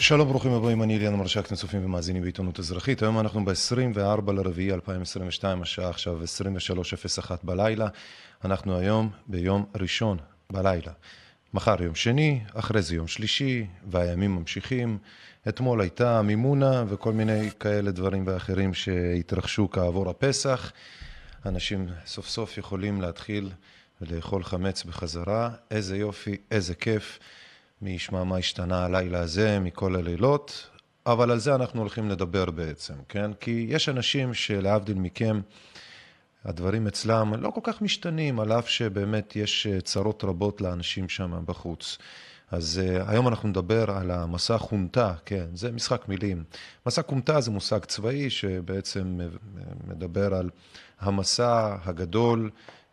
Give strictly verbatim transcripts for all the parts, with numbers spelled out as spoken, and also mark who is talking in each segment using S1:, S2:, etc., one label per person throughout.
S1: שלום, ברוכים הבאים, אני אליאן מרשק, צופים ומאזינים בעיתונות אזרחית. היום אנחנו ב-עשרים וארבעה לרביעי אלפיים עשרים ושתיים, השעה עכשיו עשרים ושלוש אפס אחת בלילה. אנחנו היום ביום ראשון בלילה. מחר יום שני, אחרי זה יום שלישי, והימים ממשיכים. אתמול הייתה מימונה וכל מיני כאלה דברים ואחרים שהתרחשו כעבור הפסח. אנשים סוף סוף יכולים להתחיל לאכול חמץ בחזרה. איזה יופי, איזה כיף. מי ישמע מה השתנה הלילה הזה מכל הלילות, אבל על זה אנחנו הולכים לדבר בעצם, כן? כי יש אנשים שלהבדיל מכם, הדברים אצלם לא כל כך משתנים, על אף שבאמת יש צרות רבות לאנשים שם בחוץ. אז uh, היום אנחנו נדבר על המסע חונטה, כן? זה משחק מילים. מסע חונטה זה מושג צבאי שבעצם מדבר על המסע הגדול, uh,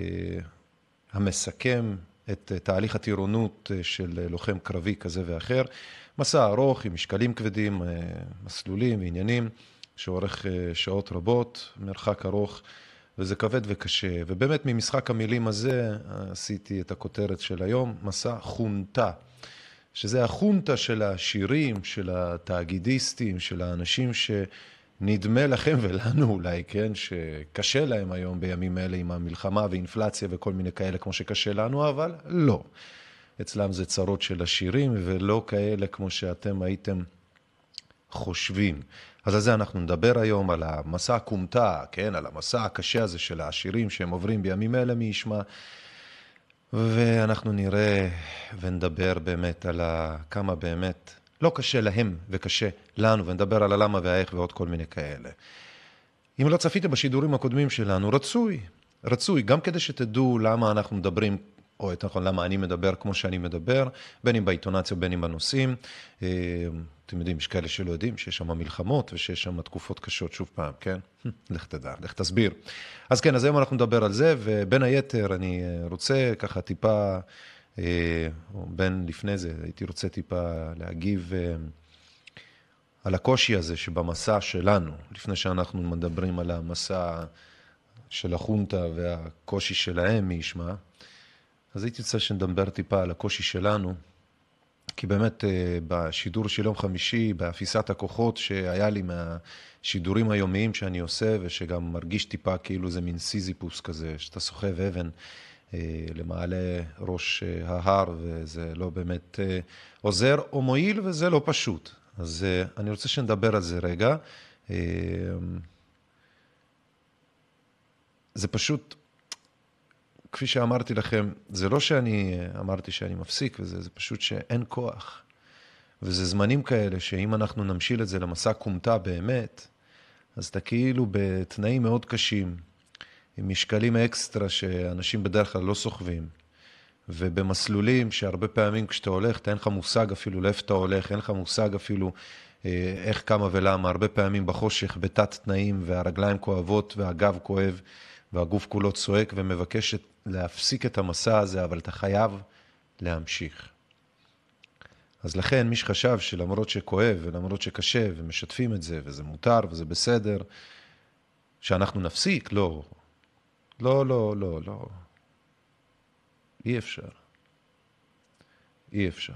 S1: המסכם, את תהליך הטירונות של לוחם קרבי כזה ואחר. מסע ארוך עם משקלים כבדים, מסלולים ועניינים, שאורך שעות רבות, מרחק ארוך, וזה כבד וקשה. ובאמת ממשחק המילים הזה עשיתי את הכותרת של היום, מסע חונטה, שזה החונטה של השירים, של התאגידיסטים, של האנשים ש... נדמה לכם ולנו אולי, כן, שקשה להם היום בימים אלה עם המלחמה ואינפלציה וכל מיני כאלה כמו שקשה לנו, אבל לא. אצלם זה צרות של השירים ולא כאלה כמו שאתם הייתם חושבים. אז על זה אנחנו נדבר היום, על המסע הקומטה, כן, על המסע הקשה הזה של השירים שהם עוברים בימים אלה, מי ישמע. ואנחנו נראה ונדבר באמת על כמה באמת לא קשה להם וקשה לנו, ונדבר על הלמה והאיך ועוד כל מיני כאלה. אם לא צפיתם בשידורים הקודמים שלנו, רצוי, רצוי, גם כדי שתדעו למה אנחנו מדברים, או יותר נכון, למה אני מדבר כמו שאני מדבר, בין אם בעיתונציה, בין אם בנושאים. אתם יודעים, יש כאלה שלא יודעים שיש שם מלחמות ושיש שם תקופות קשות שוב פעם, כן? לך תדע, לך תסביר. אז כן, אז היום אנחנו נדבר על זה, ובין היתר אני רוצה ככה טיפה, או בין לפני זה, הייתי רוצה טיפה להגיב על הקושי הזה שבמסע שלנו, לפני שאנחנו מדברים על המסע של החונטה והקושי שלהם, מי ישמע. אז הייתי רוצה שנדבר טיפה על הקושי שלנו, כי באמת בשידור של יום חמישי, באפיסת הכוחות שהיה לי מהשידורים היומיים שאני עושה, ושגם מרגיש טיפה כאילו זה מין סיזיפוס כזה, שאתה סוחב אבן למעלה ראש ההר, וזה לא באמת עוזר או מועיל, וזה לא פשוט. אז אני רוצה שנדבר על זה רגע. זה פשוט, כפי שאמרתי לכם, זה לא שאני אמרתי שאני מפסיק, וזה זה פשוט שאין כוח. וזה זמנים כאלה שאם אנחנו נמשיל את זה למסע קומטה באמת, אז אתה כאילו בתנאים מאוד קשים, עם משקלים אקסטרה שאנשים בדרך כלל לא סוחבים, ובמסלולים שהרבה פעמים כשאתה הולך, אתה אין לך מושג אפילו לאיפה אתה הולך, אין לך מושג אפילו איך, כמה ולמה, הרבה פעמים בחושך, בתת תנאים, והרגליים כואבות והגב כואב, והגוף כולו צועק ומבקש להפסיק את המסע הזה, אבל אתה חייב להמשיך. אז לכן מי שחשב שלמרות שכואב ולמרות שקשה ומשתפים את זה, וזה מותר וזה בסדר, שאנחנו נפסיק, לא. לא, לא, לא, לא. אי אפשר. אי אפשר.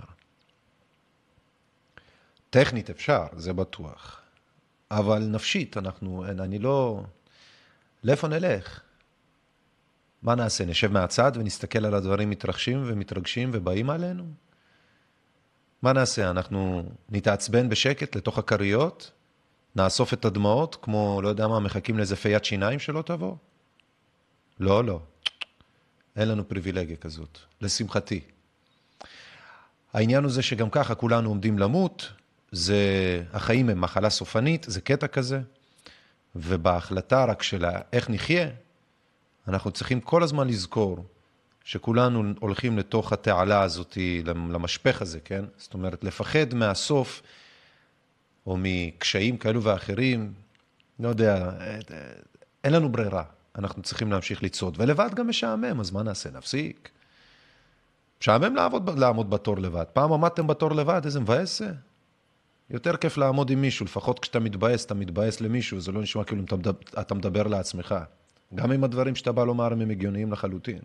S1: טכנית אפשר, זה בטוח. אבל נפשית, אנחנו, אני לא... לאיפה נלך? מה נעשה? נשב מהצד ונסתכל על הדברים מתרחשים ומתרגשים ובאים עלינו? מה נעשה? אנחנו נתעצבן בשקט לתוך הקריות? נאסוף את הדמעות כמו, לא יודע מה, מחכים לאיזה פיית שיניים שלא תבוא? לא, לא. אין לנו פריבילגיה כזאת, לשמחתי. העניין הוא זה שגם ככה כולנו עומדים למות, זה, החיים הם מחלה סופנית, זה קטע כזה, ובהחלטה רק של איך נחיה, אנחנו צריכים כל הזמן לזכור שכולנו הולכים לתוך התעלה הזאת, למשפך הזה, כן? זאת אומרת, לפחד מהסוף, או מקשיים כאלו ואחרים, לא יודע, אין לנו ברירה. אנחנו צריכים להמשיך לצעוד, ולבד גם משעמם, אז מה נעשה? נפסיק. משעמם לעבוד, לעמוד בתור לבד. פעם עמדתם בתור לבד, איזה מבאס זה? יותר כיף לעמוד עם מישהו, לפחות כשאתה מתבאס, אתה מתבאס למישהו, זה לא נשמע כאילו אתה מדבר, אתה מדבר לעצמך. גם עם הדברים שאתה בא לומר הם הגיוניים לחלוטין.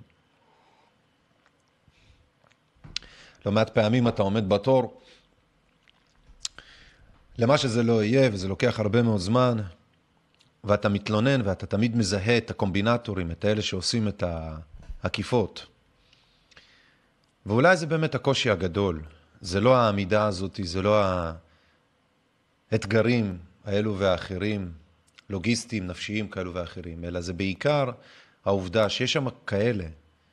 S1: לא מעט פעמים אתה עומד בתור, למה שזה לא יהיה, וזה לוקח הרבה מאוד זמן, ואתה מתלונן, ואתה תמיד מזהה את הקומבינטורים, את האלה שעושים את העקיפות. ואולי זה באמת הקושי הגדול. זה לא העמידה הזאת, זה לא האתגרים האלו והאחרים, לוגיסטיים, נפשיים כאלו ואחרים, אלא זה בעיקר העובדה שיש שם כאלה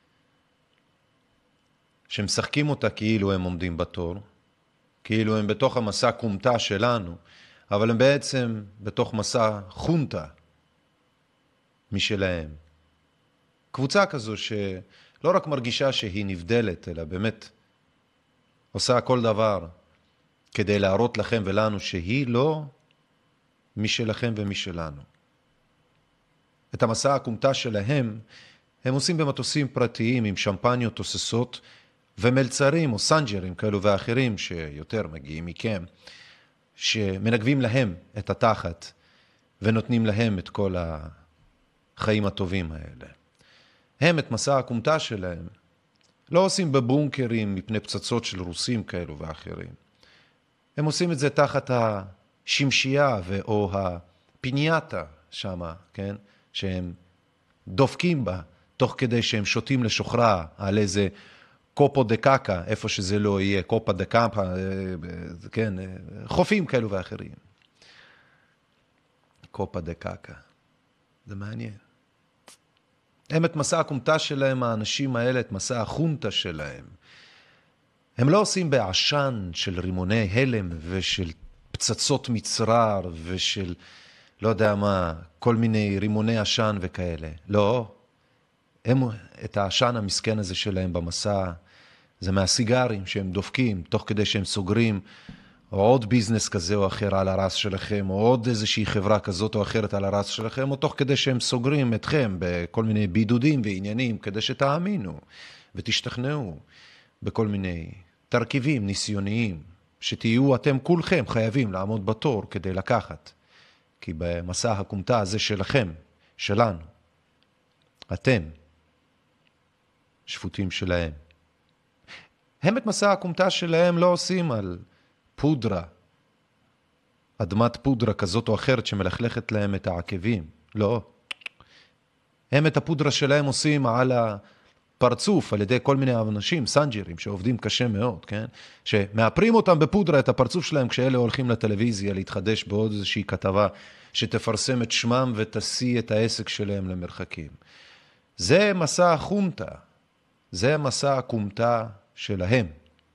S1: שמשחקים אותה כאילו הם עומדים בתור, כאילו הם בתוך המסע קומטה שלנו, אבל הם בעצם בתוך מסע חונטה משלהם. קבוצה כזו שלא רק מרגישה שהיא נבדלת, אלא באמת עושה כל דבר כדי להראות לכם ולנו שהיא לא משלכם ומשלנו. את המסע הקומטה שלהם הם עושים במטוסים פרטיים עם שמפניות תוססות ומלצרים או סנג'רים כאלו ואחרים שיותר מגיעים מכם, שמנגבים להם את התחת ונותנים להם את כל החיים הטובים האלה. הם את מסע הקומטה שלהם לא עושים בבונקרים מפני פצצות של רוסים כאלו ואחרים. הם עושים את זה תחת השמשייה או הפינייטה שמה, כן? שהם דופקים בה תוך כדי שהם שותים לשוחרה על איזה קופו דה קקה, איפה שזה לא יהיה, קופה דה קמפה, כן, חופים כאלו ואחרים. קופה דה קקה. זה מעניין. הם את מסע הקומטה שלהם, האנשים האלה, את מסע החונטה שלהם. הם לא עושים בעשן של רימוני הלם ושל פצצות מצרר ושל, לא יודע מה, כל מיני רימוני עשן וכאלה. לא. הם, את העשן המסכן הזה שלהם במסע, זה מהסיגרים שהם דופקים, תוך כדי שהם סוגרים עוד ביזנס כזה או אחר על הרס שלכם, או עוד איזושהי חברה כזאת או אחרת על הרס שלכם, או תוך כדי שהם סוגרים אתכם בכל מיני בידודים ועניינים, כדי שתאמינו ותשתכנעו בכל מיני תרכיבים ניסיוניים, שתהיו אתם כולכם חייבים לעמוד בתור כדי לקחת. כי במסע הקומטה הזה שלכם, שלנו, אתם שפוטים שלהם. הם את מסע הקומטה שלהם לא עושים על פודרה, אדמת פודרה כזאת או אחרת שמלכלכת להם את העקבים. לא. הם את הפודרה שלהם עושים על הפרצוף, על ידי כל מיני אנשים, סנג'רים, שעובדים קשה מאוד, כן? שמאפרים אותם בפודרה את הפרצוף שלהם כשאלה הולכים לטלוויזיה להתחדש בעוד איזושהי כתבה שתפרסם את שמם ותשיא את העסק שלהם למרחקים. זה מסע החונטה. זה מסע הקומטה שלהם.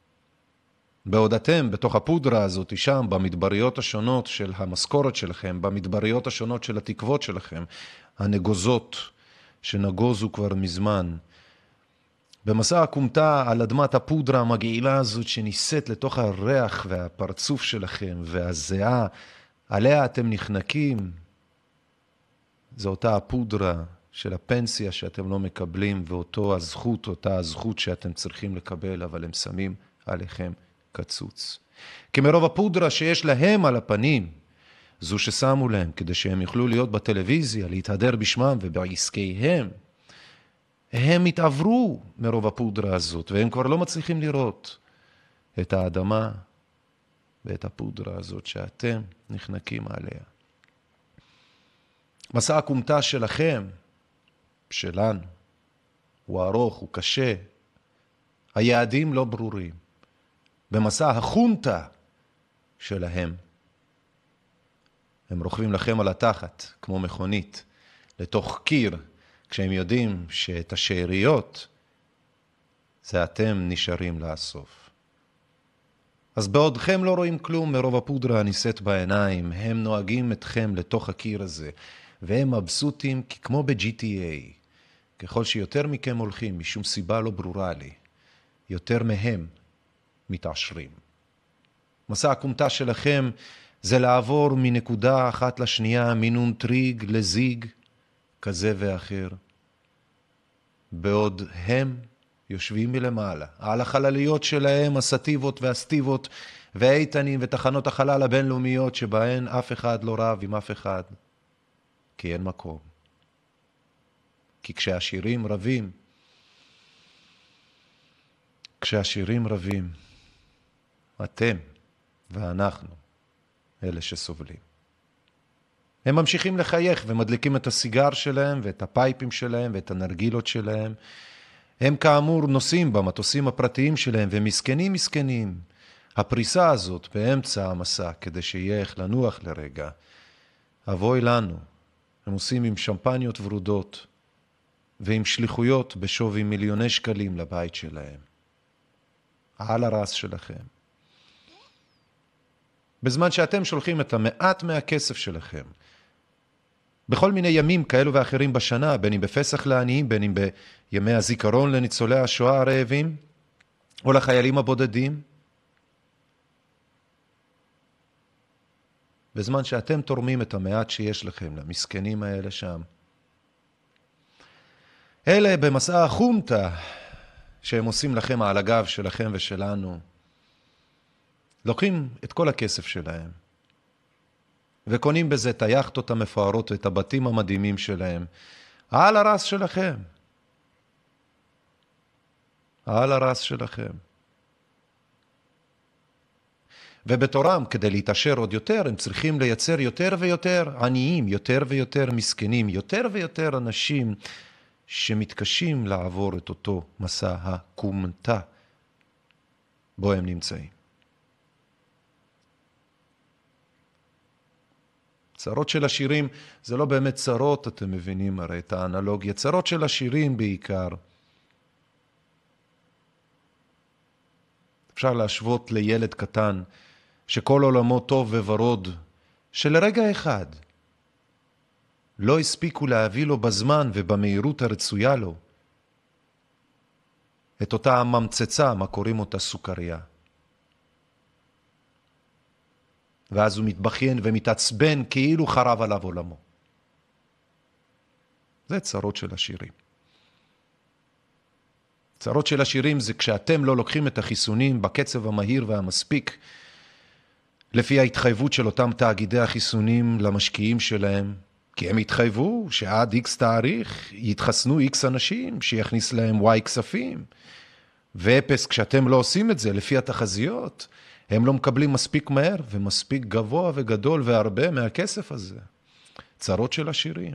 S1: בעוד אתם בתוך הפודרה הזאת שם, במדבריות השונות של המשכורת שלכם, במדבריות השונות של התקוות שלכם, הנגוזות שנגוזו כבר מזמן, במסע הקומטה על אדמת הפודרה המגעילה הזאת שניסית לתוך הריח והפרצוף שלכם והזיעה, עליה אתם נחנקים, זו אותה הפודרה של הפנסיה שאתם לא מקבלים, ואותו הזכות, אותה הזכות שאתם צריכים לקבל, אבל הם שמים עליכם קצוץ. כי מרוב הפודרה שיש להם על הפנים, זו ששמו להם כדי שהם יוכלו להיות בטלוויזיה, להתהדר בשמם ובעסקיהם, הם התעברו מרוב הפודרה הזאת, והם כבר לא מצליחים לראות את האדמה ואת הפודרה הזאת שאתם נחנקים עליה. מסע הקומטה שלכם, שלנו, הוא ארוך, הוא קשה. היעדים לא ברורים. במסע החונטה שלהם, הם רוכבים לכם על התחת, כמו מכונית, לתוך קיר, כשהם יודעים שאת השאריות, זה אתם נשארים לאסוף. אז בעודכם לא רואים כלום מרוב הפודרה הניסית בעיניים, הם נוהגים אתכם לתוך הקיר הזה, והם מבסוטים כמו ב-ג'י טי איי. ככל שיותר מכם הולכים, משום סיבה לא ברורה לי, יותר מהם מתעשרים. מסע הקומטה שלכם זה לעבור מנקודה אחת לשנייה, מינון טריג לזיג, כזה ואחר. בעוד הם יושבים מלמעלה, על החלליות שלהם, הסטיבות והסטיבות והאיתנים ותחנות החלל הבינלאומיות שבהן אף אחד לא רב עם אף אחד, כי אין מקום. כי כשהשירים רבים, כשהשירים רבים, אתם ואנחנו אלה שסובלים. הם ממשיכים לחייך ומדליקים את הסיגר שלהם ואת הפייפים שלהם ואת הנרגילות שלהם. הם כאמור נוסעים במטוסים הפרטיים שלהם ומסכנים מסכנים. הפריסה הזאת באמצע המסע כדי שיהיה איך לנוח לרגע. אבוי לנו. הם עושים עם שמפניות ורודות ועם שליחויות בשווי מיליוני שקלים לבית שלהם. על הרס שלכם. בזמן שאתם שולחים את המעט מהכסף שלכם, בכל מיני ימים כאלו ואחרים בשנה, בין אם בפסח לעניים, בין אם בימי הזיכרון לניצולי השואה הרעבים, או לחיילים הבודדים, בזמן שאתם תורמים את המעט שיש לכם למסכנים האלה שם. אלה במסע החונטה שהם עושים לכם על הגב שלכם ושלנו, לוקחים את כל הכסף שלהם, וקונים בזה את היחטות המפוארות ואת הבתים המדהימים שלהם, על הרס שלכם. על הרס שלכם. ובתורם, כדי להתעשר עוד יותר, הם צריכים לייצר יותר ויותר עניים, יותר ויותר מסכנים, יותר ויותר אנשים שמתקשים לעבור את אותו מסע הקומתה בו הם נמצאים. צרות של השירים, זה לא באמת צרות, אתם מבינים הרי את האנלוגיה, צרות של השירים בעיקר. אפשר להשוות לילד קטן, שכל עולמו טוב וורוד, שלרגע אחד לא הספיקו להביא לו בזמן ובמהירות הרצויה לו את אותה הממצצה, מה קוראים אותה סוכריה. ואז הוא מתבכיין ומתעצבן כאילו חרב עליו עולמו. זה צרות של השירים. צרות של השירים זה כשאתם לא לוקחים את החיסונים בקצב המהיר והמספיק, לפי ההתחייבות של אותם תאגידי החיסונים למשקיעים שלהם, כי הם התחייבו שעד איקס תאריך יתחסנו איקס אנשים, שיכניס להם וואי כספים. ואפס, כשאתם לא עושים את זה לפי התחזיות, הם לא מקבלים מספיק מהר ומספיק גבוה וגדול והרבה מהכסף הזה. צרות של השירים.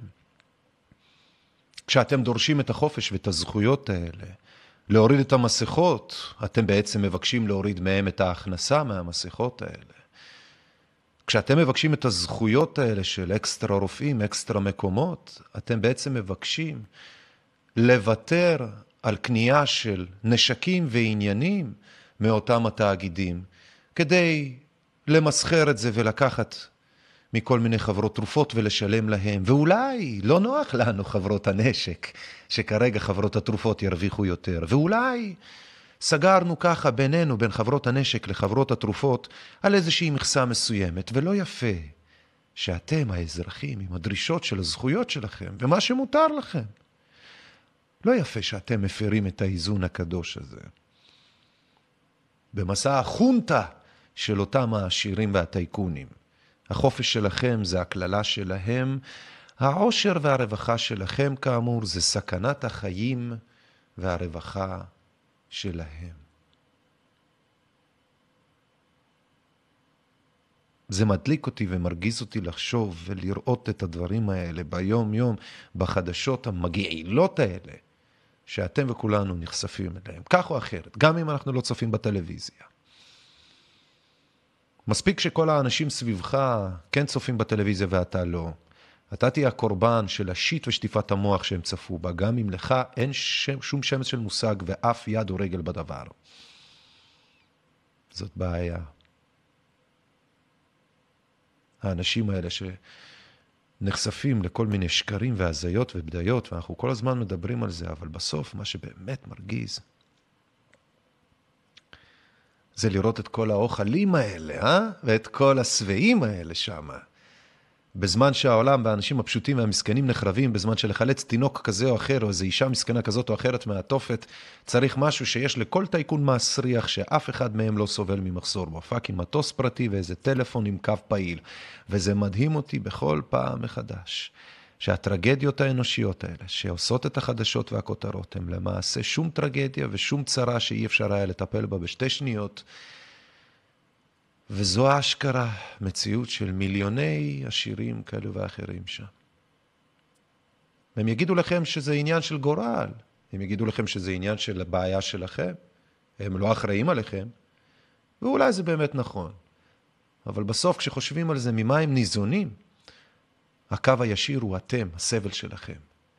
S1: כשאתם דורשים את החופש ואת הזכויות האלה, להוריד את המסכות, אתם בעצם מבקשים להוריד מהם את ההכנסה מהמסכות האלה. כשאתם מבקשים את הזכויות האלה של אקסטרה רופאים, אקסטרה מקומות, אתם בעצם מבקשים לוותר על קנייה של נשקים ועניינים מאותם התאגידים, כדי למסחר את זה ולקחת מכל מיני חברות תרופות ולשלם להם. ואולי לא נוח לנו חברות הנשק, שכרגע חברות התרופות ירוויחו יותר. ואולי סגרנו ככה בינינו, בין חברות הנשק לחברות התרופות, על איזושהי מכסה מסוימת. ולא יפה שאתם האזרחים עם הדרישות של הזכויות שלכם, ומה שמותר לכם. לא יפה שאתם מפרים את האיזון הקדוש הזה. במסע החונטה של אותם העשירים והטייקונים. החופש שלכם זה הכללה שלהם, העושר והרווחה שלכם כאמור זה סכנת החיים והרווחה שלהם. זה מדליק אותי ומרגיז אותי לחשוב ולראות את הדברים האלה ביום יום, בחדשות המגעילות האלה, שאתם וכולנו נחשפים אליהם, כך או אחרת, גם אם אנחנו לא צופים בטלוויזיה. מספיק שכל האנשים סביבך כן צופים בטלוויזיה ואתה לא. אתה תהיה הקורבן של השיט ושטיפת המוח שהם צפו בה, גם אם לך אין שם, שום שמץ של מושג ואף יד או רגל בדבר. זאת בעיה. האנשים האלה שנחשפים לכל מיני שקרים והזיות ובדיות, ואנחנו כל הזמן מדברים על זה, אבל בסוף מה שבאמת מרגיז, זה לראות את כל האוכלים האלה, אה? ואת כל השבעים האלה שם. בזמן שהעולם והאנשים הפשוטים והמסכנים נחרבים, בזמן שלחלץ תינוק כזה או אחר, או איזו אישה מסכנה כזאת או אחרת מהתופת, צריך משהו שיש לכל טייקון מסריח, שאף אחד מהם לא סובל ממחסור בו. פאקינג מטוס פרטי ואיזה טלפון עם קו פעיל. וזה מדהים אותי בכל פעם מחדש, שהטרגדיות האנושיות האלה, שעושות את החדשות והכותרות, הם למעשה שום טרגדיה ושום צרה שאי אפשר היה לטפל בה בשתי שניות, וזו האשכרה מציאות של מיליוני עשירים כאלו ואחרים שם. הם יגידו לכם שזה עניין של גורל, הם יגידו לכם שזה עניין של הבעיה שלכם, הם לא אחראים עליכם, ואולי זה באמת נכון. אבל בסוף כשחושבים על זה, ממה הם ניזונים? הקו הישיר הוא אתם, הסבל שלכם.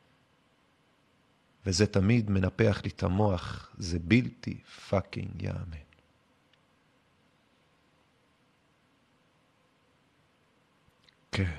S1: וזה תמיד מנפח לי את המוח, זה בלתי פאקינג יאמן. כן.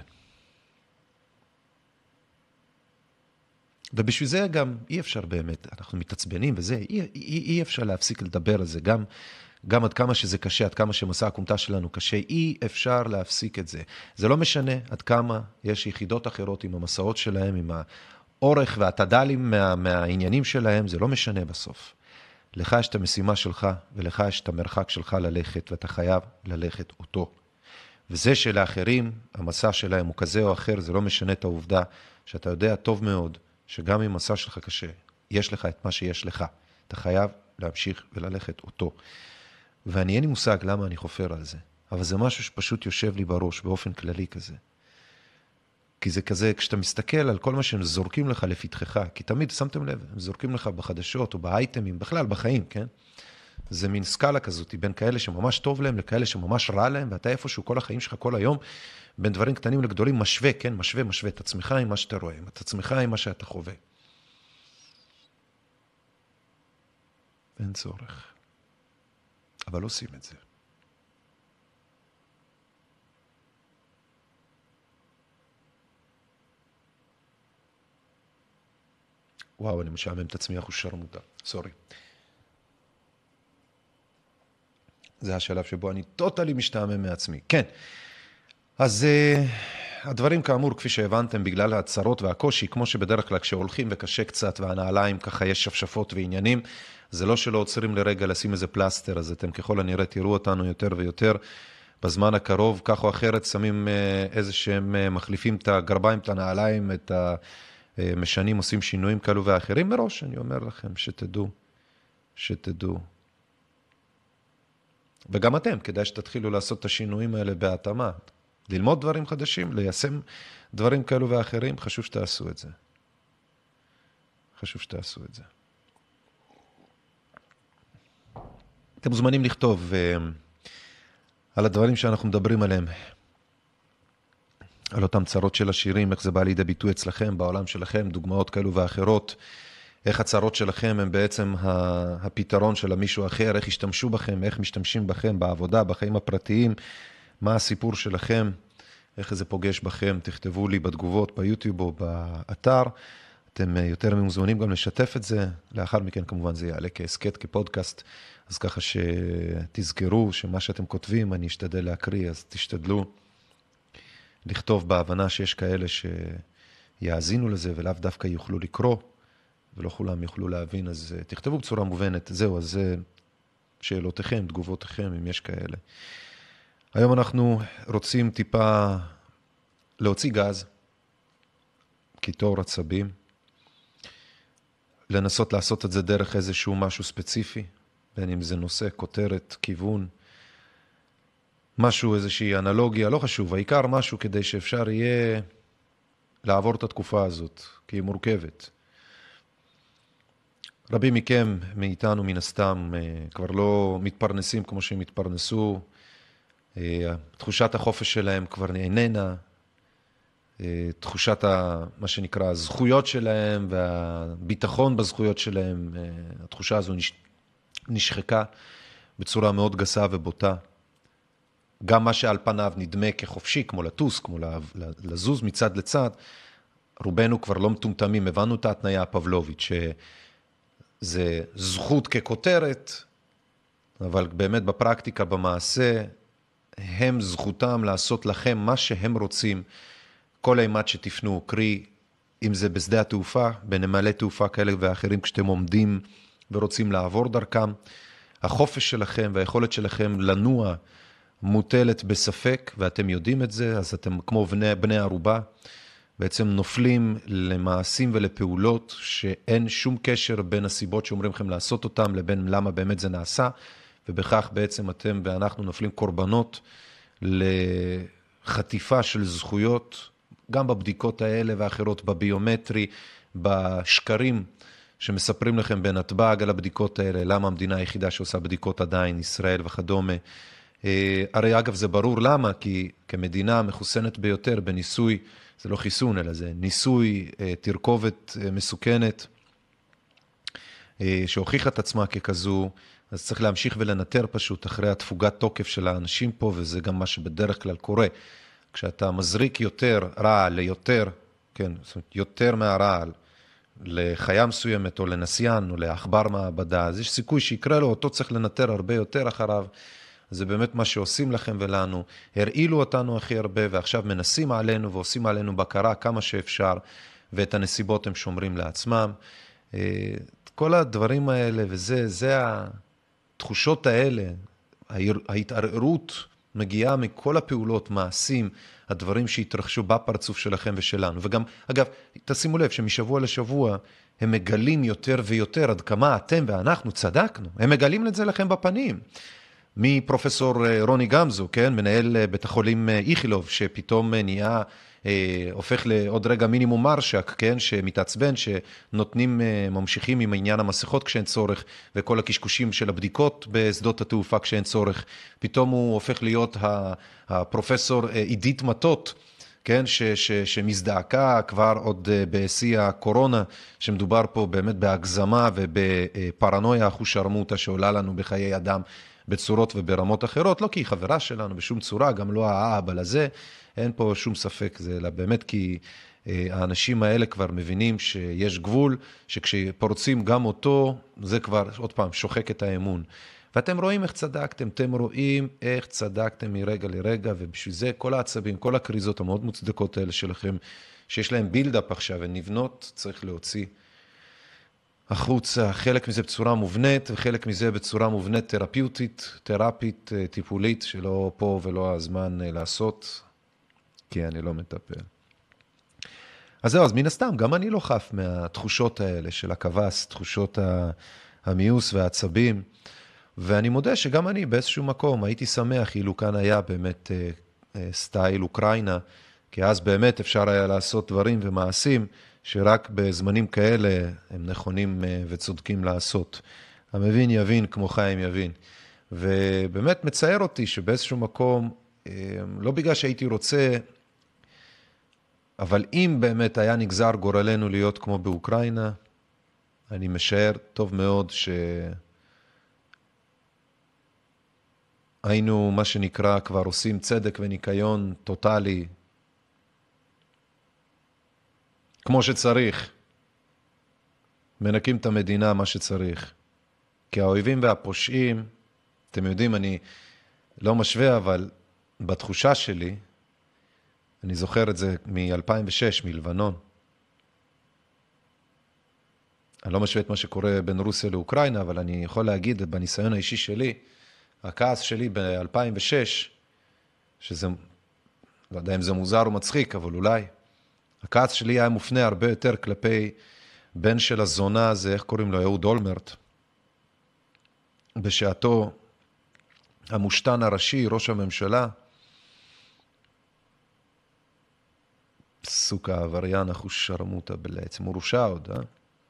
S1: ובשביל זה גם אי אפשר באמת, אנחנו מתעצבנים וזה, אי, אי, אי אפשר להפסיק לדבר על זה, גם, גם עד כמה שזה קשה, עד כמה שמסע הקומטה שלנו קשה, אי אפשר להפסיק את זה. זה לא משנה עד כמה יש יחידות אחרות עם המסעות שלהם, עם האורך והתדלים מה, מהעניינים שלהם, זה לא משנה בסוף. לך יש את המשימה שלך, ולך יש את המרחק שלך ללכת, ואתה חייב ללכת אותו. וזה שלאחרים, המסע שלהם הוא כזה או אחר, זה לא משנה את העובדה שאתה יודע טוב מאוד, שגם אם מסע שלך קשה, יש לך את מה שיש לך. אתה חייב להמשיך וללכת אותו. ואני אין לי מושג למה אני חופר על זה, אבל זה משהו שפשוט יושב לי בראש באופן כללי כזה. כי זה כזה, כשאתה מסתכל על כל מה שהם זורקים לך לפתחך, כי תמיד, שמתם לב, הם זורקים לך בחדשות או באייטמים, בכלל בחיים, כן? זה מין סקאלה כזאת, בין כאלה שממש טוב להם לכאלה שממש רע להם, ואתה איפשהו כל החיים שלך כל היום, בין דברים קטנים לגדולים, משווה, כן? משווה, משווה את עצמך עם מה שאתה רואה, את עצמך עם מה שאתה חווה. אין צורך. אבל עושים את זה. וואו, אני משעמם את עצמי אחוז שרמוטה. סורי. זה השלב שבו אני טוטלי משתעמם מעצמי. כן. אז uh, הדברים כאמור, כפי שהבנתם, בגלל הצרות והקושי, כמו שבדרך כלל כשהולכים וקשה קצת, והנעליים ככה יש שפשפות ועניינים, זה לא שלא עוצרים לרגע לשים איזה פלסטר, אז אתם ככל הנראה תראו אותנו יותר ויותר בזמן הקרוב, כך או אחרת שמים uh, איזה שהם uh, מחליפים את הגרביים, את הנעליים, את המשנים, עושים שינויים כאלו ואחרים מראש, אני אומר לכם, שתדעו, שתדעו. וגם אתם, כדאי שתתחילו לעשות את השינויים האלה בהתאמה. ללמוד דברים חדשים, ליישם דברים כאלו ואחרים, חשוב שתעשו את זה. חשוב שתעשו את זה. אתם מוזמנים לכתוב uh, על הדברים שאנחנו מדברים עליהם, על אותם צרות של השירים, איך זה בא לידי ביטוי אצלכם, בעולם שלכם, דוגמאות כאלו ואחרות, איך הצרות שלכם הם בעצם הפתרון של מישהו אחר, איך השתמשו בכם, איך משתמשים בכם בעבודה, בחיים הפרטיים, מה הסיפור שלכם, איך זה פוגש בכם, תכתבו לי בתגובות ביוטיוב או באתר, אתם יותר ממוזמנים גם לשתף את זה, לאחר מכן כמובן זה יעלה כעסקט, כפודקאסט, אז ככה שתזכרו שמה שאתם כותבים אני אשתדל להקריא, אז תשתדלו לכתוב בהבנה שיש כאלה שיאזינו לזה ולאו דווקא יוכלו לקרוא, ולא כולם יוכלו להבין, אז תכתבו בצורה מובנת, זהו, אז זה שאלותיכם, תגובותיכם, אם יש כאלה. היום אנחנו רוצים טיפה להוציא גז, קיטור עצבים, לנסות לעשות את זה דרך איזשהו משהו ספציפי, בין אם זה נושא, כותרת, כיוון, משהו, איזושהי אנלוגיה, לא חשוב, העיקר משהו כדי שאפשר יהיה לעבור את התקופה הזאת, כי היא מורכבת. רבים מכם, מאיתנו, מן הסתם, כבר לא מתפרנסים כמו שהם התפרנסו, תחושת החופש שלהם כבר איננה, תחושת ה, מה שנקרא הזכויות שלהם והביטחון בזכויות שלהם, התחושה הזו נש, נשחקה בצורה מאוד גסה ובוטה. גם מה שעל פניו נדמה כחופשי, כמו לטוס, כמו לזוז מצד לצד, רובנו כבר לא מטומטמים, הבנו את ההתניה הפבלובית, שזה זכות ככותרת, אבל באמת בפרקטיקה, במעשה, הם זכותם לעשות לכם מה שהם רוצים, כל אימת שתפנו, קרי, אם זה בשדה התעופה, בנמלי תעופה כאלה ואחרים, כשאתם עומדים ורוצים לעבור דרכם, החופש שלכם והיכולת שלכם לנוע מוטלת בספק, ואתם יודעים את זה, אז אתם כמו בני, בני ערובה, בעצם נופלים למעשים ולפעולות שאין שום קשר בין הסיבות שאומרים לכם לעשות אותם, לבין למה באמת זה נעשה, ובכך בעצם אתם ואנחנו נופלים קורבנות לחטיפה של זכויות, גם בבדיקות האלה ואחרות, בביומטרי, בשקרים שמספרים לכם בנתב"ג על הבדיקות האלה, למה המדינה היחידה שעושה בדיקות עדיין, ישראל וכדומה. הרי אגב זה ברור למה, כי כמדינה מחוסנת ביותר בניסוי, זה לא חיסון אלא זה ניסוי, תרכובת מסוכנת, שהוכיחה את עצמה ככזו, אז צריך להמשיך ולנטר פשוט אחרי התפוגת תוקף של האנשים פה, וזה גם מה שבדרך כלל קורה. כשאתה מזריק יותר רעל ליותר, כן, זאת אומרת, יותר מהרעל, לחיה מסוימת או לנסיין או לעכבר מעבדה, אז יש סיכוי שיקרה לו, אותו צריך לנטר הרבה יותר אחריו. זה באמת מה שעושים לכם ולנו, הרעילו אותנו הכי הרבה ועכשיו מנסים עלינו ועושים עלינו בקרה כמה שאפשר, ואת הנסיבות הם שומרים לעצמם. כל הדברים האלה וזה, זה התחושות האלה, ההתערערות מגיעה מכל הפעולות, מעשים, הדברים שהתרחשו בפרצוף שלכם ושלנו. וגם, אגב, תשימו לב שמשבוע לשבוע הם מגלים יותר ויותר עד כמה אתם ואנחנו צדקנו. הם מגלים את זה לכם בפנים. מפרופסור רוני גמזו, כן, מנהל בית החולים איכילוב, שפתאום נהיה, אה, הופך לעוד רגע מינימום מרשק, כן, שמתעצבן, שנותנים, אה, ממשיכים עם עניין המסכות כשאין צורך, וכל הקשקושים של הבדיקות בשדות התעופה כשאין צורך. פתאום הוא הופך להיות הפרופסור עידית מטות, כן, ש, ש, שמזדעקה כבר עוד בשיא הקורונה, שמדובר פה באמת בהגזמה ובפרנויה אחושרמוטה שעולה לנו בחיי אדם, בצורות וברמות אחרות, לא כי היא חברה שלנו בשום צורה, גם לא האבא לזה, אין פה שום ספק, זה אלא באמת כי האנשים האלה כבר מבינים שיש גבול, שכשפורצים גם אותו, זה כבר עוד פעם שוחק את האמון. ואתם רואים איך צדקתם, אתם רואים איך צדקתם מרגע לרגע, ובשביל זה כל העצבים, כל הקריזות המאוד מוצדקות האלה שלכם, שיש להם בילדאפ עכשיו ונבנות, צריך להוציא החוצה, חלק מזה בצורה מובנית, וחלק מזה בצורה מובנית תרפיוטית, תרפית, טיפולית, שלא פה ולא הזמן לעשות, כי אני לא מטפל. אז זהו, אז מן הסתם, גם אני לא חף מהתחושות האלה של הכבש, תחושות המיוס והעצבים, ואני מודה שגם אני באיזשהו מקום הייתי שמח אילו כאן היה באמת סטייל אוקראינה, כי אז באמת אפשר היה לעשות דברים ומעשים, שרק בזמנים כאלה הם נכונים וצודקים לעשות. המבין יבין כמו חיים יבין. ובאמת מצער אותי שבאיזשהו מקום, לא בגלל שהייתי רוצה, אבל אם באמת היה נגזר גורלנו להיות כמו באוקראינה, אני משער טוב מאוד שהיינו מה שנקרא כבר עושים צדק וניקיון טוטלי, כמו שצריך, מנקים את המדינה מה שצריך. כי האויבים והפושעים, אתם יודעים, אני לא משווה, אבל בתחושה שלי, אני זוכר את זה מ-אלפיים ושש, מלבנון. אני לא משווה את מה שקורה בין רוסיה לאוקראינה, אבל אני יכול להגיד, בניסיון האישי שלי, הכעס שלי ב-אלפיים ושש, שזה, לא יודע אם זה מוזר או מצחיק, אבל אולי, הכעס שלי היה מופנה הרבה יותר כלפי בן של הזונה הזה, איך קוראים לו, אהוד אולמרט. בשעתו המושתן הראשי, ראש הממשלה, סוג העבריין אחושרמוטה בעצם, הוא רושע עוד, אה?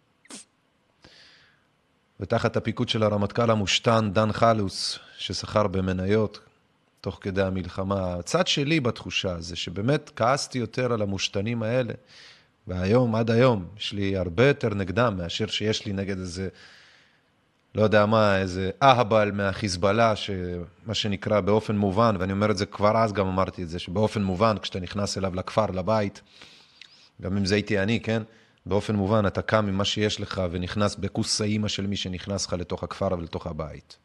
S1: ותחת הפיקוד של הרמטכ"ל המושתן דן חלוץ, ששכר במניות תוך כדי המלחמה. הצד שלי בתחושה זה שבאמת כעסתי יותר על המושתנים האלה, והיום, עד היום, יש לי הרבה יותר נגדם מאשר שיש לי נגד איזה, לא יודע מה, איזה אהבל מהחיזבאללה, שמה שנקרא באופן מובן, ואני אומר את זה כבר אז גם אמרתי את זה, שבאופן מובן, כשאתה נכנס אליו לכפר, לבית, גם אם זה הייתי אני, כן? באופן מובן, אתה קם עם מה שיש לך, ונכנס בכוס האימא של מי שנכנס לך לתוך הכפר ולתוך הבית.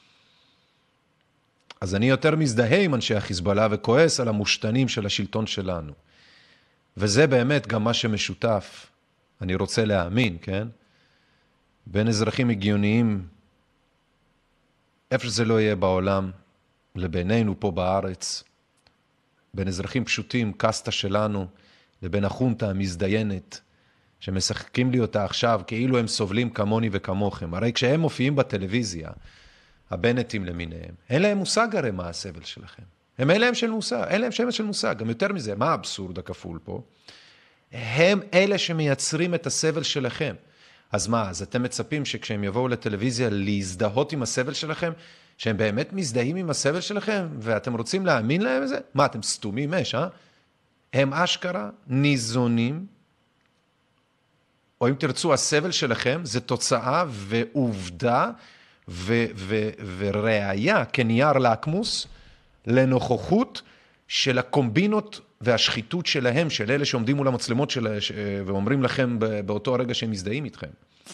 S1: אז אני יותר מזדהה עם אנשי החיזבאללה, וכועס על המושתנים של השלטון שלנו. וזה באמת גם מה שמשותף, אני רוצה להאמין, כן? בין אזרחים הגיוניים, איפה שזה לא יהיה בעולם, לבינינו פה בארץ, בין אזרחים פשוטים, קסטה שלנו, לבין החונטה המזדיינת, שמשחקים לי אותה עכשיו, כאילו הם סובלים כמוני וכמוכם. הרי כשהם מופיעים בטלוויזיה, הבנטים למיניהם, אין להם מושג הרי מה הסבל שלכם. הם אין להם של מושג, אין להם שמץ של מושג. גם יותר מזה, מה האבסורד הכפול פה? הם אלה שמייצרים את הסבל שלכם. אז מה, אז אתם מצפים שכשהם יבואו לטלוויזיה להזדהות עם הסבל שלכם, שהם באמת מזדהים עם הסבל שלכם, ואתם רוצים להאמין להם את זה? מה, אתם סתומים אש, אה? הם אשכרה ניזונים, או אם תרצו, הסבל שלכם זה תוצאה ועובדה ו- ו- וראיה כנייר לקמוס לנוכחות של הקומבינות והשחיתות שלהם, של אלה שעומדים מול המצלמות שלה, ואומרים לכם באותו הרגע שהם מזדהים איתכם.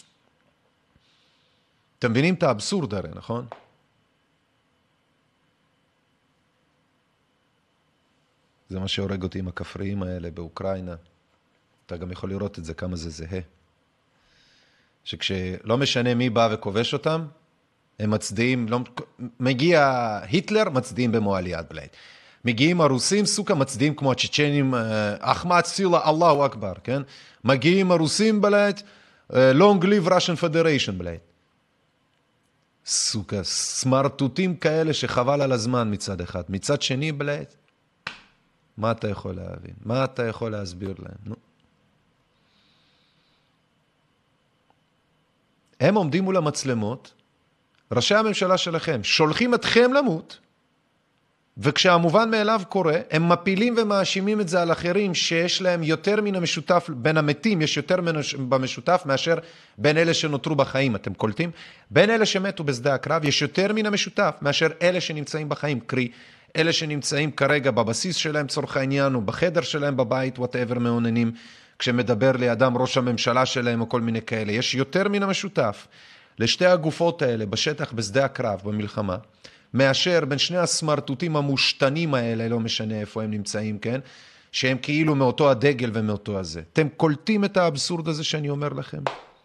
S1: אתם מבינים את האבסורד הרי, נכון? זה מה שהורג אותי עם הכפריים האלה באוקראינה. אתה גם יכול לראות את זה, כמה זה זהה. שכשלא משנה מי בא וכובש אותם, הם מצדיעים, לא, מגיע היטלר, מצדיעים במועל יד בלעד. מגיעים הרוסים, סוכה מצדיעים כמו הצ'צ'נים, אחמד סילה, אללהו אכבר, כן? מגיעים הרוסים בלעד, long live Russian Federation בלעד. סוכה, סמרטוטים כאלה שחבל על הזמן מצד אחד. מצד שני בלעד, מה אתה יכול להבין? מה אתה יכול להסביר להם? נו. הם עומדים מול המצלמות, ראשי הממשלה שלכם, שולחים אתכם למות, וכשהמובן מאליו קורה, הם מפילים ומאשימים את זה על אחרים, שיש להם יותר מן המשותף, בין המתים יש יותר במשותף, מאשר בין אלה שנותרו בחיים, אתם קולטים? בין אלה שמתו בשדה הקרב, יש יותר מן המשותף, מאשר אלה שנמצאים בחיים, קרי, אלה שנמצאים כרגע בבסיס שלהם, צורך העניין, או בחדר שלהם בבית, whatever מעוננים, כשמדבר לידם ראש הממשלה שלהם, או כל מיני כאלה, יש יותר מן המשותף, לשתי הגופות האלה, בשטח, בשדה הקרב, במלחמה, מאשר בין שני הסמרטוטים המושתנים האלה, לא משנה איפה הם נמצאים, כן? שהם כאילו מאותו הדגל ומאותו הזה. אתם קולטים את האבסורד הזה שאני אומר לכם?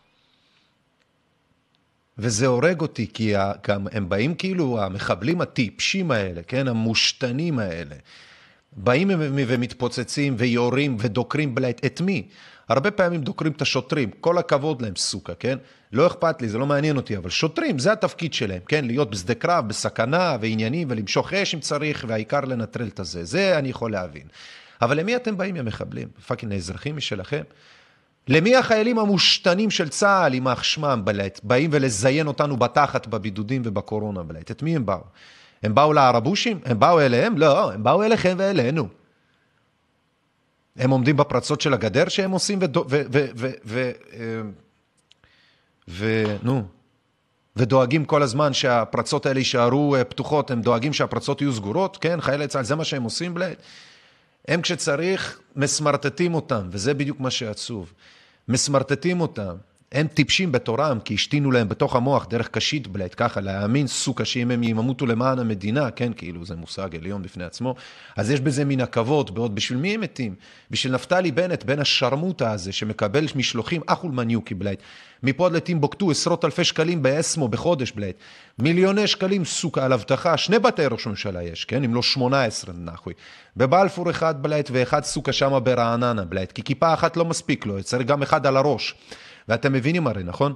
S1: וזה הורג אותי, כי גם הם באים כאילו, המחבלים הטיפשים האלה, כן? המושתנים האלה, באים ומתפוצצים ויורים ודוקרים בלעד. את מי? הרבה פעמים דוקרים את השוטרים, כל הכבוד להם סוכה, כן? לא אכפת לי, זה לא מעניין אותי, אבל שוטרים, זה התפקיד שלהם, כן? להיות בשדה קרב, בסכנה ועניינים, ולמשוך אש אם צריך, והעיקר לנטרל את הזה. זה אני יכול להבין. אבל למי אתם באים, המחבלים? פאקינג האזרחים משלכם? למי החיילים המושתנים של צה"ל, עם החשמם בלעד, באים ולזיין אותנו בתחת, בבידודים ובקורונה בלעד? את מי הם באו? הם באו לערבושים? הם באו אליהם? לא, הם באו אליכם ואלינו. הם עומדים בפרצות של הגדר שהם עושים, ודו, ו, ו, ו, ו, ו, נו, ודואגים כל הזמן שהפרצות האלה יישארו פתוחות, הם דואגים שהפרצות יהיו סגורות, כן, חיילי צה"ל, זה מה שהם עושים בלעד. הם כשצריך מסמרטטים אותם, וזה בדיוק מה שעצוב. מסמרטטים אותם, הם טיפשים בתורם, כי השתינו להם בתוך המוח דרך קשית בלעד, ככה, להאמין סוכה שאם הם יממותו למען המדינה, כן, כאילו זה מושג עליון בפני עצמו, אז יש בזה מן הכבוד, בעוד בשביל מי הם מתים? בשביל נפתלי בנט, בין השרמוטה הזה, שמקבל משלוחים אחול מניוקי בלעד, מפה לתים בוקטו עשרות אלפי שקלים באסמו בחודש בלעד, מיליוני שקלים סוכה על הבטחה, שני בתי ראש ממשלה יש, כן, אם לא שמונה עשרה נחוי, בבלפור אחד בלעד ואחד סוכה שמה ברעננה בלעד, כי כיפה אחת לא מספיק לו, צריך גם אחד על הראש. ואתם מבינים הרי, נכון?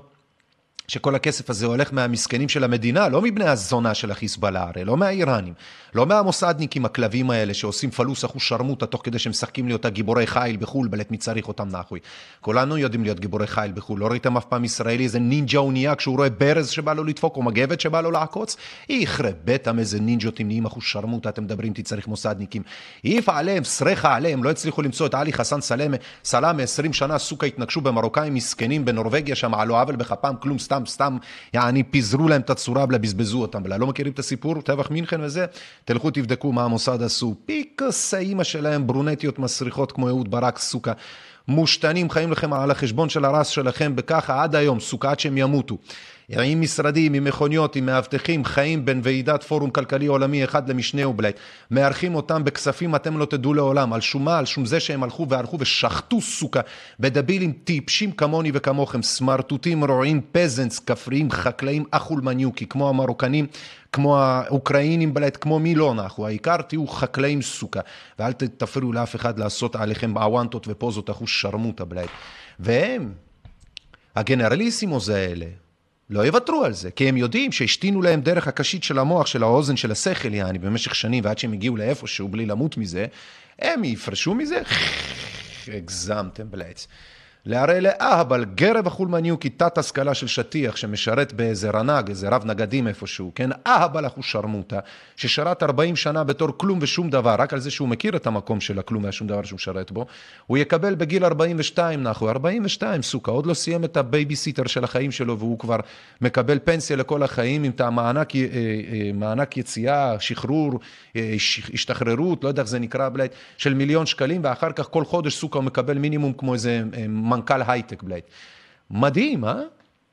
S1: שכל הכסף הזה הולך מהמסכנים של המדינה, לא מבני הזונה של החיזבאללה, הרי לא מהאיראנים, לא מהמוסדניקים הכלבים האלה שעושים פלוס אחו שרמוטה תוך כדי שהם משחקים להיות הגיבורי חיל בחול, בלת מי צריך אותם נחוי. כולנו יודעים להיות גיבורי חיל בחול, לא ראיתם אף פעם ישראלי איזה נינג'ה אונייה כשהוא רואה ברז שבא לו לדפוק או מגבת שבא לו לעקוץ? יחרבתם איזה נינג'ות עם נעים אחו שרמוטה, אתם מדברים, תצריך מוסדניקים. יף עליהם, שריחה עליהם, לא הצליחו למצוא את עלי חסן סלאמה, סלאמה עשרים שנה סוכה התנגשו במרוקאים מסכנים בנורווגיה שם על עוול בחפם, כלום סתם סתם, יעני פיזרו להם את הצורה בלה, בזבזו אותם בלה. לא מכירים את הסיפור, טבח מינכן וזה? תלכו תבדקו מה המוסד עשו. פיקס האימא שלהם, ברונטיות מסריחות כמו יהוד ברק סוכה. מושתנים חיים לכם על החשבון של הרס שלכם בככה עד היום, סוכה עד שהם ימותו. עם משרדים, עם מכוניות, עם מאבטחים, חיים בין ועידת פורום כלכלי עולמי אחד למשנהו בלעד. מארחים אותם בכספים, אתם לא תדעו לעולם. על שום מה, על שום זה שהם הלכו והלכו ושחטו סוכה. בדבילים טיפשים כמוני וכמוכם, סמרטוטים, רועים, פזנס, כפריים, חקלאים, אחול מניוקי, כמו המרוקנים, כמו האוקראינים בלעד, כמו מי לא נחנו. העיקר תהיו חקלאים סוכה. ואל תפריעו לאף אחד לעשות עליכם אוונטות ופוזות אחו שרמוטה בלעד. והם, הגנרליסימוס האלה, לא יוותרו על זה, כי הם יודעים שהשתינו להם דרך הקשית של המוח, של האוזן, של השכל, יעני, במשך שנים, ועד שהם הגיעו לאיפשהו בלי למות מזה, הם יפרשו מזה, הגזמתם בלעץ. להרי לאהבל, גרב החולמניוקי, תת השכלה של שטיח, שמשרת באיזה רנג, איזה רב נגדים איפשהו, כן? אהבל אחו שרמוטה, ששרת ארבעים שנה בתור כלום ושום דבר, רק על זה שהוא מכיר את המקום של הכלום והשום דבר שהוא שרת בו, הוא יקבל בגיל ארבעים ושתיים, נחו, ארבעים ושתיים, סוכה, עוד לא סיים את הבייביסיטר של החיים שלו, והוא כבר מקבל פנסיה לכל החיים, עם מענק, מענק יציאה, שחרור, השתחררות, לא יודע איך זה נקרא, בלייט, של מיליון שקלים, ואחר כך כל חודש סוכה הוא מקבל מינימום כמו איזה מנכ"ל הייטק, בלייט. מדהים, אה?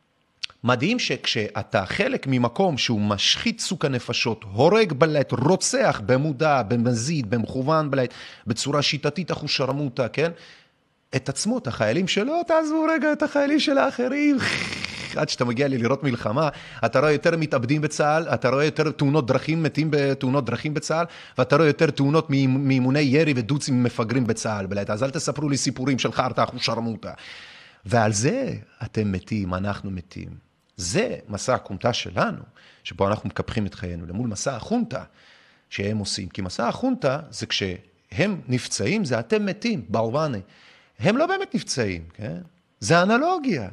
S1: מדהים שכשאתה חלק ממקום שהוא משחית סוג הנפשות, הורג בלייט, רוצח במודע, במזיד, במכוון בלייט, בצורה שיטתית אחושרמותה, כן? את עצמו, את החיילים שלו, תעזבו רגע את החיילים של האחרים. עד שאתה מגיע לי לראות מלחמה, אתה רואה יותר מתאבדים בצה"ל, אתה רואה יותר תאונות דרכים, מתים בתאונות דרכים בצה"ל, ואתה רואה יותר תאונות מאימוני ירי ודוצים מפגרים בצה"ל. בלייט. אז אל תספרו לי סיפורים של חרטה, אחושרמותה. ועל זה אתם מתים, אנחנו מתים. זה מסע החונטה שלנו, שבו אנחנו מקפחים את חיינו, למול מסע החונטה שהם עושים. כי מסע החונטה זה כשהם נפצעים, זה אתם מתים, ברבני. הם לא באמת נפצעים, כן? זה אנלוגיה.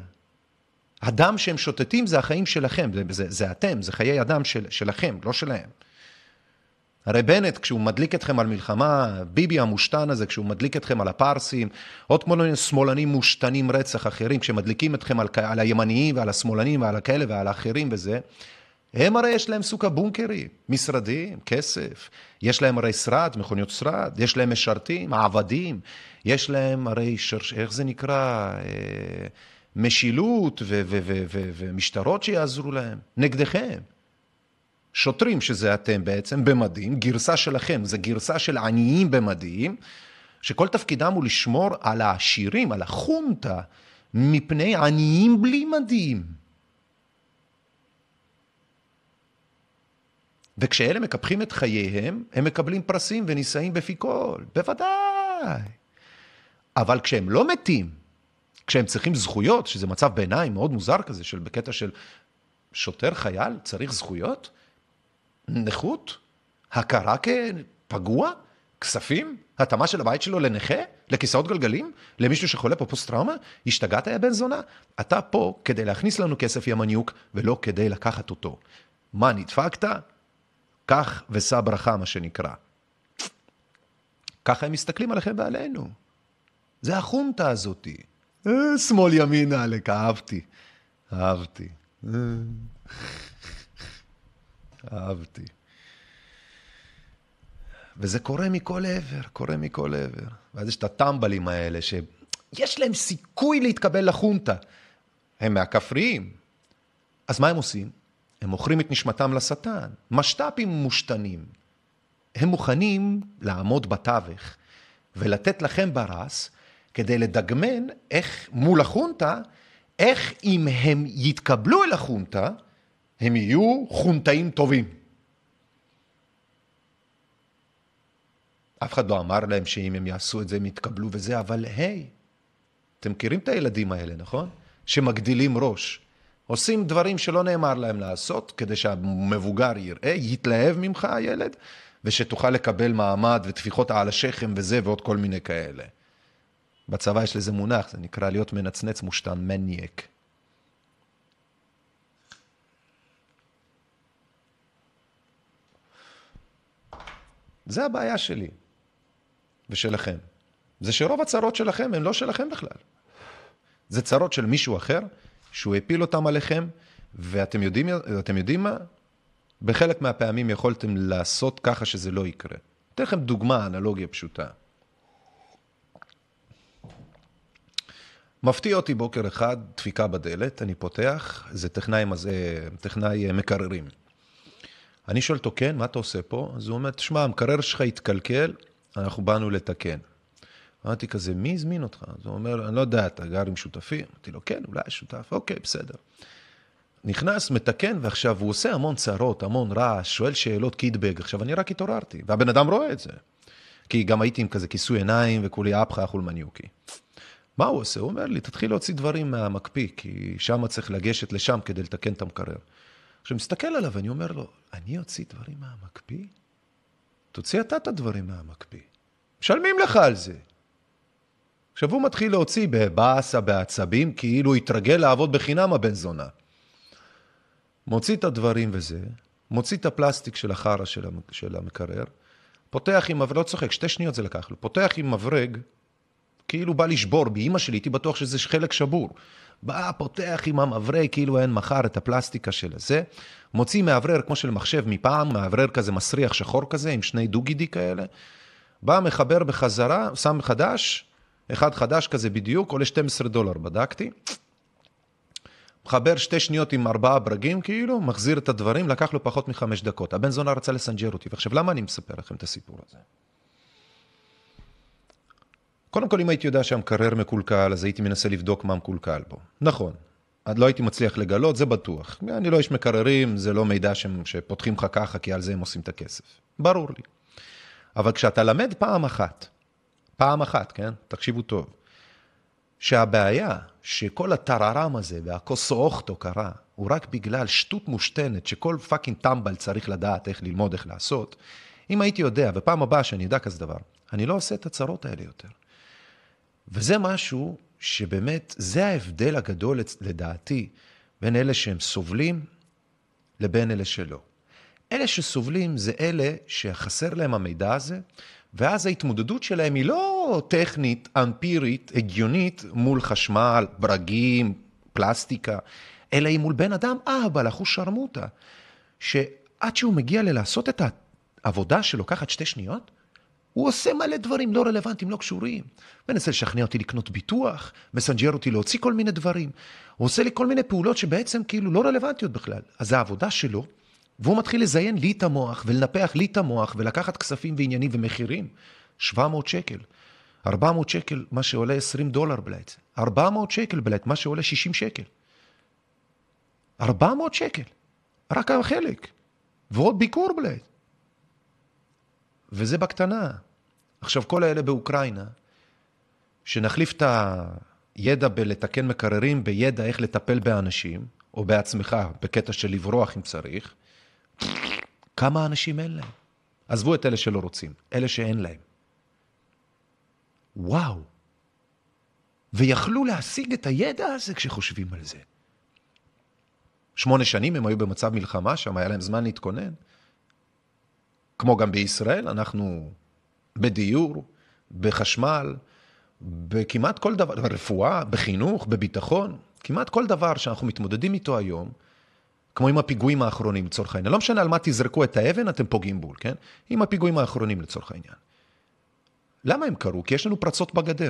S1: הדם שהם שוטטים זה החיים שלכם, זה, זה, זה אתם, זה חיי אדם של, שלכם, לא שלהם. הרי בנט, כשהוא מדליק אתכם על מלחמה, ביבי המושתן הזה, כשהוא מדליק אתכם על הפרסים, עוד כמו שמאלנים מושתנים רצח אחרים, כשמדליקים אתכם על, על הימניים ועל השמאלנים ועל הכאלה ועל האחרים וזה, הם הרי יש להם סוכה בונקרים, משרדים, כסף, יש להם הרי שרד, מכוניות שרד, יש להם משרתים, עבדים, יש להם הרי, שרש, איך זה נקרא, אה, משילות ו- ו- ו- ו- ומשטרות שיעזרו להם, נגדכם. שוטרים שזה אתם בעצם במדים, גרסה שלכם, זה גרסה של עניים במדים, שכל תפקידם הוא לשמור על העשירים, על החונטה, מפני עניים בלי מדים. וכשאלה מקפחים את חייהם, הם מקבלים פרסים ונישאים בפי כל, בוודאי. אבל כשהם לא מתים, כשהם צריכים זכויות, שזה מצב ביניים מאוד מוזר כזה, של בקטע של שוטר חייל צריך זכויות, נכות, הכרה כפגוע, כספים, התאמה של הבית שלו לנכה, לכיסאות גלגלים, למישהו שחולה פה פוסט-טראומה, השתגעת היה בן זונה. אתה פה כדי להכניס לנו כסף ימניוק, ולא כדי לקחת אותו. מה נדפקת? כך ושא ברכה, מה שנקרא. ככה הם מסתכלים עליכם ועלינו. זה החונטה הזאת. אה, שמאל ימין עלק, אהבתי. אהבתי. אהבתי. וזה קורה מכל עבר, קורה מכל עבר. ואז יש את הטמבלים האלה, שיש להם סיכוי להתקבל לחונטה. הם מהכפריים. אז מה הם עושים? הם מוכרים את נשמתם לשטן. משת"פים מושתנים. הם מוכנים לעמוד בתווך, ולתת לכם ברס, כדי לדגמן איך מול החונטה, איך אם הם יתקבלו אל החונטה, הם יהיו חונטאים טובים. אף אחד לא אמר להם שאם הם יעשו את זה, הם יתקבלו וזה, אבל היי, אתם מכירים את הילדים האלה, נכון? שמגדילים ראש. עושים דברים שלא נאמר להם לעשות, כדי שהמבוגר יראה, יתלהב ממך הילד, ושתוכל לקבל מעמד ותפיחות על השכם וזה ועוד כל מיני כאלה. בצבא יש לזה מונח, זה נקרא להיות מנצנץ מושתן, מניאק. זה הבעיה שלי ושלכם. זה שרוב הצרות שלכם הן לא שלכם בכלל. זה צרות של מישהו אחר, שהוא הפיל אותם עליכם, ואתם יודעים, אתם יודעים מה? בחלק מהפעמים יכולתם לעשות ככה שזה לא יקרה. אתן לכם דוגמה, אנלוגיה פשוטה. מפתיע אותי בוקר אחד, דפיקה בדלת, אני פותח, זה טכנאי, טכנאי מקררים. אני שואל אותו, כן, מה אתה עושה פה? אז הוא אומר, תשמע, המקרר שלך התקלקל, אנחנו באנו לתקן. אמרתי כזה, מי הזמין אותך? אז הוא אומר, אני לא יודע, אתה גר עם שותפים? אמרתי לו, כן, אולי שותף, אוקיי, בסדר. נכנס, מתקן, ועכשיו הוא עושה המון צרות, המון רעש, שואל שאלות קידבג, עכשיו אני רק התעוררתי, והבן אדם רואה את זה. כי גם הייתי עם כזה כיסוי עיניים, וכולי אפחה, חולמניוקי. מה הוא עושה? הוא אומר לי, תתחיל להוציא דברים מהמקפיא, כי שם צריך לגשת לשם כדי לתקן את המקרר. עכשיו, מסתכל עליו, אני אומר לו, אני אוציא דברים מהמקפיא? תוציא אתה את הדברים מהמקפיא. משלמים לך על זה. עכשיו, הוא מתחיל להוציא בבאסה, בעצבים, כאילו הוא התרגל לעבוד בחינם הבן זונה. מוציא את הדברים וזה, מוציא את הפלסטיק של החרה של המקרר, פותח עם מברג, לא צוחק, שתי שניות זה לקח לו, פותח עם מברג, כאילו בא לשבור, באמא שלי הייתי בטוח שזה חלק שבור. בא, פותח עם המברג, כאילו אין מחר את הפלסטיקה של הזה, מוציא מעברר כמו של מחשב מפעם, מעברר כזה מסריח שחור כזה, עם שני דו-גידי כאלה, בא, מחבר בחזרה, שם חדש, אחד חדש כזה בדיוק, עולה שנים עשר דולר, בדקתי, מחבר שתי שניות עם ארבעה ברגים, כאילו, מחזיר את הדברים, לקח לו פחות מחמש דקות. הבן זונה רצה לסנג'ר אותי, ועכשיו למה אני מספר לכם את הסיפור הזה? קודם כל, אם הייתי יודע שהמקרר מקולקל, אז הייתי מנסה לבדוק מה מקולקל בו. נכון, עד לא הייתי מצליח לגלות, זה בטוח. אני לא איש מקררים, זה לא מידע שפותחים לך ככה, כי על זה הם עושים את הכסף. ברור לי. אבל כשאתה למד פעם אחת, פעם אחת, כן? תקשיבו טוב, שהבעיה שכל הטררם הזה והכוסו אוכטו קרה, הוא רק בגלל שטות מושתנת, שכל פאקינג טמבל צריך לדעת איך ללמוד, איך לעשות. אם הייתי יודע, ופעם הבאה שאני יודע כזה דבר, אני לא עושה את הצרות האלה יותר. וזה משהו שבאמת, זה ההבדל הגדול לדעתי, בין אלה שהם סובלים, לבין אלה שלא. אלה שסובלים זה אלה שחסר להם המידע הזה, ואז ההתמודדות שלהם היא לא טכנית, אמפירית, הגיונית, מול חשמל, ברגים, פלסטיקה, אלא היא מול בן אדם, אה, בלחו שרמוטה, שעד שהוא מגיע ללעשות את העבודה שלו, ככה שתי שניות, הוא עושה מלא דברים לא רלוונטיים, לא קשורים. מנסה לשכנע אותי לקנות ביטוח, מסנג'ר אותי להוציא כל מיני דברים. הוא עושה לי כל מיני פעולות שבעצם כאילו לא רלוונטיות בכלל. אז זה העבודה שלו, והוא מתחיל לזיין לי את המוח, ולנפח לי את המוח, ולקחת כספים ועניינים ומחירים. שבע מאות שקל. ארבע מאות שקל, מה שעולה עשרים דולר בלייט. ארבע מאות שקל בלייט, מה שעולה שישים שקל. ארבע מאות שקל. רק החלק. ועוד ביקור בלייט. וזה בקטנה. עכשיו, כל האלה באוקראינה, שנחליף את הידע בלתקן מקררים, בידע איך לטפל באנשים, או בעצמך, בקטע של לברוח אם צריך, כמה אנשים אין להם? עזבו את אלה שלא רוצים, אלה שאין להם. וואו. ויכלו להשיג את הידע הזה כשחושבים על זה. שמונה שנים הם היו במצב מלחמה, שם היה להם זמן להתכונן. כמו גם בישראל, אנחנו בדיור, בחשמל, בכמעט כל דבר, ברפואה, בחינוך, בביטחון, כמעט כל דבר שאנחנו מתמודדים איתו היום, כמו עם הפיגועים האחרונים לצורך העניין. לא משנה על מה תזרקו את האבן, אתם פוגעים בול, כן? עם הפיגועים האחרונים לצורך העניין. למה הם קרו? כי יש לנו פרצות בגדר.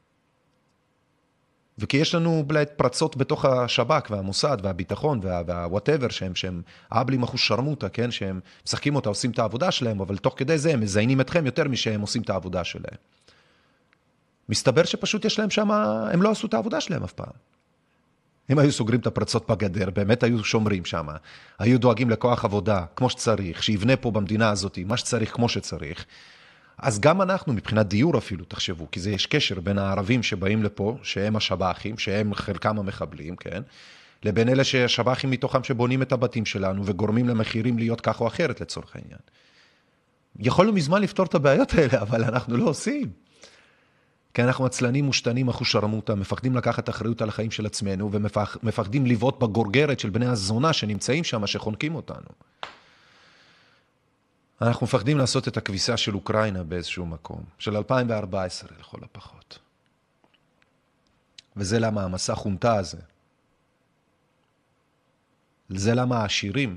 S1: וכי יש לנו פרצות בתוך השב"כ והמוסד והביטחון והwhatever שהם, שהם אבלים אחוז שרמוטה, כן? שהם משחקים אותה, עושים את העבודה שלהם, אבל תוך כדי זה הם מזיינים אתכם יותר משהם עושים את העבודה שלהם. מסתבר שפשוט יש להם שם, הם לא עשו את העבודה שלהם אף פעם. הם היו סוגרים את הפרצות בגדר, באמת היו שומרים שם, היו דואגים לכוח עבודה כמו שצריך, שיבנה פה במדינה הזאת מה שצריך כמו שצריך. אז גם אנחנו, מבחינת דיור אפילו, תחשבו, כי זה יש קשר בין הערבים שבאים לפה, שהם השב"חים, שהם חלקם המחבלים, כן? לבין אלה שהשב"חים מתוכם שבונים את הבתים שלנו, וגורמים למחירים להיות כך או אחרת לצורך העניין. יכולנו מזמן לפתור את הבעיות האלה, אבל אנחנו לא עושים. כי אנחנו עצלנים מושתנים אחושרמותה, מפחדים לקחת אחריות על החיים של עצמנו, ומפחדים לבעוט בגורגרת של בני הזונה שנמצאים שם, שחונקים אותנו. אנחנו מפחדים לעשות את הכביסה של אוקראינה באיזשהו מקום, של אלפיים וארבע עשרה לכל הפחות. וזה למה המסע חונטה הזה. זה למה העשירים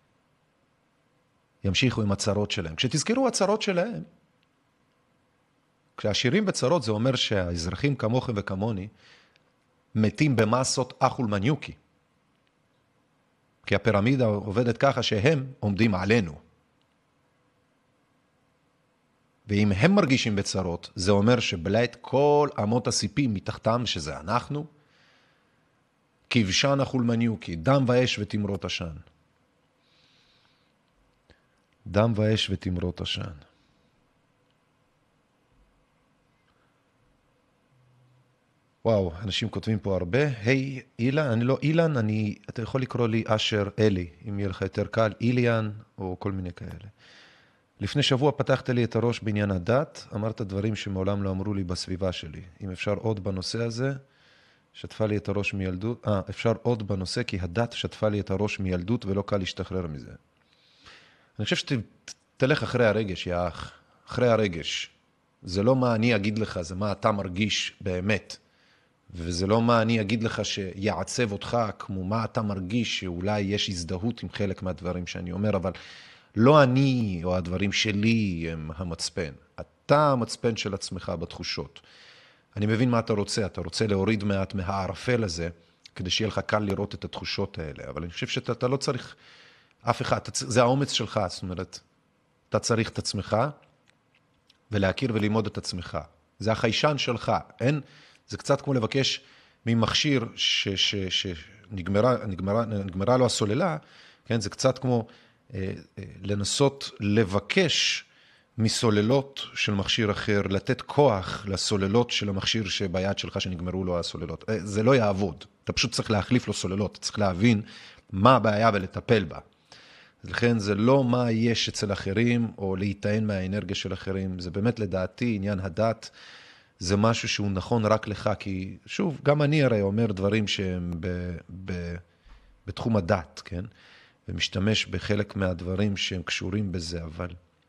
S1: ימשיכו עם הצרות שלהם. כשתזכרו הצרות שלהם, כשהעשירים בצרות זה אומר שהאזרחים כמוכם וכמוני מתים במסות אחול מניוקי. כי הפירמידה עובדת ככה שהם עומדים עלינו. ואם הם מרגישים בצרות, זה אומר שבלעת כל אמות הסיפים מתחתם, שזה אנחנו, כבשן אחול מניוקי, דם ואש ותמרות עשן. דם ואש ותמרות עשן. וואו, אנשים כותבים פה הרבה. היי, אילן, אני לא אילן, אני, אתה יכול לקרוא לי אשר אלי, אם יהיה לך יותר קל, איליאן, או כל מיני כאלה. לפני שבוע פתחת לי את הראש בעניין הדת, אמרת דברים שמעולם לא אמרו לי בסביבה שלי. אם אפשר עוד בנושא הזה, שטפה לי את הראש מילדות, אה, אפשר עוד בנושא, כי הדת שטפה לי את הראש מילדות, ולא קל להשתחרר מזה. אני חושב שתלך אחרי הרגש, יא אח, אחרי הרגש. זה לא מה אני אגיד לך, זה מה אתה מרגיש באמת. וזה לא מה אני אגיד לך שיעצב אותך, כמו מה אתה מרגיש, שאולי יש הזדהות עם חלק מהדברים שאני אומר, אבל לא אני או הדברים שלי הם המצפן. אתה המצפן של עצמך בתחושות. אני מבין מה אתה רוצה, אתה רוצה להוריד מעט מהערפל הזה, כדי שיהיה לך קל לראות את התחושות האלה, אבל אני חושב שאתה אתה לא צריך אף אחד, זה האומץ שלך, זאת אומרת, אתה צריך את עצמך, ולהכיר וללמוד את עצמך. זה החיישן שלך, אין, זה קצת כמו לבקש ממכשיר שנגמרה נגמרה, נגמרה לו הסוללה, כן? זה קצת כמו אה, אה, לנסות לבקש מסוללות של מכשיר אחר, לתת כוח לסוללות של המכשיר שביד שלך שנגמרו לו הסוללות. אה, זה לא יעבוד, אתה פשוט צריך להחליף לו סוללות, אתה צריך להבין מה הבעיה ולטפל בה. לכן זה לא מה יש אצל אחרים, או להיטען מהאנרגיה של אחרים, זה באמת לדעתי עניין הדת, זה משהו שהוא נכון רק לך, כי שוב, גם אני הרי אומר דברים שהם ב, ב, בתחום הדת, כן? ומשתמש בחלק מהדברים שהם קשורים בזה, אבל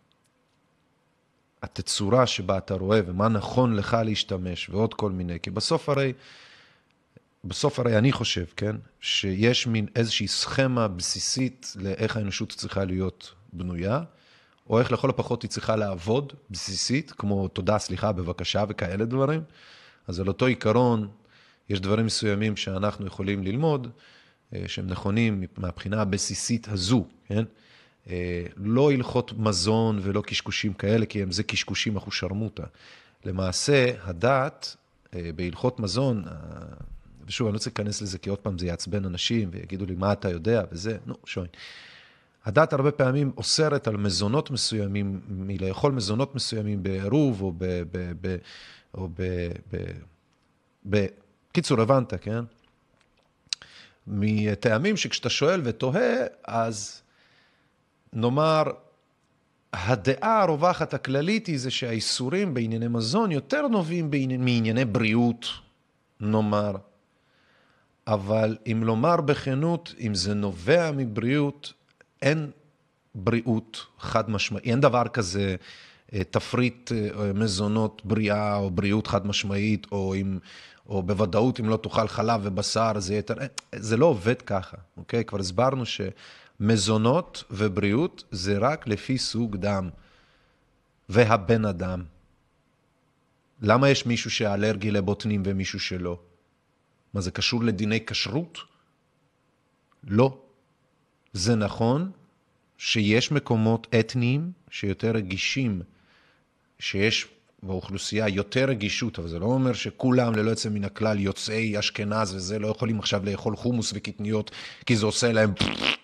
S1: התצורה שבה אתה רואה ומה נכון לך להשתמש ועוד כל מיני, כי בסוף הרי, בסוף הרי אני חושב, כן? שיש מין איזושהי סכמה בסיסית לאיך האנושות צריכה להיות בנויה, או איך לכל הפחות היא צריכה לעבוד בסיסית, כמו תודה, סליחה, בבקשה וכאלה דברים. אז על אותו עיקרון, יש דברים מסוימים שאנחנו יכולים ללמוד, שהם נכונים מהבחינה הבסיסית הזו, כן? לא הלכות מזון ולא קשקושים כאלה, כי הם זה קשקושים אחושרמוטה. למעשה, הדת בהלכות מזון, ושוב, אני לא צריך להיכנס לזה, כי עוד פעם זה יעצבן אנשים, ויגידו לי, מה אתה יודע, וזה, נו, שוין. הדת הרבה פעמים אוסרת על מזונות מסוימים, מלאכול מזונות מסוימים בעירוב, או ב... ב, ב או ב... ב, ב קיצור, הבנת, כן? מטעמים שכשאתה שואל ותוהה, אז נאמר, הדעה הרווחת הכללית היא זה שהאיסורים בענייני מזון יותר נובעים מענייני בריאות, נאמר. אבל אם לומר בכנות, אם זה נובע מבריאות, אין בריאות חד משמעית, אין דבר כזה תפריט מזונות בריאה או בריאות חד משמעית, או, אם, או בוודאות אם לא תאכל חלב ובשר, זה, יותר, זה לא עובד ככה, אוקיי? כבר הסברנו שמזונות ובריאות זה רק לפי סוג דם והבן אדם. למה יש מישהו שאלרגי לבוטנים ומישהו שלא? מה, זה קשור לדיני כשרות? לא. זה נכון שיש מקומות אתניים שיותר רגישים, שיש באוכלוסייה יותר רגישות, אבל זה לא אומר שכולם ללא יוצא מן הכלל יוצאי אשכנז וזה לא יכולים עכשיו לאכול חומוס וקטניות, כי זה עושה להם...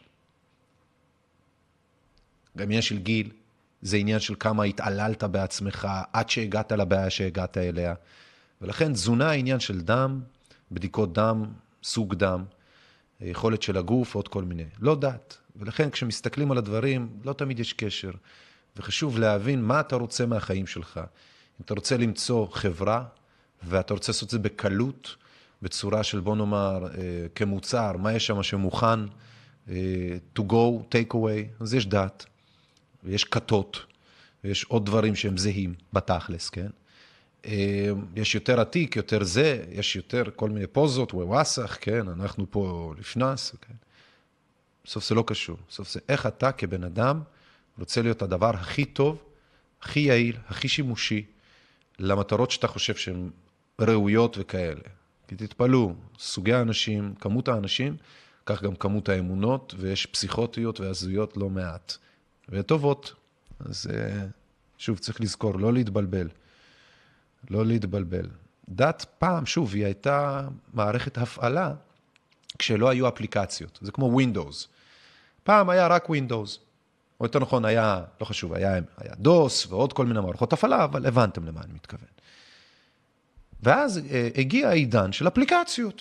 S1: גם עניין של גיל, זה עניין של כמה התעללת בעצמך עד שהגעת לבעיה שהגעת אליה. ולכן תזונה העניין של דם, בדיקות דם, סוג דם, יכולת של הגוף, עוד כל מיני. לא דת. ולכן כשמסתכלים על הדברים, לא תמיד יש קשר. וחשוב להבין מה אתה רוצה מהחיים שלך. אם אתה רוצה למצוא חברה, ואתה רוצה לעשות את זה בקלות, בצורה של בוא נאמר, כמוצר, מה יש שם שמוכן, to go, take away, אז יש דת, ויש כתות, ויש עוד דברים שהם זהים בתכלס, כן? יש יותר עתיק, יותר זה, יש יותר כל מיני פוזות, וווסח, כן, אנחנו פה לפנס, כן. בסוף זה לא קשור, בסוף זה איך אתה כבן אדם רוצה להיות הדבר הכי טוב, הכי יעיל, הכי שימושי, למטרות שאתה חושב שהן ראויות וכאלה. כי תתפלו, סוגי האנשים, כמות האנשים, כך גם כמות האמונות, ויש פסיכוטיות והזויות לא מעט, וטובות. אז שוב, צריך לזכור, לא להתבלבל. לא להתבלבל. דת פעם, שוב, היא הייתה מערכת הפעלה כשלא היו אפליקציות. זה כמו Windows. פעם היה רק Windows. או יותר נכון, היה, לא חשוב, היה, היה דוס ועוד כל מיני מערכות הפעלה, אבל הבנתם למה אני מתכוון. ואז הגיע העידן של אפליקציות.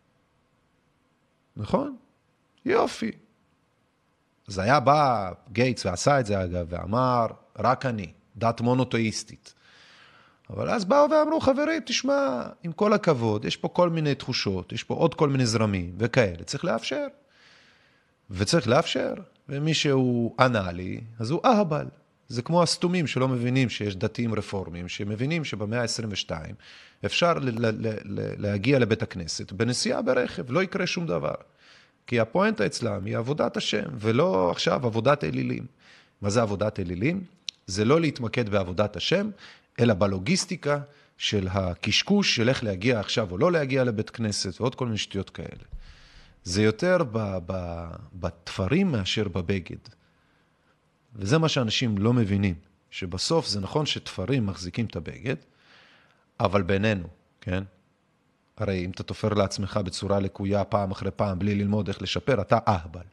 S1: נכון? יופי. אז היה בא גייטס ועשה את זה אגב, ואמר, רק אני, דת מונותאיסטית. אבל אז באו ואמרו, חברים, תשמע, עם כל הכבוד, יש פה כל מיני תחושות, יש פה עוד כל מיני זרמים וכאלה, צריך לאפשר. וצריך לאפשר, ומי שהוא אנאלי, אז הוא אהבל. זה כמו הסתומים שלא מבינים שיש דתיים רפורמים, שמבינים שבמאה ה-עשרים ושתיים אפשר ל- ל- ל- להגיע לבית הכנסת, בנסיעה ברכב, לא יקרה שום דבר. כי הפואנטה אצלם היא עבודת השם, ולא עכשיו עבודת אלילים. מה זה עבודת אלילים? זה לא להתמקד בעבודת השם, אלא בלוגיסטיקה של הקשקוש של איך להגיע עכשיו או לא להגיע לבית כנסת, ועוד כל מיני שטויות כאלה. זה יותר ב- ב- בתפרים מאשר בבגד. וזה מה שאנשים לא מבינים, שבסוף זה נכון שתפרים מחזיקים את הבגד, אבל בינינו, כן? הרי אם אתה תופר לעצמך בצורה לקויה פעם אחרי פעם, בלי ללמוד איך לשפר, אתה אהבל.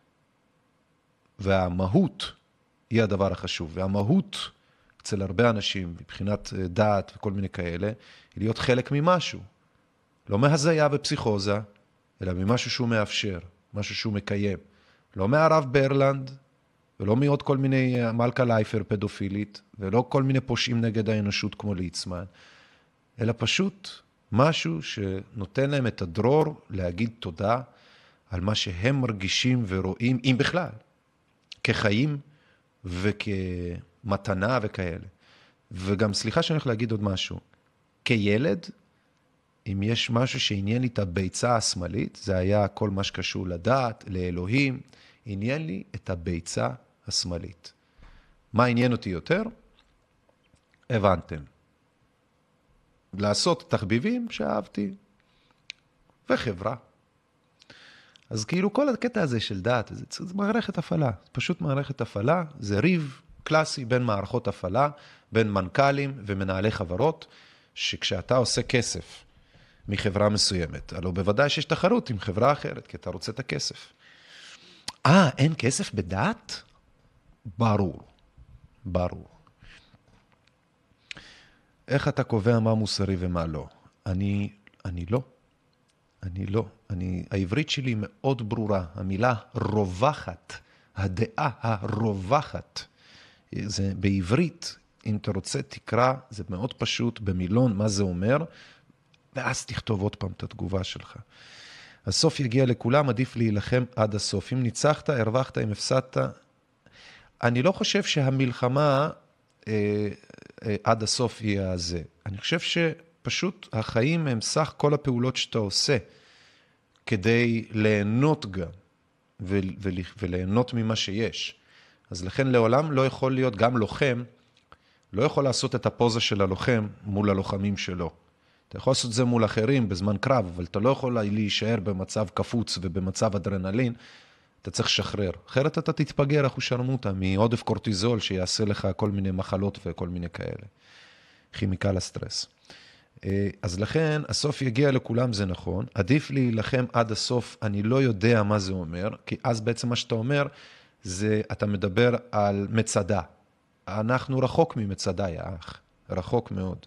S1: והמהות היא הדבר החשוב, והמהות אצל הרבה אנשים, מבחינת דעת וכל מיני כאלה, היא להיות חלק ממשהו. לא מהזיה ופסיכוזה, אלא ממשהו שהוא מאפשר, משהו שהוא מקיים. לא מהרב ברלנד, ולא מעוד כל מיני מלכה לייפר פדופילית, ולא כל מיני פושעים נגד האנושות כמו ליצמן, אלא פשוט משהו שנותן להם את הדרור להגיד תודה על מה שהם מרגישים ורואים, אם בכלל, כחיים וכמתנה וכאלה. וגם סליחה שאני הולך להגיד עוד משהו, כילד, אם יש משהו שעניין לי את הביצה השמאלית, זה היה כל מה שקשור לדעת, לאלוהים, עניין לי את הביצה השמאלית. מה עניין אותי יותר? הבנתם. לעשות תחביבים שאהבתי, וחברה. אז כאילו כל הקטע הזה של דעת, זה, זה מערכת הפעלה, פשוט מערכת הפעלה, זה ריב קלאסי בין מערכות הפעלה, בין מנכ"לים ומנהלי חברות, שכשאתה עושה כסף מחברה מסוימת, הלוא בוודאי שיש תחרות עם חברה אחרת, כי אתה רוצה את הכסף. אה, אין כסף בדעת? ברור, ברור. איך אתה קובע מה מוסרי ומה לא? אני, אני לא. אני לא. אני, העברית שלי מאוד ברורה. המילה רווחת, הדעה הרווחת. זה בעברית, אם אתה רוצה, תקרא, זה מאוד פשוט, במילון, מה זה אומר, ואז תכתוב עוד פעם את התגובה שלך. הסוף יגיע לכולם, עדיף להילחם עד הסוף. אם ניצחת, הרווחת, אם הפסדת. אני לא חושב שהמלחמה אה, אה, עד הסוף היא הזה. אני חושב שפשוט החיים הם סך כל הפעולות שאתה עושה, כדי ליהנות גם, ו- ו- וליהנות ממה שיש. אז לכן לעולם לא יכול להיות, גם לוחם, לא יכול לעשות את הפוזה של הלוחם מול הלוחמים שלו. אתה יכול לעשות את זה מול אחרים בזמן קרב, אבל אתה לא יכול להישאר במצב קפוץ ובמצב אדרנלין, אתה צריך לשחרר. אחרת אתה תתפגר אחו שרמוטה מעודף קורטיזול שיעשה לך כל מיני מחלות וכל מיני כאלה. כימיקל הסטרס. אז לכן הסוף יגיע לכולם, זה נכון. עדיף להילחם עד הסוף, אני לא יודע מה זה אומר, כי אז בעצם מה שאתה אומר, זה אתה מדבר על מצדה. אנחנו רחוק ממצדה, יא אח. רחוק מאוד.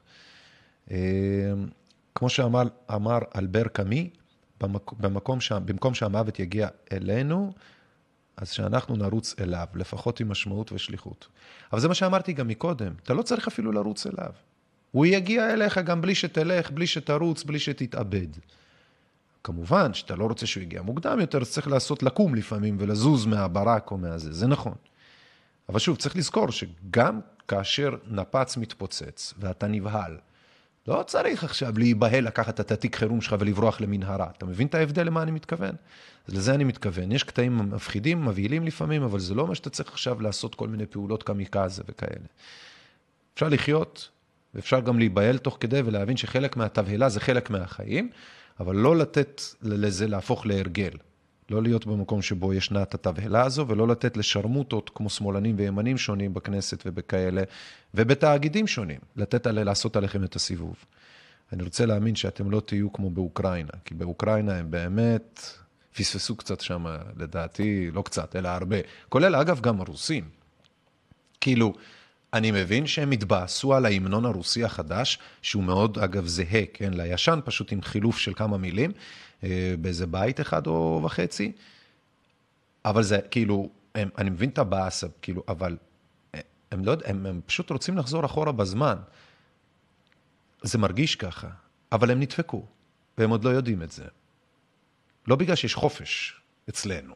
S1: כמו שאמר אמר אלבר קאמי, במקום שה, במקום שהמוות יגיע אלינו, אז שאנחנו נרוץ אליו, לפחות עם משמעות ושליחות. אבל זה מה שאמרתי גם מקודם, אתה לא צריך אפילו לרוץ אליו. הוא יגיע אליך גם בלי שתלך, בלי שתרוץ, בלי שתתאבד. כמובן שאתה לא רוצה שהוא יגיע מוקדם יותר, אז צריך לעשות לקום לפעמים ולזוז מהברק או מהזה, זה נכון. אבל שוב, צריך לזכור שגם כאשר נפץ מתפוצץ ואתה נבהל, לא צריך עכשיו להיבהל לקחת את התיק חירום שלך ולברוח למנהרה. אתה מבין את ההבדל למה אני מתכוון? אז לזה אני מתכוון. יש קטעים מפחידים, מבהילים לפעמים, אבל זה לא מה שאתה צריך עכשיו לעשות כל מיני פעולות קמיקזה וכאלה. אפשר לחיות, ואפשר גם להיבהל תוך כדי ולהבין שחלק מהתבהלה זה חלק מהחיים, אבל לא לתת לזה להפוך להרגל. לא להיות במקום שבו ישנה את התבהלה הזו, ולא לתת לשרמוטות כמו שמאלנים וימנים שונים בכנסת ובכאלה, ובתאגידים שונים, לתת עלי, לעשות עליכם את הסיבוב. אני רוצה להאמין שאתם לא תהיו כמו באוקראינה, כי באוקראינה הם באמת פספסו קצת שם, לדעתי, לא קצת, אלא הרבה. כולל, אגב, גם הרוסים. כאילו, אני מבין שהם התבאסו על ההמנון הרוסי החדש, שהוא מאוד, אגב, זהה, כן, לישן, פשוט עם חילוף של כמה מילים, באיזה בית אחד או וחצי, אבל זה, כאילו, הם, אני מבין את הבאס, כאילו, אבל הם, לא, הם, הם פשוט רוצים לחזור אחורה בזמן. זה מרגיש ככה, אבל הם נדפקו, והם עוד לא יודעים את זה. לא בגלל שיש חופש אצלנו,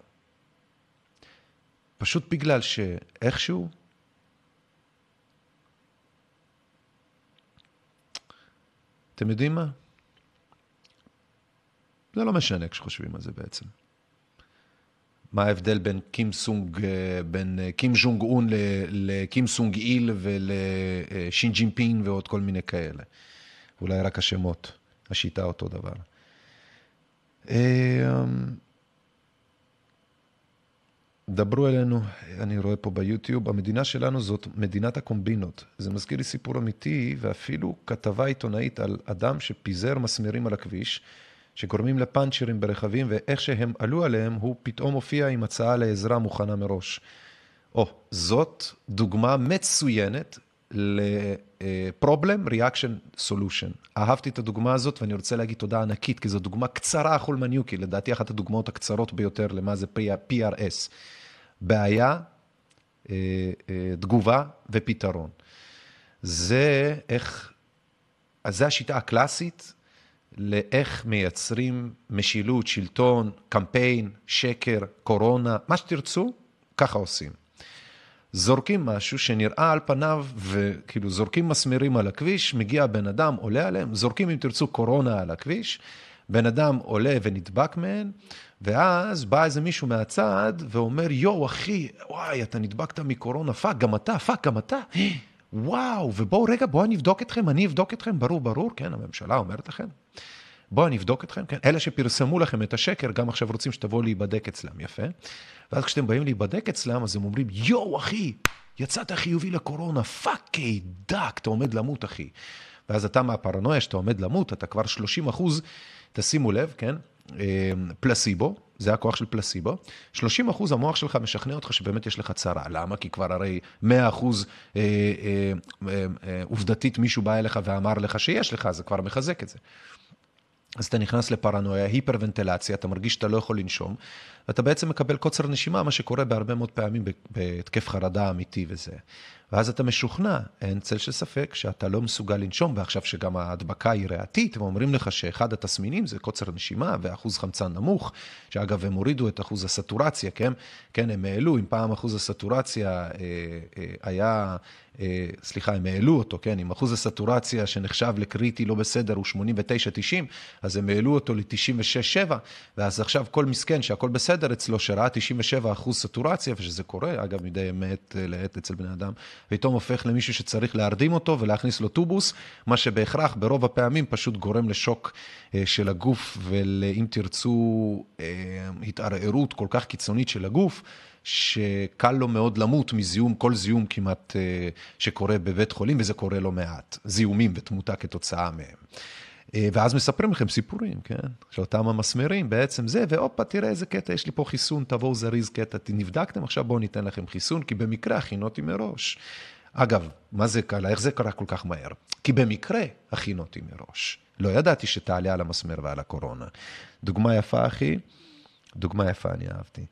S1: פשוט בגלל שאיכשהו, אתם יודעים מה? זה לא משנה כשחושבים על זה בעצם. מה ההבדל בין קים סונג, בין קים ז'ונג און לקים סונג איל ולשין ג'ינפין ועוד כל מיני כאלה. אולי רק השמות, השיטה אותו דבר. דברו אלינו, אני רואה פה ביוטיוב, המדינה שלנו זאת מדינת הקומבינות. זה מזכיר לי סיפור אמיתי, ואפילו כתבה עיתונאית על אדם שפיזר מסמרים על הכביש, שגורמים לפאנצ'רים ברכבים, ואיך שהם עלו עליהם, הוא פתאום הופיע עם הצעה לעזרה מוכנה מראש. או, זאת דוגמה מצוינת ל-problem reaction solution. אהבתי את הדוגמה הזאת, ואני רוצה להגיד תודה ענקית, כי זו דוגמה קצרה חולמניוקי, לדעתי אחת הדוגמאות הקצרות ביותר למה זה פי אר אס. בעיה, תגובה ופתרון. זה איך, אז זה השיטה הקלאסית, לאיך מייצרים משילות, שלטון, קמפיין, שקר, קורונה, מה שתרצו, ככה עושים. זורקים משהו שנראה על פניו, וכאילו זורקים מסמרים על הכביש, מגיע בן אדם, עולה עליהם, זורקים אם תרצו קורונה על הכביש, בן אדם עולה ונדבק מהן, ואז בא איזה מישהו מהצד, ואומר, יו אחי, וואי, אתה נדבקת מקורונה, פאק, גם אתה, פאק, גם אתה, וואו, ובואו רגע, בואו נבדוק אתכם, אני אבדוק אתכם, ברור, ברור, כן, הממשלה אומרת לכם, בואו נבדוק אתכם, כן, אלה שפרסמו לכם את השקר, גם עכשיו רוצים שתבואו להיבדק אצלם, יפה? ואז כשאתם באים להיבדק אצלם, אז הם אומרים, יו אחי, יצאת חיובי לקורונה, פאקי דק, אתה עומד למות אחי. ואז אתה מהפרנויה שאתה עומד למות, אתה כבר שלושים אחוז, תשימו לב, כן, פלסיבו, זה הכוח של פלסיבו, שלושים אחוז המוח שלך משכנע אותך שבאמת יש לך צרה. למה? כי כבר הרי מאה אחוז אה, אה, אה, אה, עובדתית מישהו בא אליך ואמר לך שיש לך, זה כבר מחזק את זה. אז אתה נכנס לפרנויה, היפרוונטילציה, אתה מרגיש שאתה לא יכול לנשום, ואתה בעצם מקבל קוצר נשימה, מה שקורה בהרבה מאוד פעמים בהתקף חרדה אמיתי וזה. ואז אתה משוכנע, אין צל של ספק, שאתה לא מסוגל לנשום, ועכשיו שגם ההדבקה היא ריאתית, ואומרים לך שאחד התסמינים זה קוצר נשימה, ואחוז חמצן נמוך, שאגב הם הורידו את אחוז הסטורציה, כן? כן, הם העלו, אם פעם אחוז הסטורציה אה, אה, היה, אה, סליחה, הם העלו אותו, כן? אם אחוז הסטורציה שנחשב לקריטי לא בסדר הוא שמונים ותשע תשעים, אז הם העלו אותו ל-תשעים ושש שבע, ואז עכשיו כל מסכן שהכל בסדר אצלו, שראה תשעים ושבע אחוז סטורציה, ושזה קורה, אגב, מדי מעת לעת אצל בני אדם, פתאום הופך למישהו שצריך להרדים אותו ולהכניס לו טובוס, מה שבהכרח ברוב הפעמים פשוט גורם לשוק של הגוף, ואם תרצו התערערות כל כך קיצונית של הגוף, שקל לו מאוד למות מזיהום, כל זיהום כמעט שקורה בבית חולים, וזה קורה לא מעט, זיהומים ותמותה כתוצאה מהם. ואז מספרים לכם סיפורים, כן? שאותם המסמרים בעצם זה, ואופה, תראה איזה קטע, יש לי פה חיסון, תבואו זריז קטע, נבדקתם, עכשיו בואו ניתן לכם חיסון, כי במקרה הכינותי מראש. אגב, מה זה קרה? איך זה קרה כל כך מהר? כי במקרה הכינותי מראש. לא ידעתי שתעלה על המסמר ועל הקורונה. דוגמה יפה, אחי, דוגמה יפה, אני אהבתי.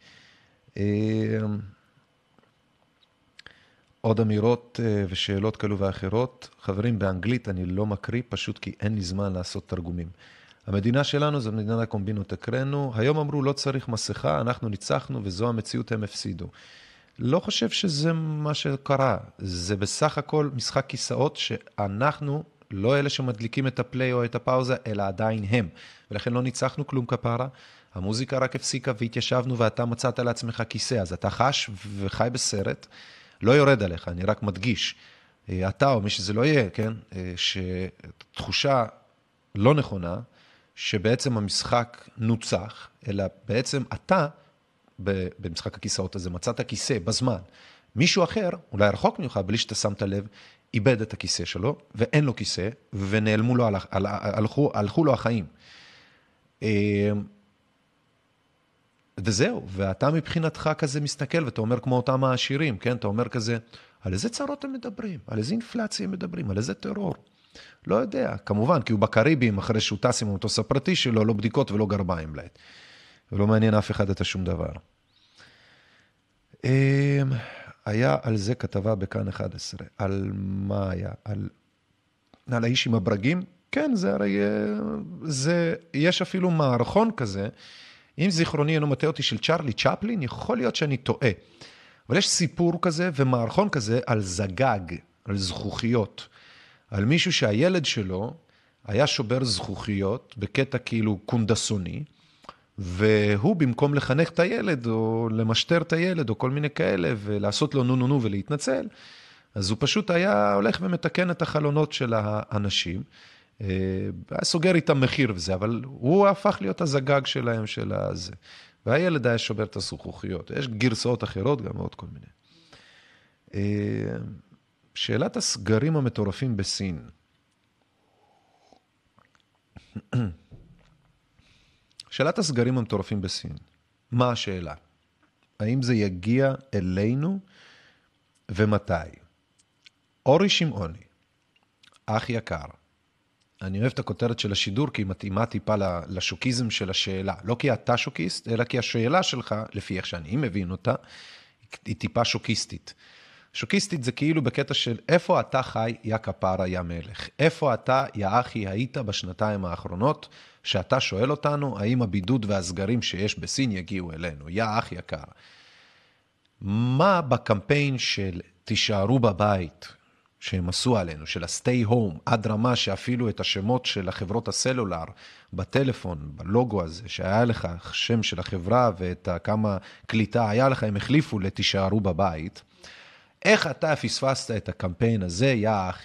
S1: עוד אמירות ושאלות כאלו ואחרות. חברים, באנגלית אני לא מקריא, פשוט כי אין לי זמן לעשות תרגומים. המדינה שלנו זו מדינת הקומבינות, הקראנו. היום אמרו לא צריך מסכה, אנחנו ניצחנו וזו המציאות, הם הפסידו. לא חושב שזה מה שקרה. זה בסך הכל משחק כיסאות שאנחנו, לא אלה שמדליקים את הפליי או את הפאוזה, אלא עדיין הם. ולכן לא ניצחנו כלום כפרה. המוזיקה רק הפסיקה והתיישבנו ואתה מצאת לעצמך כיסא. אז אתה חש וחי בסרט. לא יורד עליך, אני רק מדגיש. אתה או מי שזה לא יהיה, כן? שתחושה לא נכונה, שבעצם המשחק נוצח, אלא בעצם אתה, במשחק הכיסאות הזה, מצאת כיסא בזמן. מישהו אחר, אולי רחוק ממך, בלי שאתה שמת לב, איבד את הכיסא שלו, ואין לו כיסא, ונעלמו לו, הלכו, הלכו לו החיים. וזהו, ואתה מבחינתך כזה מסתכל, ואתה אומר כמו אותם העשירים, כן? אתה אומר כזה, על איזה צרות הם מדברים? על איזה אינפלציה הם מדברים? על איזה טרור? לא יודע, כמובן, כי הוא בקריבים, אחרי שהוא טס עם המטוס הפרטי שלו, לא בדיקות ולא גרביים לית. ולא מעניין אף אחד את השום דבר. היה על זה כתבה בכאן אחת עשרה. על מה היה? על, על האיש עם הברגים? כן, זה הרי, זה, יש אפילו מערכון כזה, אם זיכרוני אינו מטעה אותי של צ'רלי צ'פלין, יכול להיות שאני טועה. אבל יש סיפור כזה ומערכון כזה על זגג, על זכוכיות. על מישהו שהילד שלו היה שובר זכוכיות בקטע כאילו קונדסוני, והוא במקום לחנך את הילד או למשטר את הילד או כל מיני כאלה ולעשות לו נו נו נו ולהתנצל, אז הוא פשוט היה הולך ומתקן את החלונות של האנשים, היה סוגר איתם מחיר וזה, אבל הוא הפך להיות הזגג שלהם של הזה. והילד היה שובר את הזכוכיות. יש גרסאות אחרות גם עוד כל מיני. שאלת הסגרים המטורפים בסין. שאלת הסגרים המטורפים בסין. מה השאלה? האם זה יגיע אלינו ומתי? אורי שמעוני, אח יקר. אני אוהב את הכותרת של השידור, כי היא מתאימה טיפה לשוקיזם של השאלה. לא כי אתה שוקיסט, אלא כי השאלה שלך, לפי איך שאני מבין אותה, היא טיפה שוקיסטית. שוקיסטית זה כאילו בקטע של איפה אתה חי, יא כפרה, יא מלך. איפה אתה, יא אחי, היית בשנתיים האחרונות, שאתה שואל אותנו, האם הבידוד והסגרים שיש בסין יגיעו אלינו, יא אח יקר. מה בקמפיין של תישארו בבית, שהם עשו עלינו, של ה-stay home, עד רמה שאפילו את השמות של החברות הסלולר, בטלפון, בלוגו הזה, שהיה לך שם של החברה, ואת כמה קליטה היה לך, הם החליפו לתישארו בבית, איך אתה פספסת את הקמפיין הזה, יא אחי?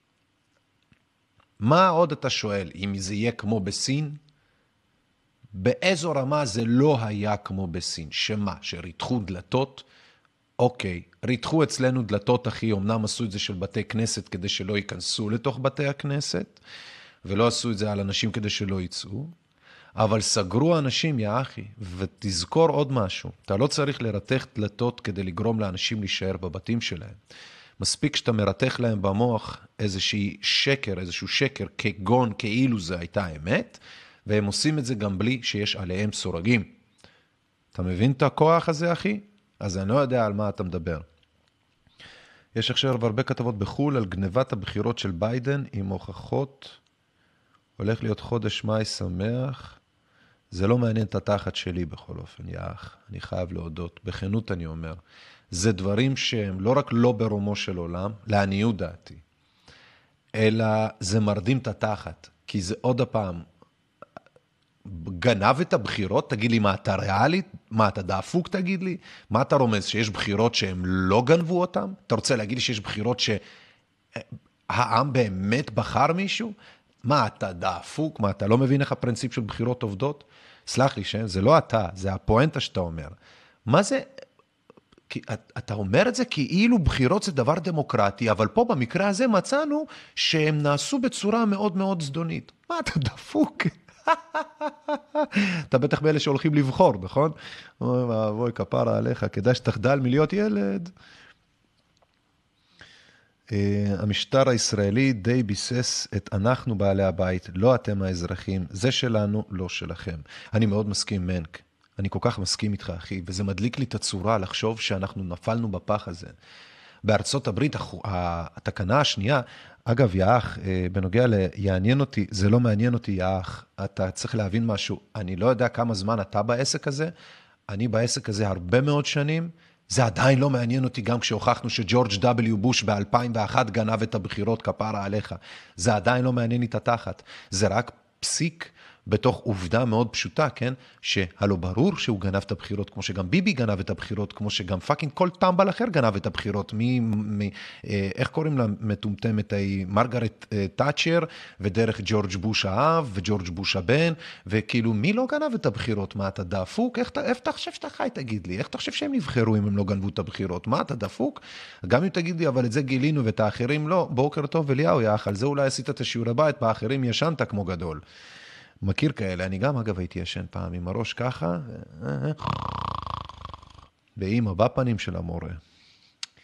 S1: מה עוד אתה שואל? אם זה יהיה כמו בסין? באיזו רמה זה לא היה כמו בסין? שמה? שריתחו דלתות? אוקיי, ריתחו אצלנו דלתות, אחי, אמנם עשו את זה של בתי כנסת כדי שלא ייכנסו לתוך בתי הכנסת, ולא עשו את זה על אנשים כדי שלא יצאו, אבל סגרו אנשים, יא אחי, ותזכור עוד משהו, אתה לא צריך לרתח דלתות כדי לגרום לאנשים להישאר בבתים שלהם. מספיק שאתה מרתח להם במוח איזושהי שקר, איזשהו שקר, כגון, כאילו זה הייתה אמת, והם עושים את זה גם בלי שיש עליהם סורגים. אתה מבין את הכוח הזה, אחי? אז אני לא יודע על מה אתה מדבר. יש עכשיו הרבה כתבות בחול על גנבת הבחירות של ביידן עם הוכחות. הולך להיות חודש מאי שמח. זה לא מעניין את התחת שלי בכל אופן, יא אח. אני חייב להודות. בכנות אני אומר. זה דברים שהם לא רק לא ברומו של עולם, לעניות דעתי, אלא זה מרדים את התחת. כי זה עוד הפעם, גנב את הבחירות, תגיד לי מה אתה ריאלית, מה אתה דאפוק תגיד לי, מה אתה רומז שיש בחירות שהם לא גנבו אותם, אתה רוצה להגיד לי שיש בחירות שהעם באמת בחר מישהו, מה אתה דאפוק, מה אתה לא מבין איך הפרינציפ של בחירות עובדות, סלח לי שזה לא אתה, זה הפואנטה שאתה אומר, מה זה, כי, אתה אומר את זה כאילו בחירות זה דבר דמוקרטי, אבל פה במקרה הזה מצאנו שהם נעשו בצורה מאוד מאוד זדונית, מה אתה דאפוק, אתה בטח באלה שהולכים לבחור, נכון? אוי, אוי, כפרה עליך, כדאי שתחדל מלהיות ילד. המשטר הישראלי די ביסס את אנחנו בעלי הבית, לא אתם האזרחים, זה שלנו, לא שלכם. אני מאוד מסכים, מנק. אני כל כך מסכים איתך, אחי, וזה מדליק לי את הצורה לחשוב שאנחנו נפלנו בפח הזה. בארצות הברית, התקנה השנייה, אגב, יאח, בנוגע ליעניין אותי, זה לא מעניין אותי, יאח, אתה צריך להבין משהו, אני לא יודע כמה זמן אתה בעסק הזה, אני בעסק הזה הרבה מאוד שנים, זה עדיין לא מעניין אותי גם כשהוכחנו שג'ורג' דאבליו בוש ב-אלפיים ואחת גנב את הבחירות כפרה עליך, זה עדיין לא מעניין לי את התחת, זה רק פסיק בתוך עובדה מאוד פשוטה, כן? שהלא ברור שהוא גנב את הבחירות, כמו שגם ביבי גנב את הבחירות, כמו שגם פאקינג כל טמבל אחר גנב את הבחירות, מי, מי, איך קוראים לה מטומטמת, מרגרט תאצ'ר, ודרך ג'ורג' בוש האב, וג'ורג' בוש הבן, וכאילו מי לא גנב את הבחירות? מה אתה דפוק? איך, איך אתה חושב שאתה חי, תגיד לי? איך אתה חושב שהם נבחרו אם הם לא גנבו את הבחירות? מה אתה דפוק? גם אם תגיד לי, אבל את זה גילינו ואת האחרים לא, בוקר טוב אליהו, יאח, על זה אולי עשית את השיעור הבית, באחרים ישנת כמו גדול. מכיר כאלה, אני גם אגב הייתי ישן פעם עם הראש ככה, ואימא בפנים של המורה.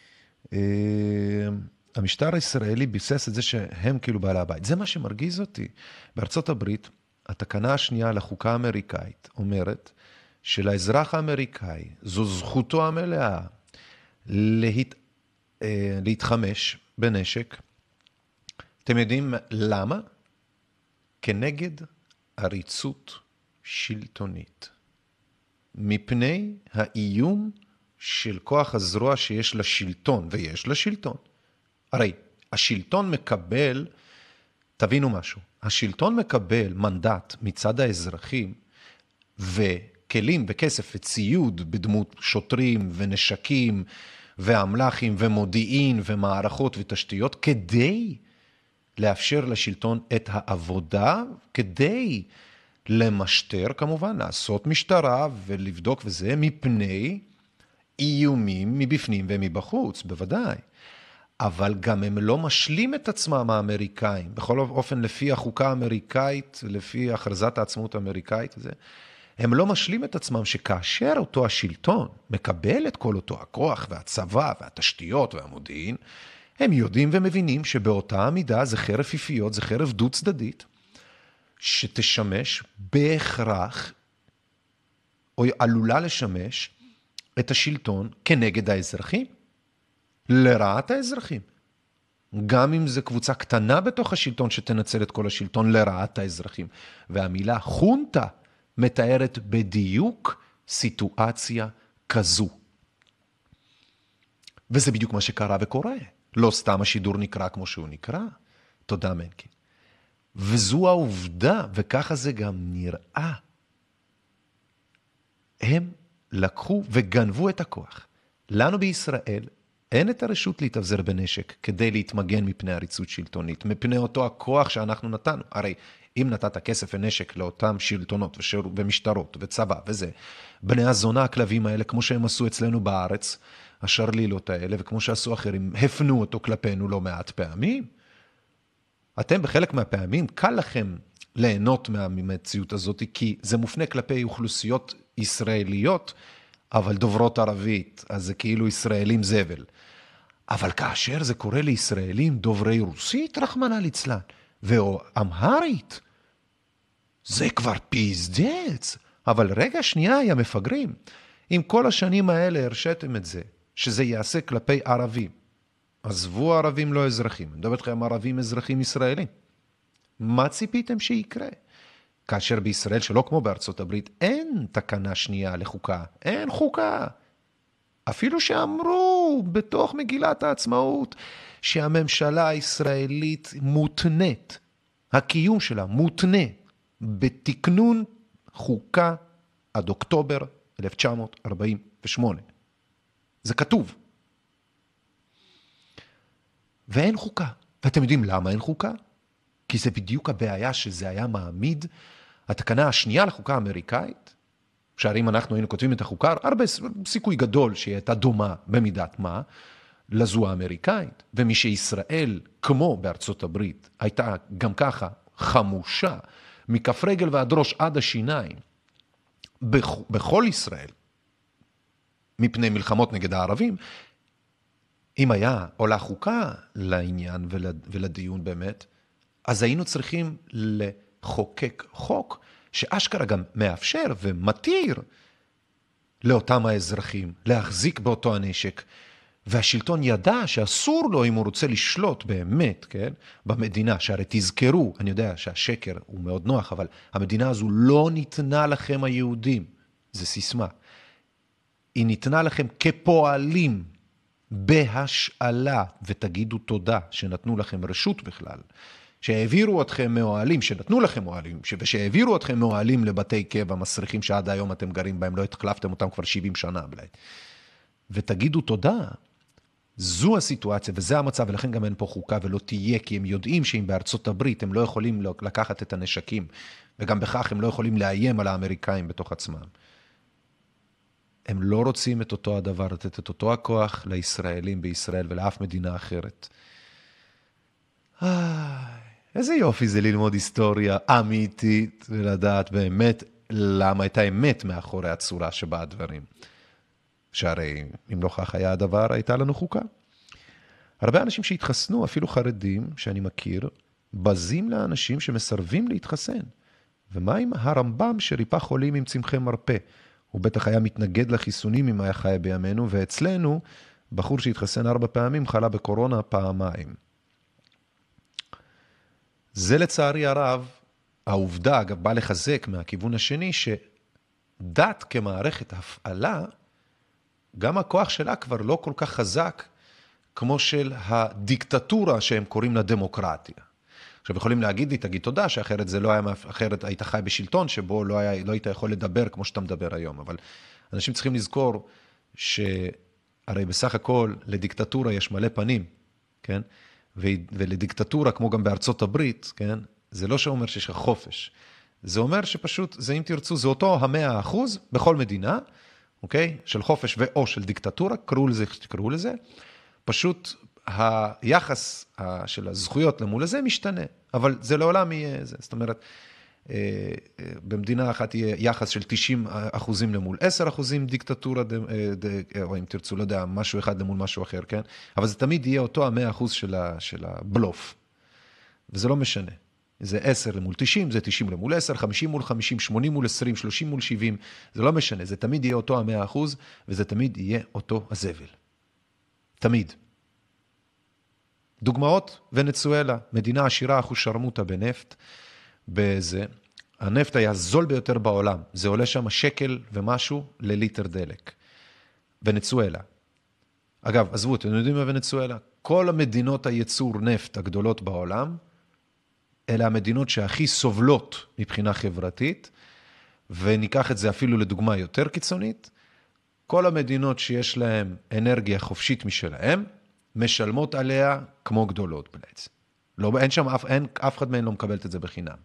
S1: המשטר הישראלי ביסס את זה שהם כאילו בעלי הבית. זה מה שמרגיז אותי. בארצות הברית, התקנה השנייה לחוקה האמריקאית אומרת שלאזרח האמריקאי זו זכותו המלאה להת... להתחמש בנשק. אתם יודעים למה? כנגד עריצות שלטונית. מפני האיום של כוח הזרוע שיש לשלטון, ויש לשלטון. הרי השלטון מקבל, תבינו משהו, השלטון מקבל מנדט מצד האזרחים, וכלים וכסף וציוד בדמות שוטרים ונשקים ואמל"חים ומודיעין ומערכות ותשתיות, כדי לאפשר לשלטון את העבודה, כדי למשטר כמובן, לעשות משטרה ולבדוק וזה מפני איומים מבפנים ומבחוץ, בוודאי. אבל גם הם לא משלים את עצמם האמריקאים, בכל אופן לפי החוקה האמריקאית, לפי הכרזת העצמאות האמריקאית, וזה, הם לא משלים את עצמם שכאשר אותו השלטון מקבל את כל אותו הכוח והצבא והתשתיות והמודיעין, הם יודעים ומבינים שבאותה המידה זה חרב פיפיות, זה חרב דו צדדית, שתשמש בהכרח, או עלולה לשמש את השלטון כנגד האזרחים, לרעת האזרחים. גם אם זה קבוצה קטנה בתוך השלטון שתנצל את כל השלטון לרעת האזרחים. והמילה חונטה מתארת בדיוק סיטואציה כזו. וזה בדיוק מה שקרה וקורה. לא סתם השידור נקרא כמו שהוא נקרא. תודה מנקי. וזו העובדה, וככה זה גם נראה. הם לקחו וגנבו את הכוח. לנו בישראל אין את הרשות להתאבזר בנשק כדי להתמגן מפני עריצות שלטונית, מפני אותו הכוח שאנחנו נתנו. הרי אם נתת כסף ונשק לאותם שלטונות ושירות, ומשטרות וצבא וזה, בני הזונה הכלבים האלה, כמו שהם עשו אצלנו בארץ, השרלילות האלה, וכמו שעשו אחרים, הפנו אותו כלפינו לא מעט פעמים. אתם בחלק מהפעמים, קל לכם ליהנות מהמציאות הזאת, כי זה מופנה כלפי אוכלוסיות ישראליות, אבל דוברות ערבית, אז זה כאילו ישראלים זבל. אבל כאשר זה קורה לישראלים דוברי רוסית, רחמנא ליצלן, ואו אמהרית, זה כבר פיזדץ. אבל רגע שנייה היה מפגרים. אם כל השנים האלה הרשיתם את זה, שזה יעשה כלפי ערבים, עזבו ערבים לא אזרחים, אני מדבר אתכם ערבים אזרחים ישראלים. מה ציפיתם שיקרה? כאשר בישראל, שלא כמו בארצות הברית, אין תקנה שנייה לחוקה, אין חוקה. אפילו שאמרו בתוך מגילת העצמאות, שהממשלה הישראלית מותנית, הקיום שלה מותנה, בתקנון חוקה עד אוקטובר אלף תשע מאות ארבעים ושמונה. זה כתוב. ואין חוקה. ואתם יודעים למה אין חוקה? כי זה בדיוק הבעיה שזה היה מעמיד, התקנה השנייה לחוקה האמריקאית, שהרי אם אנחנו היינו כותבים את החוקה, הרבה סיכוי גדול שהיא הייתה דומה במידת מה, לזו האמריקאית, ומי שישראל, כמו בארצות הברית, הייתה גם ככה חמושה, מכף רגל ועד ראש עד השיניים, בכל ישראל, מפני מלחמות נגד הערבים, אם היה עולה חוקה לעניין ולדיון באמת, אז היינו צריכים לחוקק חוק שאשכרה גם מאפשר ומתיר לאותם האזרחים להחזיק באותו הנשק, והשלטון ידע שאסור לו אם הוא רוצה לשלוט באמת, כן, במדינה, שהרי תזכרו, אני יודע שהשקר הוא מאוד נוח, אבל המדינה הזו לא ניתנה לכם היהודים, זה סיסמה, היא ניתנה לכם כפועלים בהשאלה, ותגידו תודה שנתנו לכם רשות בכלל, שהעבירו אתכם מאוהלים, שנתנו לכם אוהלים, ושהעבירו אתכם מאוהלים לבתי קבע מסריחים שעד היום אתם גרים בהם, לא התחלפתם אותם כבר שבעים שנה בלי. ותגידו תודה, זו הסיטואציה וזה המצב, ולכן גם אין פה חוקה ולא תהיה, כי הם יודעים שאם בארצות הברית הם לא יכולים לקחת את הנשקים, וגם בכך הם לא יכולים לאיים על האמריקאים בתוך עצמם. הם לא רוצים את אותו הדבר, לתת את אותו הכוח לישראלים בישראל ולאף מדינה אחרת. איזה יופי זה ללמוד היסטוריה אמיתית, ולדעת באמת למה את האמת מאחורי הצורה שבה הדברים. שהרי אם לא כך היה הדבר, הייתה לנו חוקה. הרבה אנשים שהתחסנו, אפילו חרדים שאני מכיר, בזים לאנשים שמסרבים להתחסן. ומה עם הרמב"ם שריפא חולים עם צמחי מרפא? הוא בטח היה מתנגד לחיסונים אם היה חי בימינו, ואצלנו בחור שהתחסן ארבע פעמים חלה בקורונה פעמיים. זה לצערי הרב, העובדה, אגב, בא לחזק מהכיוון השני, שדת כמערכת הפעלה, גם הכוח שלה כבר לא כל כך חזק, כמו של הדיקטטורה שהם קוראים לה דמוקרטיה. עכשיו יכולים להגיד לי, תגיד תודה, שאחרת זה לא היה, אחרת היית חי בשלטון, שבו לא, היה, לא היית יכול לדבר כמו שאתה מדבר היום. אבל אנשים צריכים לזכור, שהרי בסך הכל לדיקטטורה יש מלא פנים, כן? ולדיקטטורה, כמו גם בארצות הברית, כן? זה לא שאומר שיש לך חופש. זה אומר שפשוט, זה אם תרצו, זה אותו המאה אחוז בכל מדינה, אוקיי? של חופש ואו של דיקטטורה, קראו לזה, קראו לזה. פשוט היחס של הזכויות למול הזה משתנה, אבל זה לעולם יהיה זה. זאת אומרת, במדינה אחת יהיה יחס של תשעים אחוזים למול עשרה אחוזים דיקטטורה, או אם תרצו, לא יודע, משהו אחד למול משהו אחר, כן? אבל זה תמיד יהיה אותו המאה אחוז של הבלוף. וזה לא משנה. זה עשר למול תשעים, זה תשעים למול עשר, חמישים מול חמישים, שמונים מול עשרים, שלושים מול שבעים. זה לא משנה. זה תמיד יהיה אותו המאה אחוז, וזה תמיד יהיה אותו הזבל. תמיד. דוגמאות, ונצואלה, מדינה עשירה אחוז שרמוטה בנפט, בזה, הנפט היה זול ביותר בעולם, זה עולה שם שקל ומשהו לליטר דלק. ונצואלה. אגב, עזבו, אתם יודעים מה ונצואלה? כל המדינות הייצור נפט הגדולות בעולם, אלה המדינות שהכי סובלות מבחינה חברתית, וניקח את זה אפילו לדוגמה יותר קיצונית, כל המדינות שיש להן אנרגיה חופשית משלהם, משלמות עליה כמו גדולות בעצם. לא, אין שם, אף, אין, אף אחד מהן לא מקבלת את זה בחינם.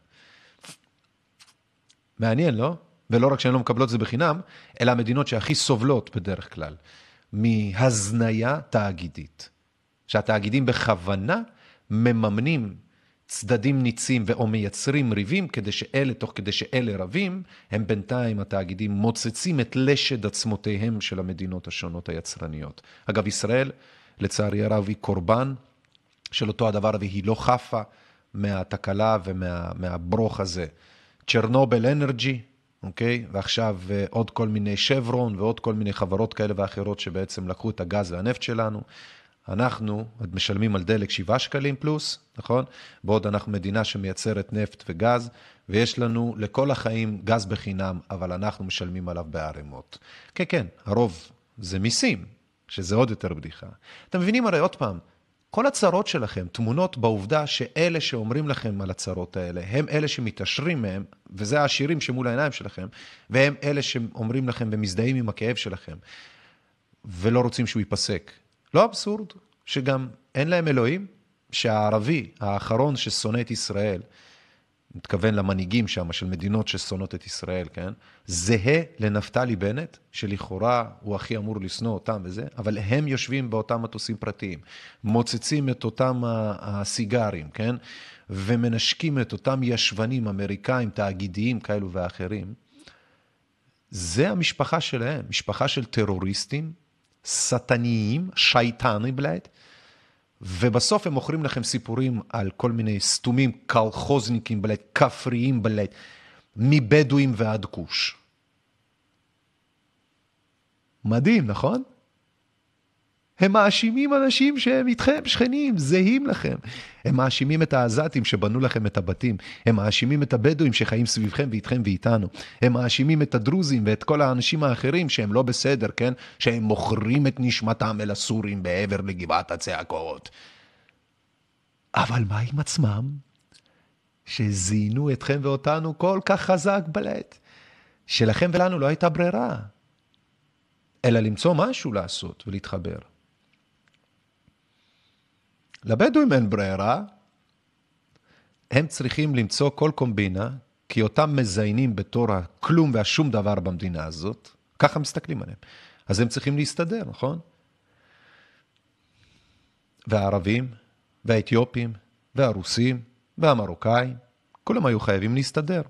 S1: מעניין, לא? ולא רק שהן לא מקבלות את זה בחינם, אלא המדינות שהכי סובלות בדרך כלל, מהזניה תאגידית. שהתאגידים בכוונה מממנים צדדים ניצים ואו מייצרים ריבים, כדי שאלה, תוך כדי שאלה רבים, הם בינתיים התאגידים מוצצים את לשד עצמותיהם של המדינות השונות היצרניות. אגב, ישראל, לצערי הרב, היא קורבן של אותו הדבר, והיא לא חפה מהתקלה ומהברוך הזה. צ'רנובל אנרג'י, אוקיי? ועכשיו עוד כל מיני שברון ועוד כל מיני חברות כאלה ואחרות שבעצם לקחו את הגז והנפט שלנו. אנחנו משלמים על דלק שבעה שקלים פלוס, נכון? בעוד אנחנו מדינה שמייצרת נפט וגז, ויש לנו לכל החיים גז בחינם, אבל אנחנו משלמים עליו בערימות. כן, כן, הרוב זה מיסים, שזה עוד יותר בדיחה. אתם מבינים הרי עוד פעם, כל הצרות שלכם תמונות בעובדה שאלה שאומרים לכם על הצרות האלה, הם אלה שמתעשרים מהם, וזה העשירים שמול העיניים שלכם, והם אלה שאומרים לכם ומזדהים עם הכאב שלכם, ולא רוצים שהוא ייפסק. לא אבסורד, שגם אין להם אלוהים, שהערבי האחרון ששונא את ישראל, מתכוון למנהיגים שם, של מדינות ששונאות את ישראל, כן? זהה לנפתלי בנט, שלכאורה הוא הכי אמור לשנוא אותם וזה, אבל הם יושבים באותם מטוסים פרטיים, מוצצים את אותם הסיגרים, כן? ומנשקים את אותם ישבנים אמריקאים, תאגידיים כאלו ואחרים. זה המשפחה שלהם, משפחה של טרוריסטים, סטניים, שייטני בלעד, ובסוף הם מוכרים לכם סיפורים על כל מיני סתומים, קלחוזניקים בלעד, כפריים בלעד, מבדואים ועד כוש. מדהים, נכון? הם מאשימים אנשים שהם איתכם, שכנים, זהים לכם. הם מאשימים את העזתים שבנו לכם את הבתים. הם מאשימים את הבדואים שחיים סביבכם ואיתכם ואיתנו. הם מאשימים את הדרוזים ואת כל האנשים האחרים שהם לא בסדר, כן? שהם מוכרים את נשמתם אל הסורים בעבר לגבעת הצעקות. אבל מה עם עצמם? שזינו אתכם ואותנו כל כך חזק בלט. שלכם ולנו לא הייתה ברירה. אלא למצוא משהו לעשות ולהתחבר. לבדואים אין ברירה, הם צריכים למצוא כל קומבינה, כי אותם מזיינים בתור הכלום והשום דבר במדינה הזאת, ככה מסתכלים עליהם. אז הם צריכים להסתדר, נכון? והערבים, והאתיופים, והרוסים, והמרוקאים, כולם היו חייבים להסתדר.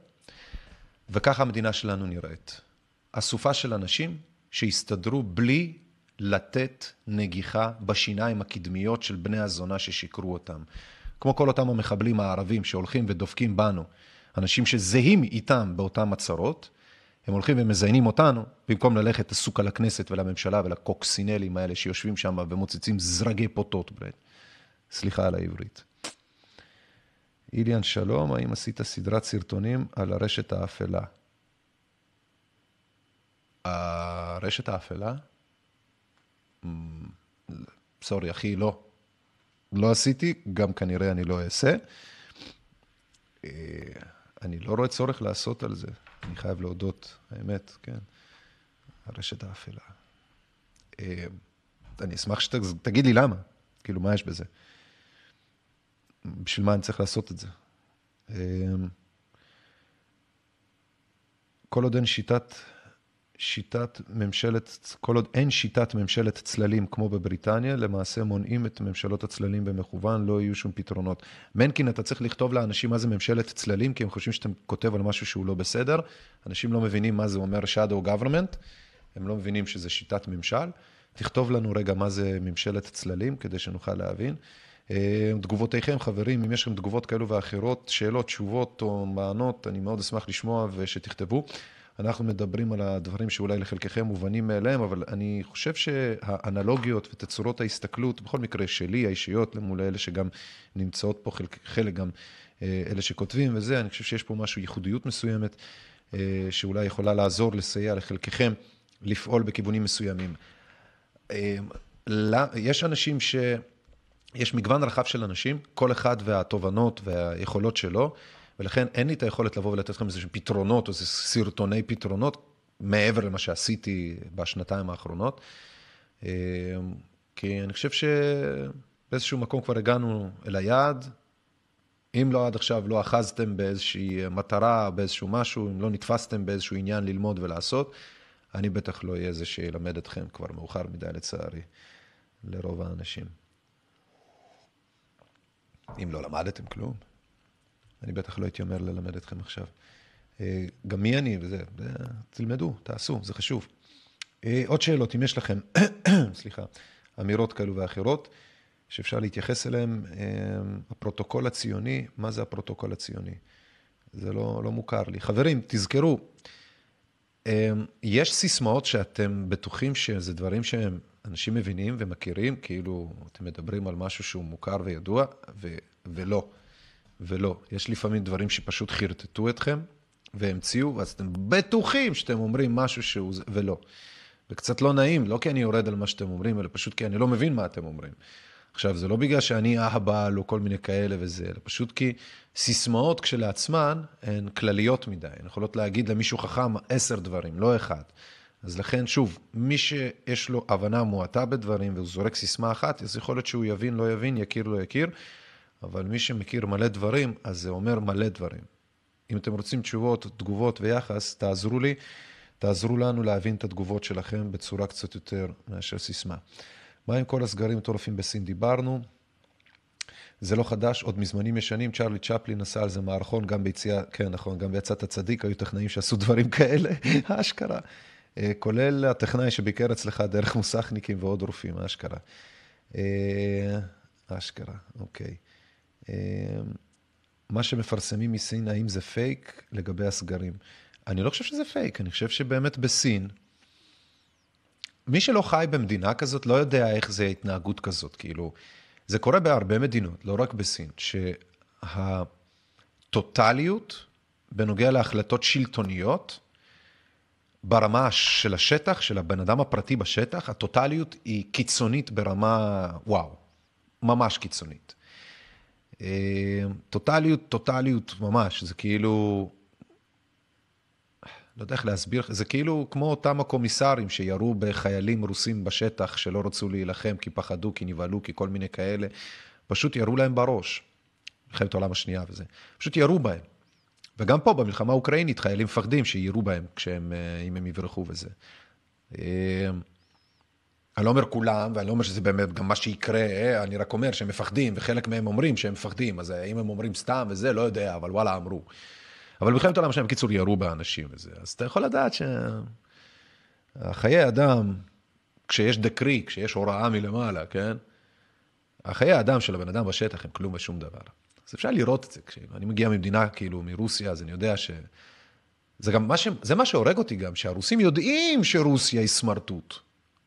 S1: וככה המדינה שלנו נראית. אסופה של אנשים שהסתדרו בלי לתת נגיחה בשיניים הקדמיות של בני הזונה ששיקרו אותם. כמו כל אותם המחבלים הערבים שהולכים ודופקים בנו, אנשים שזהים איתם באותם הצרות, הם הולכים ומזיינים אותנו, במקום ללכת עסוק על הכנסת ולממשלה ולקוקסינלים האלה שיושבים שם ומוצצים זרגי פוטות ברד. סליחה על העברית. איליאן שלום, האם עשית סדרת סרטונים על הרשת האפלה? הרשת האפלה? סורי אחי, לא. לא עשיתי, גם כנראה אני לא אעשה. אני לא רואה צורך לעשות על זה. אני חייב להודות, האמת, כן. הרשת האפלה. אני אשמח שתגיד לי למה. כאילו, מה יש בזה? בשביל מה אני צריך לעשות את זה? כל עוד אין שיטת, שיטת ממשלת, כל עוד אין שיטת ממשלת צללים כמו בבריטניה, למעשה מונעים את ממשלות הצללים במכוון, לא יהיו שום פתרונות. מנקין, אתה צריך לכתוב לאנשים מה זה ממשלת צללים, כי הם חושבים שאתה כותב על משהו שהוא לא בסדר. אנשים לא מבינים מה זה אומר shadow government, הם לא מבינים שזה שיטת ממשל. תכתוב לנו רגע מה זה ממשלת צללים, כדי שנוכל להבין. תגובותיכם, חברים, אם יש לכם תגובות כאלו ואחרות, שאלות, תשובות או מענות, אני מאוד אשמח לשמוע ושתכתבו. אנחנו מדברים על הדברים שאולי לחלקכם מובנים מאליהם, אבל אני חושב שהאנלוגיות ותצורות ההסתכלות, בכל מקרה שלי, האישיות, למול אלה שגם נמצאות פה, חלק, חלק גם אלה שכותבים וזה, אני חושב שיש פה משהו, ייחודיות מסוימת, שאולי יכולה לעזור, לסייע לחלקכם, לפעול בכיוונים מסוימים. יש אנשים ש... יש מגוון רחב של אנשים, כל אחד והתובנות והיכולות שלו, ולכן אין לי את היכולת לבוא ולתת לכם איזה פתרונות, או איזה סרטוני פתרונות, מעבר למה שעשיתי בשנתיים האחרונות. כי אני חושב שבאיזשהו מקום כבר הגענו אל היעד, אם לא עד עכשיו לא אחזתם באיזושהי מטרה, באיזשהו משהו, אם לא נתפסתם באיזשהו עניין ללמוד ולעשות, אני בטח לא אהיה זה שילמד אתכם כבר מאוחר מדי לצערי, לרוב האנשים. אם לא למדתם כלום, אני בטח לא הייתי אומר ללמד אתכם עכשיו. גם מי אני וזה, תלמדו, תעשו, זה חשוב. עוד שאלות, אם יש לכם, סליחה, אמירות כאלו ואחרות, שאפשר להתייחס אליהם, הפרוטוקול הציוני, מה זה הפרוטוקול הציוני? זה לא, לא מוכר לי. חברים, תזכרו, יש סיסמאות שאתם בטוחים שזה דברים שהם אנשים מבינים ומכירים, כאילו אתם מדברים על משהו שהוא מוכר וידוע, ו- ולא, ולא. יש לפעמים דברים שפשוט חרטטו אתכם, והמציאו, ואז אתם בטוחים שאתם אומרים משהו שהוא, ולא. וקצת לא נעים, לא כי אני יורד על מה שאתם אומרים, אלא פשוט כי אני לא מבין מה אתם אומרים. עכשיו, זה לא בגלל שאני אהבל או כל מיני כאלה וזה, אלא פשוט כי סיסמאות כשלעצמן הן כלליות מדי. הן יכולות להגיד למישהו חכם עשר דברים, לא אחד. אז לכן, שוב, מי שיש לו הבנה מועטה בדברים, והוא זורק סיסמה אחת, אז יכול להיות שהוא יבין, לא יבין, יכיר, לא יכיר, אבל מי שמכיר מלא דברים, אז זה אומר מלא דברים. אם אתם רוצים תשובות, תגובות ויחס, תעזרו לי, תעזרו לנו להבין את התגובות שלכם בצורה קצת יותר מאשר סיסמה. מה עם כל הסגרים מטורפים בסין? דיברנו, זה לא חדש, עוד מזמנים ישנים, צ'רלי צ'פלין עשה על זה מערכון, גם ביציאה, כן נכון, גם ביצאת הצדיק, היו טכנאים שעשו דברים כאלה, האשכרה. כולל הטכנאי שביקר אצלך דרך מוסכניקים ועוד רופאים, האשכרה. האשכרה, אוקיי. מה שמפרסמים מסין, האם זה פייק לגבי הסגרים? אני לא חושב שזה פייק, אני חושב שבאמת בסין, מי שלא חי במדינה כזאת לא יודע איך זה התנהגות כזאת, כאילו, זה קורה בהרבה מדינות, לא רק בסין, שהטוטליות בנוגע להחלטות שלטוניות, ברמה של השטח, של הבן אדם הפרטי בשטח, הטוטליות היא קיצונית ברמה, וואו, ממש קיצונית. טוטליות, טוטליות ממש, זה כאילו, לא יודע איך להסביר, זה כאילו כמו אותם הקומיסרים שירו בחיילים רוסים בשטח שלא רצו להילחם כי פחדו, כי נבהלו, כי כל מיני כאלה, פשוט ירו להם בראש, מלחמת העולם השנייה וזה, פשוט ירו בהם. וגם פה במלחמה האוקראינית חיילים מפחדים שירו בהם כשהם, אם הם יברחו וזה. אני לא אומר כולם, ואני לא אומר שזה באמת גם מה שיקרה, אני רק אומר שהם מפחדים, וחלק מהם אומרים שהם מפחדים, אז אם הם אומרים סתם וזה, לא יודע, אבל וואלה אמרו. אבל במלחמת העולם השנייה בקיצור ירו באנשים וזה. אז אתה יכול לדעת שהחיי אדם, כשיש דקרי, כשיש הוראה מלמעלה, כן? החיי האדם של הבן אדם בשטח הם כלום ושום דבר. אז אפשר לראות את זה. כשאני מגיע ממדינה, כאילו, מרוסיה, אז אני יודע ש... זה גם מה ש... זה מה שהורג אותי גם, שהרוסים יודעים שרוסיה היא סמרטוט.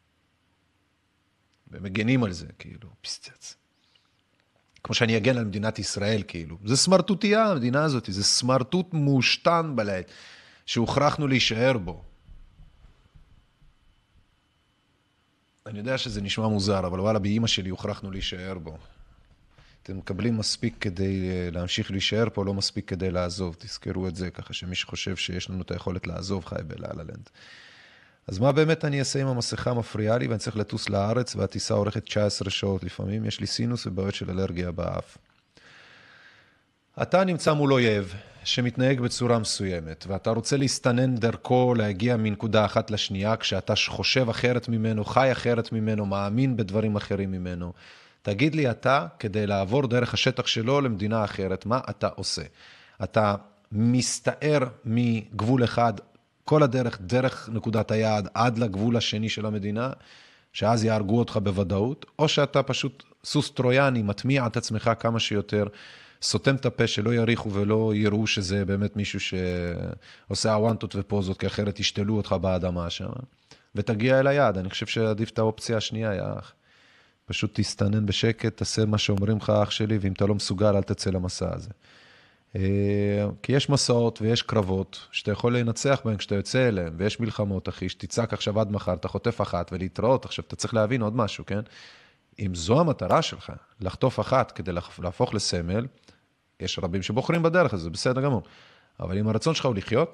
S1: ומגנים על זה, כאילו, פסצץ. כמו שאני אגן על מדינת ישראל, כאילו. זה סמרטוטיה, המדינה הזאת, זה סמרטוט מושתן בלעת, שהוכרחנו להישאר בו. אני יודע שזה נשמע מוזר, אבל וואלה, באמא שלי הוכרחנו להישאר בו. אתם מקבלים מספיק כדי להמשיך להישאר פה, לא מספיק כדי לעזוב. תזכרו את זה, ככה שמי שחושב שיש לנו את היכולת לעזוב חי בלה-לה-לנד. אז מה באמת אני אעשה עם המסכה מפריעה לי, ואני צריך לטוס לארץ, והטיסה אורכת תשע עשרה שעות לפעמים, יש לי סינוס ובעיות של אלרגיה באף. אתה נמצא מול אויב שמתנהג בצורה מסוימת, ואתה רוצה להסתנן דרכו, להגיע מנקודה אחת לשנייה, כשאתה חושב אחרת ממנו, חי אחרת ממנו, מאמין בדברים אחרים ממנו. תגיד לי אתה, כדי לעבור דרך השטח שלו למדינה אחרת, מה אתה עושה? אתה מסתער מגבול אחד, כל הדרך, דרך נקודת היעד, עד לגבול השני של המדינה, שאז יהרגו אותך בוודאות, או שאתה פשוט סוס טרויאני, מטמיע את עצמך כמה שיותר, סותם את הפה שלא יריחו ולא יראו שזה באמת מישהו שעושה הוואנטות ופוזות, כי אחרת ישתלו אותך באדמה שם, ותגיע אל היעד. אני חושב שעדיף את האופציה השנייה, יא אח. פשוט תסתנן בשקט, תעשה מה שאומרים לך, אח שלי, ואם אתה לא מסוגל, אל תצא למסע הזה. כי יש מסעות ויש קרבות, שאתה יכול לנצח בהם כשאתה יוצא אליהם, ויש מלחמות, אחי, שתצעק עכשיו עד מחר, אתה חוטף אחת ולהתראות. עכשיו, אתה צריך להבין עוד משהו, כן? אם זו המטרה שלך, לחטוף אחת כדי להפוך לסמל, יש רבים שבוחרים בדרך הזה, זה בסדר גמור. אבל אם הרצון שלך הוא לחיות,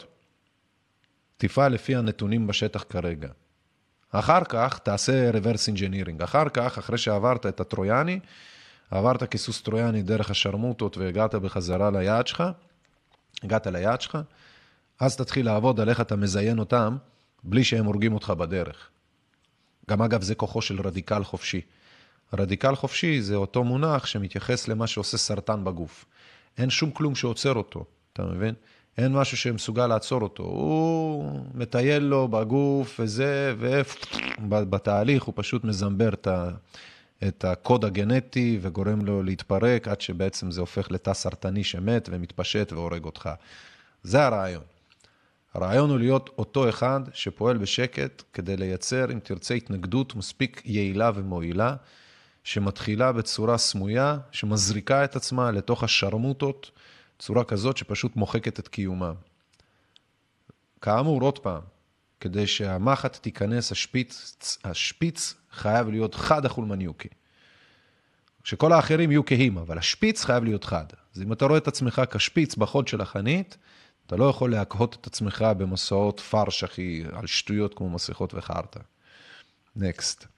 S1: תפעל לפי הנתונים בשטח כרגע. אחר כך תעשה reverse engineering. אחר כך, אחרי שעברת את הטרויאני, עברת כיסוס טרויאני דרך השרמוטות והגעת בחזרה ליעד שלך, הגעת ליעד שלך, אז תתחיל לעבוד על איך אתה מזיין אותם, בלי שהם הורגים אותך בדרך. גם אגב, זה כוחו של רדיקל חופשי. רדיקל חופשי זה אותו מונח שמתייחס למה שעושה סרטן בגוף. אין שום כלום שעוצר אותו, אתה מבין? אין משהו שמסוגל לעצור אותו. הוא מטייל לו בגוף וזה, ובתהליך הוא פשוט מזמבר את ה... את הקוד הגנטי וגורם לו להתפרק עד שבעצם זה הופך לתא סרטני שמת ומתפשט והורג אותך. זה הרעיון. הרעיון הוא להיות אותו אחד שפועל בשקט כדי לייצר, אם תרצה, התנגדות מספיק יעילה ומועילה, שמתחילה בצורה סמויה, שמזריקה את עצמה לתוך השרמוטות, צורה כזאת שפשוט מוחקת את קיומה. כאמור, עוד פעם, כדי שהמחט תיכנס, השפיץ, השפיץ חייב להיות חד החולמן יוקי. שכל האחרים יהיו כהים, אבל השפיץ חייב להיות חד. אז אם אתה רואה את עצמך כשפיץ בחוד של החנית, אתה לא יכול להקהות את עצמך במסעות פרש, אחי, על שטויות כמו מסכות וחרטה. נקסט.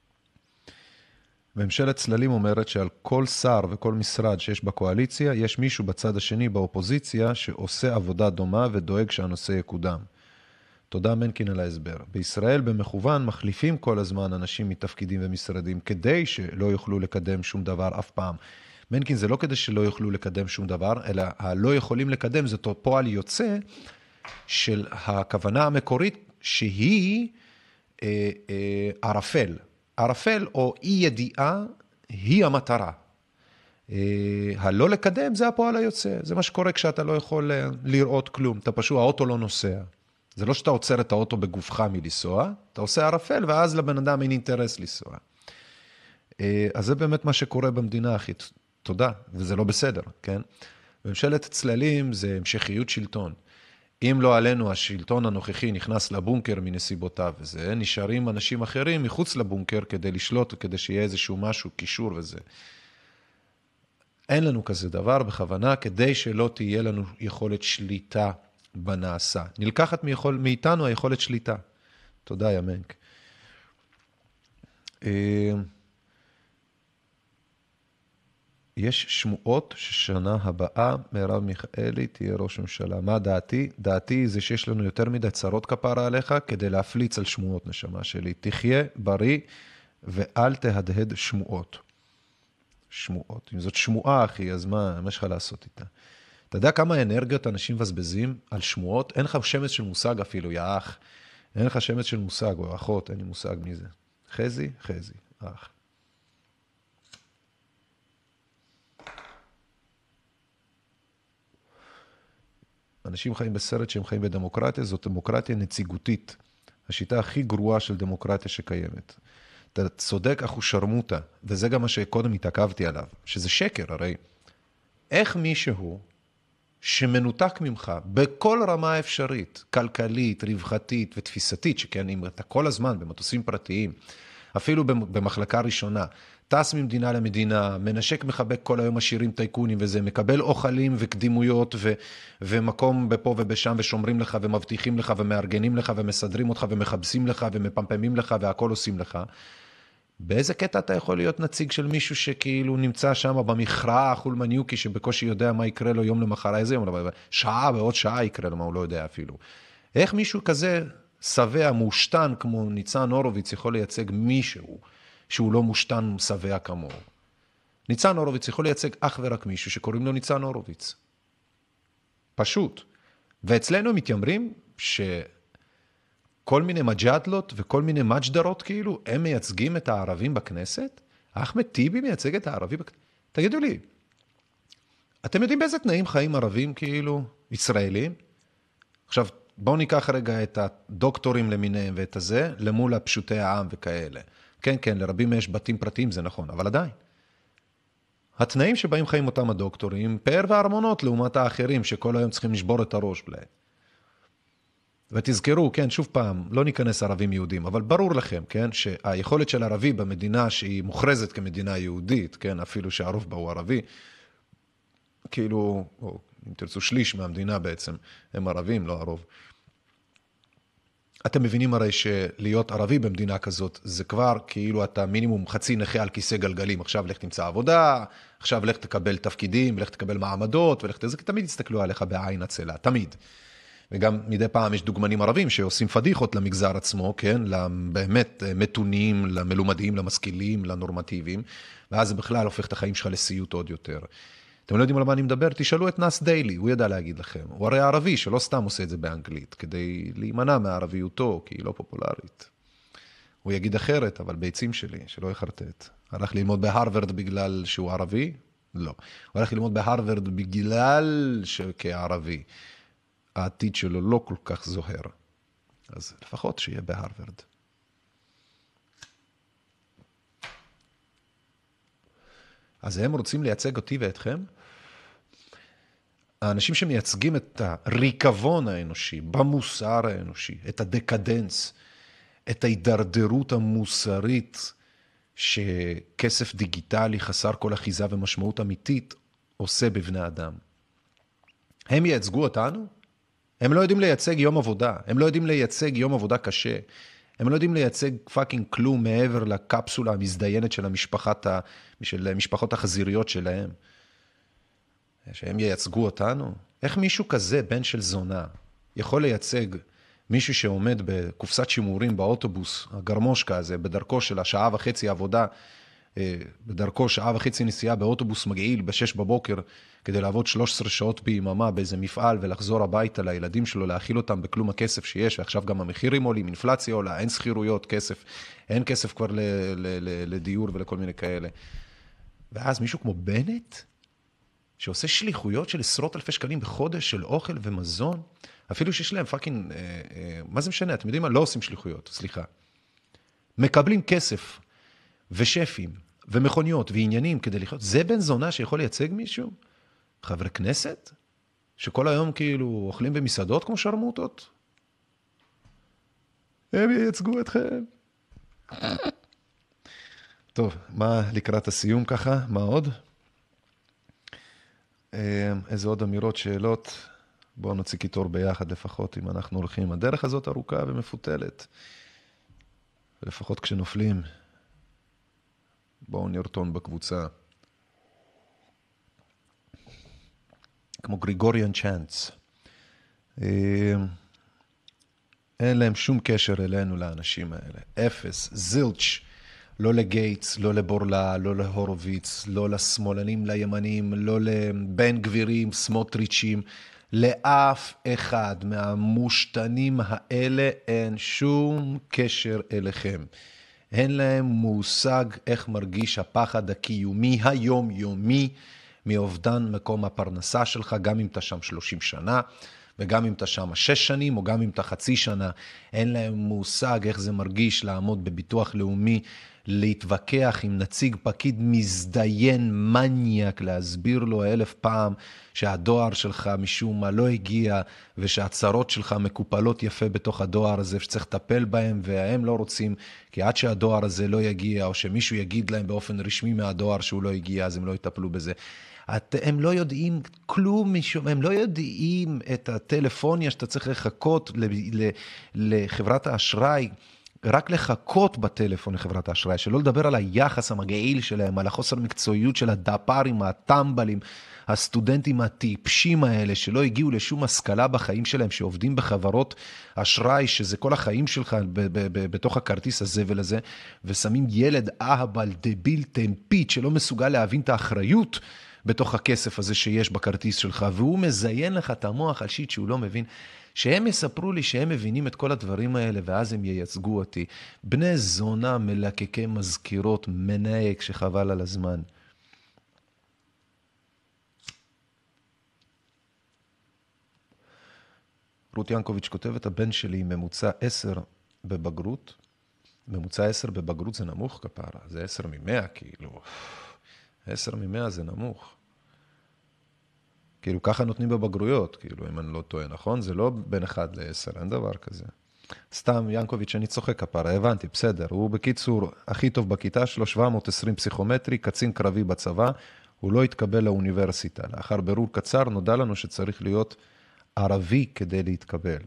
S1: ממשלת צללים אומרת שעל כל שר וכל משרד שיש בקואליציה, יש מישהו בצד השני באופוזיציה שעושה עבודה דומה ודואג שהנושא יקודם. תודה מנקין על ההסבר. בישראל במכוון מחליפים כל הזמן אנשים מתפקידים ומשרדים כדי שלא יוכלו לקדם שום דבר אף פעם. מנקין זה לא כדי שלא יוכלו לקדם שום דבר, אלא הלא יכולים לקדם זה פועל יוצא של הכוונה המקורית שהיא אה, אה, ערפל. ערפל או אי ידיעה היא המטרה. אה, הלא לקדם זה הפועל היוצא. זה מה שקורה כשאתה לא יכול לראות כלום. אתה פשוט, האוטו לא נוסע. זה לא שאתה עוצר את האוטו בגופך מלנסוע, אתה עושה ערפל, ואז לבן אדם אין אינטרס לנסוע. אז זה באמת מה שקורה במדינה, אחי. תודה, וזה לא בסדר, כן? ממשלת צללים זה המשכיות שלטון. אם לא עלינו, השלטון הנוכחי נכנס לבונקר מנסיבותיו וזה, נשארים אנשים אחרים מחוץ לבונקר כדי לשלוט, כדי שיהיה איזשהו משהו, קישור וזה. אין לנו כזה דבר בכוונה, כדי שלא תהיה לנו יכולת שליטה בנעשה. נלקחת מיכול, מאיתנו היכולת שליטה. תודה, ימנק. יש שמועות ששנה הבאה מרב מיכאלי תהיה ראש ממשלה. מה דעתי? דעתי זה שיש לנו יותר מדי צרות כפרה עליך כדי להפליץ על שמועות, נשמה שלי. תחיה בריא ואל תהדהד שמועות. שמועות. אם זאת שמועה, אחי, אז מה, מה יש לך לעשות איתה? אתה יודע כמה אנרגיות אנשים מבזבזים על שמועות? אין לך שמץ של מושג אפילו, יא אח. אין לך שמץ של מושג, או אחות, אין לי מושג מי זה. חזי, חזי, אח. אנשים חיים בסרט שהם חיים בדמוקרטיה, זאת דמוקרטיה נציגותית. השיטה הכי גרועה של דמוקרטיה שקיימת. אתה צודק, אך הוא שרמוטה, וזה גם מה שקודם התעכבתי עליו, שזה שקר, הרי. איך מישהו שמנותק ממך בכל רמה אפשרית, כלכלית, רווחתית ותפיסתית, שכן אם אתה כל הזמן במטוסים פרטיים, אפילו במחלקה ראשונה, טס ממדינה למדינה, מנשק מחבק כל היום עשירים טייקונים וזה, מקבל אוכלים וקדימויות ו- ומקום בפה ובשם ושומרים לך ומבטיחים לך ומארגנים לך ומסדרים אותך ומחבסים לך ומפמפמים לך והכל עושים לך. באיזה קטע אתה יכול להיות נציג של מישהו שכאילו נמצא שם במכרעה חולמניוקי שבקושי יודע מה יקרה לו יום למחר, איזה יום, שעה בעוד שעה יקרה לו מה הוא לא יודע אפילו. איך מישהו כזה שבע, מושתן כמו ניצן הורוביץ יכול לייצג מישהו שהוא לא מושתן שבע כמוהו? ניצן הורוביץ יכול לייצג אך ורק מישהו שקוראים לו ניצן הורוביץ. פשוט. ואצלנו מתיימרים ש... כל מיני מג'דלות וכל מיני מג'דרות כאילו, הם מייצגים את הערבים בכנסת? אחמד טיבי מייצג את הערבים בכנסת? תגידו לי, אתם יודעים באיזה תנאים חיים ערבים כאילו, ישראלים? עכשיו, בואו ניקח רגע את הדוקטורים למיניהם ואת הזה, למול הפשוטי העם וכאלה. כן, כן, לרבים יש בתים פרטיים, זה נכון, אבל עדיין. התנאים שבהם חיים אותם הדוקטורים, פאר וארמונות לעומת האחרים, שכל היום צריכים לשבור את הראש בלהם. ותזכרו, כן, שוב פעם, לא ניכנס ערבים יהודים, אבל ברור לכם, כן, שהיכולת של ערבי במדינה שהיא מוכרזת כמדינה יהודית, כן, אפילו שהרוב בה הוא ערבי, כאילו, או אם תרצו שליש מהמדינה בעצם, הם ערבים, לא הרוב. אתם מבינים הרי שלהיות ערבי במדינה כזאת, זה כבר כאילו אתה מינימום חצי נכה על כיסא גלגלים, עכשיו לך תמצא עבודה, עכשיו לך תקבל תפקידים, לך תקבל מעמדות, ולך תזה, כי תמיד יסתכלו עליך בעין הצלה, תמיד. וגם מדי פעם יש דוגמנים ערבים שעושים פדיחות למגזר עצמו, כן? באמת מתונים, למלומדים, למשכילים, לנורמטיביים, ואז זה בכלל הופך את החיים שלך לסיוט עוד יותר. אתם לא יודעים על מה אני מדבר? תשאלו את נאס דיילי, הוא ידע להגיד לכם. הוא הרי ערבי שלא סתם עושה את זה באנגלית, כדי להימנע מערביותו, כי היא לא פופולרית. הוא יגיד אחרת, אבל ביצים שלי, שלא יחרטט. הלך ללמוד בהרווארד בגלל שהוא ערבי? לא. הוא הלך ללמוד בהרווארד בגלל שכערבי. העתיד שלו לא כל כך זוהר. אז לפחות שיהיה בהרווארד. אז הם רוצים לייצג אותי ואתכם? האנשים שמייצגים את הריקבון האנושי, במוסר האנושי, את הדקדנס, את ההידרדרות המוסרית שכסף דיגיטלי חסר כל אחיזה ומשמעות אמיתית עושה בבני אדם. הם ייצגו אותנו? הם לא יודעים לייצג יום עבודה, הם לא יודעים לייצג יום עבודה קשה, הם לא יודעים לייצג פאקינג כלום מעבר לקפסולה המזדיינת של, המשפחת ה... של משפחות החזיריות שלהם. שהם ייצגו אותנו? איך מישהו כזה, בן של זונה, יכול לייצג מישהו שעומד בקופסת שימורים באוטובוס, הגרמושקה הזה, בדרכו של השעה וחצי עבודה, בדרכו שעה וחצי נסיעה באוטובוס מגעיל בשש בבוקר, כדי לעבוד שלוש עשרה שעות ביממה באיזה מפעל ולחזור הביתה לילדים שלו, להאכיל אותם בכלום הכסף שיש, ועכשיו גם המחירים עולים, אינפלציה עולה, אין סחירויות, כסף, אין כסף כבר ל- ל- ל- לדיור ולכל מיני כאלה. ואז מישהו כמו בנט, שעושה שליחויות של עשרות אלפי שקלים בחודש של אוכל ומזון, אפילו שיש להם פאקינג, אה, אה, מה זה משנה? אתם יודעים מה? לא עושים שליחויות, סליחה. מקבלים כסף ושפים ומכוניות ועניינים כדי לחיות. זה בן זונה שיכול לייצג מישהו? חברי כנסת? שכל היום כאילו אוכלים במסעדות כמו שרמוטות? הם ייצגו אתכם. טוב, מה לקראת הסיום ככה? מה עוד? איזה עוד אמירות, שאלות? בואו נוציא קיטור ביחד לפחות, אם אנחנו הולכים. הדרך הזאת ארוכה ומפותלת. לפחות כשנופלים. בואו נרטון בקבוצה. כמו גריגוריאן צ'אנץ. אין להם שום קשר אלינו, לאנשים האלה. אפס, זילץ'. לא לגייטס, לא לבורלה, לא להורוביץ, לא לשמאלנים, לימנים, לא לבן גבירים, סמוטריצ'ים. לאף אחד מהמושתנים האלה אין שום קשר אליכם. אין להם מושג איך מרגיש הפחד הקיומי היומיומי מאובדן מקום הפרנסה שלך, גם אם אתה שם שלושים שנה, וגם אם אתה שם שש שנים, או גם אם אתה חצי שנה. אין להם מושג איך זה מרגיש לעמוד בביטוח לאומי, להתווכח עם נציג פקיד מזדיין מניאק, להסביר לו אלף פעם שהדואר שלך משום מה לא הגיע, ושהצרות שלך מקופלות יפה בתוך הדואר הזה, שצריך לטפל בהם, והם לא רוצים, כי עד שהדואר הזה לא יגיע, או שמישהו יגיד להם באופן רשמי מהדואר שהוא לא הגיע, אז הם לא יטפלו בזה. את, הם לא יודעים כלום משום, הם לא יודעים את הטלפוניה שאתה צריך לחכות ל, ל, לחברת האשראי, רק לחכות בטלפון לחברת האשראי, שלא לדבר על היחס המגעיל שלהם, על החוסר מקצועיות של הדפרים, הטמבלים, הסטודנטים הטיפשים האלה, שלא הגיעו לשום השכלה בחיים שלהם, שעובדים בחברות אשראי, שזה כל החיים שלך ב- ב- ב- בתוך הכרטיס הזבל הזה, ושמים ילד אהבל, דביל, טמפית, שלא מסוגל להבין את האחריות בתוך הכסף הזה שיש בכרטיס שלך, והוא מזיין לך את המוח על שיט שהוא לא מבין. שהם יספרו לי שהם מבינים את כל הדברים האלה, ואז הם ייצגו אותי. בני זונה מלקקי מזכירות, מנהק שחבל על הזמן. רות ינקוביץ' כותבת, הבן שלי ממוצע עשר בבגרות. ממוצע עשר בבגרות זה נמוך כפרה, זה עשר ממאה כאילו. עשר ממאה זה נמוך. כאילו ככה נותנים בבגרויות, כאילו אם אני לא טועה, נכון? זה לא בין אחד לעשר, אין דבר כזה. סתם ינקוביץ' אני צוחק כפרה, הבנתי, בסדר. הוא בקיצור הכי טוב בכיתה שלו, שבע מאות ועשרים פסיכומטרי, קצין קרבי בצבא, הוא לא התקבל לאוניברסיטה. לאחר ברור קצר נודע לנו שצריך להיות ערבי כדי להתקבל.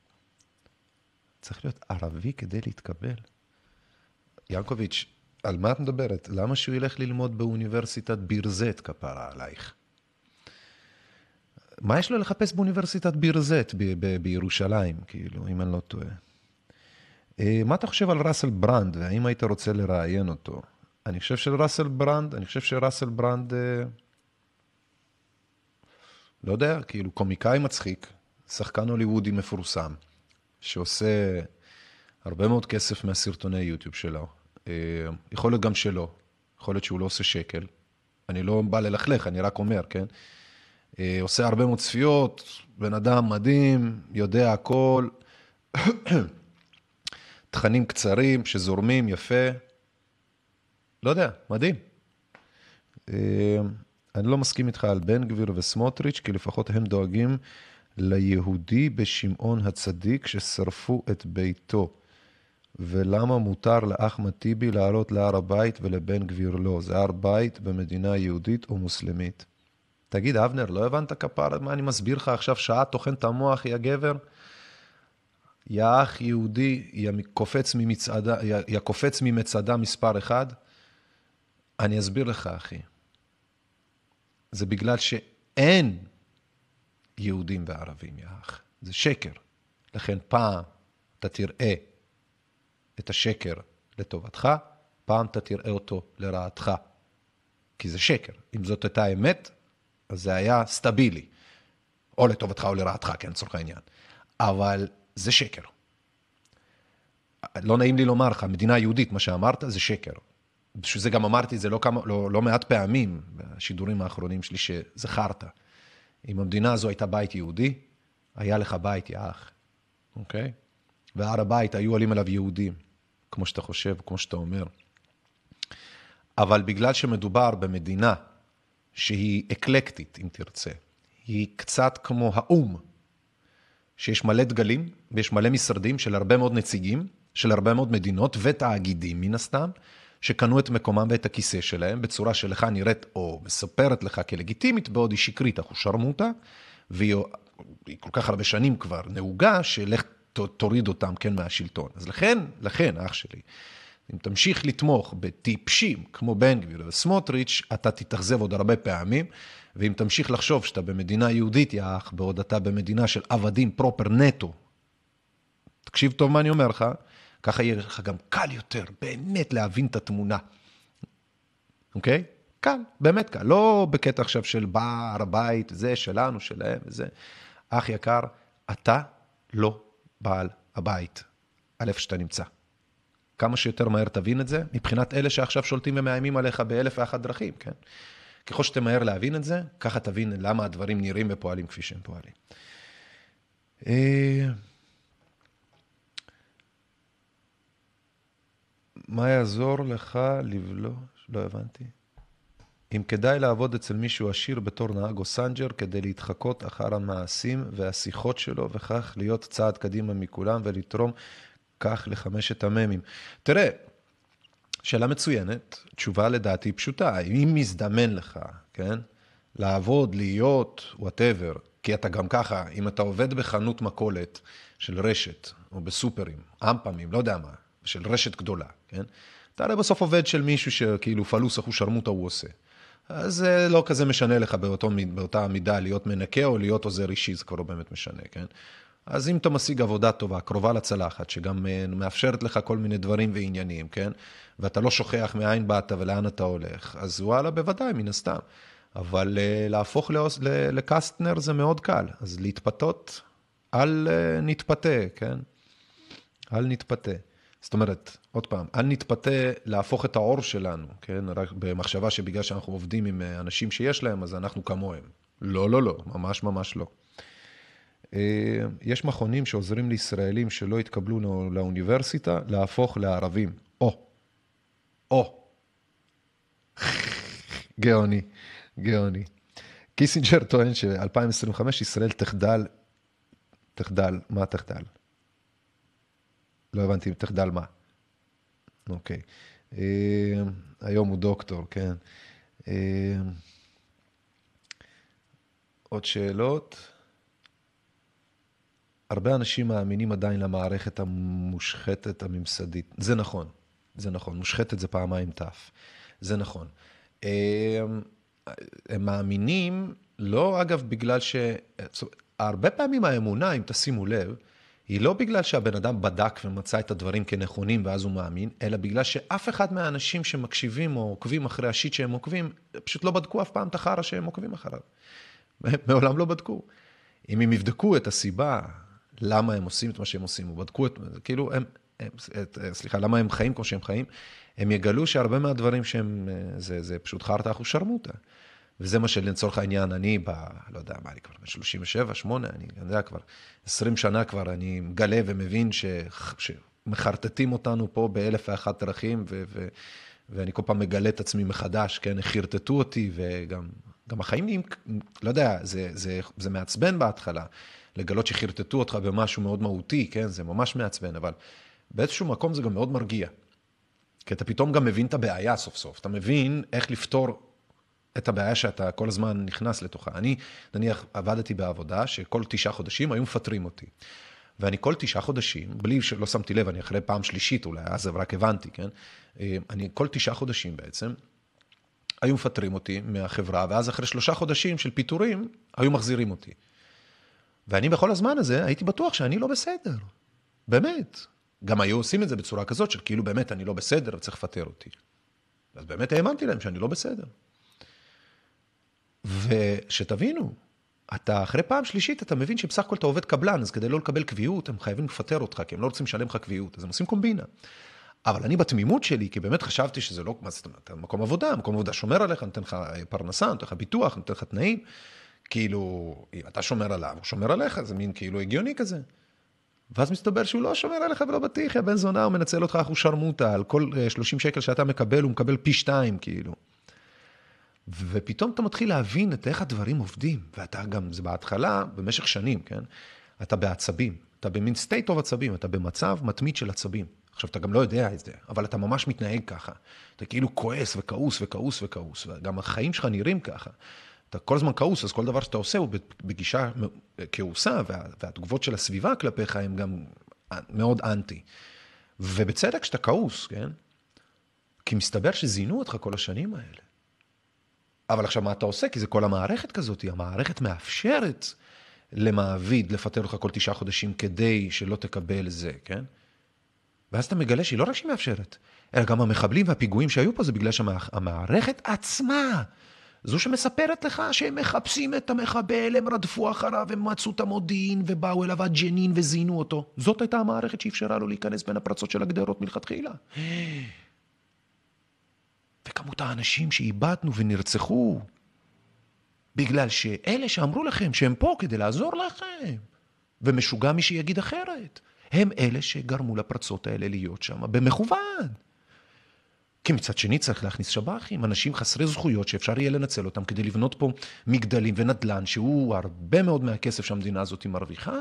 S1: צריך להיות ערבי כדי להתקבל. ינקוביץ', על מה את מדברת? למה שהוא ילך ללמוד באוניברסיטת בירזט כפרה עלייך? מה יש לו לחפש באוניברסיטת בירזט ב- ב- בירושלים, כאילו, אם אני לא טועה? מה אתה חושב על ראסל ברנד, והאם היית רוצה לראיין אותו? אני חושב של ראסל ברנד, אני חושב שראסל ברנד, לא יודע, כאילו קומיקאי מצחיק, שחקן הוליוודי מפורסם, שעושה הרבה מאוד כסף מהסרטוני יוטיוב שלו. יכול להיות גם שלא, יכול להיות שהוא לא עושה שקל. אני לא בא ללכלך, אני רק אומר, כן? עושה הרבה מאוד צפיות, בן אדם מדהים, יודע הכל, תכנים קצרים שזורמים יפה, לא יודע, מדהים. אני לא מסכים איתך על בן גביר וסמוטריץ', כי לפחות הם דואגים ליהודי בשמעון הצדיק ששרפו את ביתו. ולמה מותר לאחמד טיבי לעלות להר הבית ולבן גביר לא? זה הר בית במדינה יהודית או מוסלמית. תגיד, אבנר, לא הבנת כפר? מה אני מסביר לך עכשיו שעה תוכן את המוח, יא גבר? יא אח יהודי, יא קופץ ממצעדה, יא, יא קופץ ממצעדה מספר אחד? אני אסביר לך, אחי. זה בגלל שאין יהודים וערבים, יא אח. זה שקר. לכן פעם אתה תראה את השקר לטובתך, פעם אתה תראה אותו לרעתך. כי זה שקר. אם זאת הייתה אמת, אז זה היה סטבילי. או לטובתך או לרעתך, כן, צורך העניין. אבל זה שקר. לא נעים לי לומר לך, מדינה יהודית, מה שאמרת, זה שקר. בשביל זה גם אמרתי, זה לא, כמה, לא, לא מעט פעמים, בשידורים האחרונים שלי, שזכרת. אם המדינה הזו הייתה בית יהודי, היה לך בית, יא אח. אוקיי? והר הבית היו עולים אליו יהודים, כמו שאתה חושב, כמו שאתה אומר. אבל בגלל שמדובר במדינה שהיא אקלקטית, אם תרצה, היא קצת כמו האום, שיש מלא דגלים, ויש מלא משרדים של הרבה מאוד נציגים, של הרבה מאוד מדינות ותאגידים מן הסתם, שקנו את מקומם ואת הכיסא שלהם, בצורה שלך נראית או מספרת לך כלגיטימית, בעוד היא שקרית, אנחנו שרמותה, והיא כל כך הרבה שנים כבר נהוגה, שלך תוריד אותם כן מהשלטון. אז לכן, לכן, אח שלי, אם תמשיך לתמוך בטיפשים כמו בן גביר וסמוטריץ', אתה תתאכזב עוד הרבה פעמים, ואם תמשיך לחשוב שאתה במדינה יהודית, יא אח, בעוד אתה במדינה של עבדים פרופר נטו, תקשיב טוב מה אני אומר לך, ככה יהיה לך גם קל יותר באמת להבין את התמונה. אוקיי? קל, באמת קל. לא בקטע עכשיו של בר, הבית, זה שלנו, שלהם, זה. אח יקר, אתה לא בעל הבית, על איפה שאתה נמצא. כמה שיותר מהר תבין את זה, מבחינת אלה שעכשיו שולטים ומאיימים עליך באלף ואחת דרכים, כן? ככל שאתה מהר להבין את זה, ככה תבין למה הדברים נראים ופועלים כפי שהם פועלים. מה יעזור לך לבלוש? לא הבנתי. אם כדאי לעבוד אצל מישהו עשיר בתור נהג או סנג'ר, כדי להתחקות אחר המעשים והשיחות שלו, וכך להיות צעד קדימה מכולם ולתרום כך לחמשת הממים. תראה, שאלה מצוינת, תשובה לדעתי פשוטה. אם מזדמן לך, כן? לעבוד, להיות, whatever, כי אתה גם ככה, אם אתה עובד בחנות מכולת של רשת, או בסופרים, אמפמים, לא יודע מה, של רשת גדולה, כן? אתה הרי בסוף עובד של מישהו שכאילו פלוס אחו שרמוטה הוא עושה. אז זה לא כזה משנה לך באותו, באותה מידה להיות מנקה או להיות עוזר אישי, זה כבר לא באמת משנה, כן? אז אם אתה משיג עבודה טובה, קרובה לצלחת, שגם מאפשרת לך כל מיני דברים ועניינים, כן? ואתה לא שוכח מאין באת ולאן אתה הולך, אז וואלה, בוודאי, מן הסתם. אבל להפוך לקסטנר זה מאוד קל. אז להתפתות, אל נתפתה, כן? אל נתפתה. זאת אומרת, עוד פעם, אל נתפתה להפוך את האור שלנו, כן? רק במחשבה שבגלל שאנחנו עובדים עם אנשים שיש להם, אז אנחנו כמוהם. לא, לא, לא, ממש ממש לא. יש מכונים שעוזרים לישראלים שלא התקבלו לאוניברסיטה להפוך לערבים. או, או. גאוני, גאוני. קיסינג'ר טוען ש-אלפיים עשרים וחמש ישראל תחדל, תחדל, מה תחדל? לא הבנתי, תחדל מה? אוקיי. היום הוא דוקטור, כן. עוד שאלות? הרבה אנשים מאמינים עדיין למערכת המושחתת הממסדית. זה נכון, זה נכון. מושחתת זה פעמיים תף. זה נכון. הם מאמינים, לא אגב בגלל ש... הרבה פעמים האמונה, אם תשימו לב, היא לא בגלל שהבן אדם בדק ומצא את הדברים כנכונים ואז הוא מאמין, אלא בגלל שאף אחד מהאנשים שמקשיבים או עוקבים אחרי השיט שהם עוקבים, פשוט לא בדקו אף פעם את החרא שהם עוקבים אחריו. מעולם לא בדקו. אם הם יבדקו את הסיבה, למה הם עושים את מה שהם עושים, ובדקו את, כאילו, הם, הם, את, סליחה, למה הם חיים כמו שהם חיים, הם יגלו שהרבה מהדברים שהם, זה, זה פשוט חרטה אחו שרמוטה. וזה מה שלצורך העניין, אני ב, לא יודע, מה אני כבר, ב-שלושים ושבע, שמונה, אני יודע כבר, עשרים שנה כבר, אני מגלה ומבין ש, שמחרטטים אותנו פה באלף ואחת דרכים, ו, ו, ואני כל פעם מגלה את עצמי מחדש, כן, חרטטו אותי, וגם, גם החיים נהיים, לא יודע, זה, זה, זה מעצבן בהתחלה, לגלות שחרטטו אותך במשהו מאוד מהותי, כן, זה ממש מעצבן, אבל באיזשהו מקום זה גם מאוד מרגיע. כי אתה פתאום גם מבין את הבעיה סוף סוף, אתה מבין איך לפתור את הבעיה שאתה כל הזמן נכנס לתוכה. אני, נניח, עבדתי בעבודה שכל תשעה חודשים היו מפטרים אותי. ואני כל תשעה חודשים, בלי שלא שמתי לב, אני אחרי פעם שלישית אולי, אז רק הבנתי, כן? אני כל תשעה חודשים בעצם, היו מפטרים אותי מהחברה, ואז אחרי שלושה חודשים של פיטורים, היו מחזירים אותי. ואני בכל הזמן הזה הייתי בטוח שאני לא בסדר. באמת. גם היו עושים את זה בצורה כזאת, של כאילו באמת אני לא בסדר, וצריך לפטר אותי. אז באמת האמנתי להם שאני לא בסדר. ושתבינו, אתה אחרי פעם שלישית, אתה מבין שבסך הכל אתה עובד קבלן, אז כדי לא לקבל קביעות, הם חייבים לפטר אותך, כי הם לא רוצים לשלם לך קביעות, אז הם עושים קומבינה. אבל אני בתמימות שלי, כי באמת חשבתי שזה לא, מה זאת אומרת, מקום עבודה, מקום עבודה שומר עליך, נותן לך פרנסה, נותן לך ביטוח, נותן לך תנאים, כאילו, אם אתה שומר עליו, הוא שומר עליך, זה מין כאילו הגיוני כזה. ואז מסתבר שהוא לא שומר עליך ולא בטיח, יא בן זונה, הוא מנצל אותך, הוא שרמוטה, על כל שלושים שקל שאתה מקבל, הוא מקבל פי שתיים, כאילו. ופתאום אתה מתחיל להבין את איך הדברים עובדים, ואתה גם, זה בהתחלה, במשך שנים, כן? אתה בעצבים, אתה במין state of עצבים, אתה במצב מתמיד של עצבים. עכשיו, אתה גם לא יודע את זה, אבל אתה ממש מתנהג ככה. אתה כאילו כועס וכעוס וכעוס וכעוס, וגם החיים שלך נראים ככה. אתה כל הזמן כעוס, אז כל דבר שאתה עושה הוא בגישה כעוסה, וה, והתגובות של הסביבה כלפיך הם גם מאוד אנטי. ובצדק שאתה כעוס, כן? כי מסתבר שזינו אותך כל השנים האלה. אבל עכשיו מה אתה עושה? כי זה כל המערכת כזאת, המערכת מאפשרת למעביד לפטר לך כל תשעה חודשים כדי שלא תקבל זה, כן? ואז אתה מגלה שהיא לא רק שהיא מאפשרת, אלא גם המחבלים והפיגועים שהיו פה זה בגלל שהמערכת עצמה זו שמספרת לך שהם מחפשים את המחבל, הם רדפו אחריו, הם מצאו את המודיעין ובאו אליו עד ג'נין וזינו אותו. זאת הייתה המערכת שאפשרה לו להיכנס בין הפרצות של הגדרות מלכתחילה. וכמות האנשים שאיבדנו ונרצחו, בגלל שאלה שאמרו לכם שהם פה כדי לעזור לכם, ומשוגע מי שיגיד אחרת, הם אלה שגרמו לפרצות האלה להיות שם במכוון. כי מצד שני צריך להכניס שב"חים, אנשים חסרי זכויות שאפשר יהיה לנצל אותם כדי לבנות פה מגדלים ונדלן, שהוא הרבה מאוד מהכסף שהמדינה הזאת מרוויחה.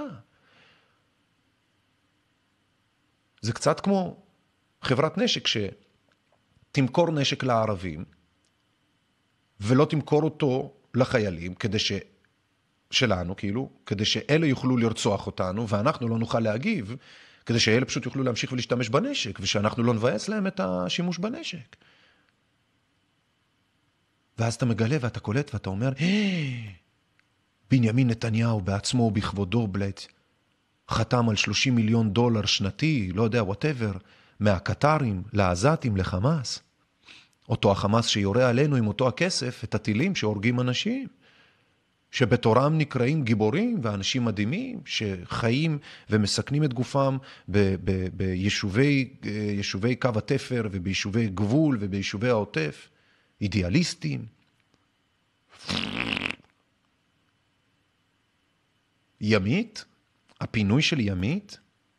S1: זה קצת כמו חברת נשק שתמכור נשק לערבים, ולא תמכור אותו לחיילים, כדי ש... שלנו, כאילו, כדי שאלה יוכלו לרצוח אותנו, ואנחנו לא נוכל להגיב, כדי שאלה פשוט יוכלו להמשיך ולהשתמש בנשק, ושאנחנו לא נבייס להם את השימוש בנשק. ואז אתה מגלה ואתה קולט ואתה אומר, בנימין נתניהו בעצמו ובכבודו בלט, חתם על שלושים מיליון דולר שנתי, לא יודע, whatever, מהקטרים, לעזתים, לחמאס. אותו החמאס שיורה עלינו עם אותו הכסף, את הטילים שהורגים אנשים. שבתורם נקראים גיבורים ואנשים מדהימים שחיים ומסכנים את גופם ב- ב- ביישובי יישובי קו התפר וביישובי גבול וביישובי העוטף, אידיאליסטים. ימית, הפינוי של ימית,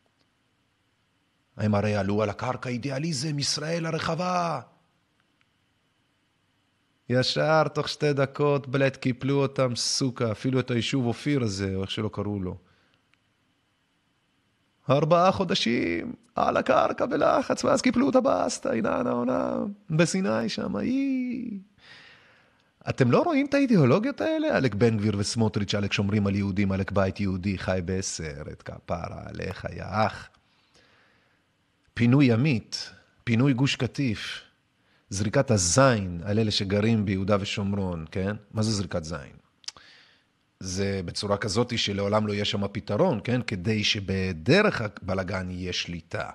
S1: הם הרי עלו על הקרקע אידיאליזם, ישראל הרחבה. ישר, תוך שתי דקות, בלט, קיפלו אותם סוכה, אפילו את היישוב אופיר הזה, או איך שלא קראו לו. ארבעה חודשים, על הקרקע בלחץ, ואז קיפלו את הבאסטה, הנה העונה, בסיני שם, אי. אתם לא רואים את האידיאולוגיות האלה? אלק בן גביר וסמוטריץ', אלק שומרים על יהודים, אלק בית יהודי, חי בסרט, כפרה עליך, יא אח. פינוי ימית, פינוי גוש קטיף, זריקת הזין על אלה שגרים ביהודה ושומרון, כן? מה זה זריקת זין? זה בצורה כזאת שלעולם לא יהיה שם פתרון, כן? כדי שבדרך הבלגן יהיה שליטה.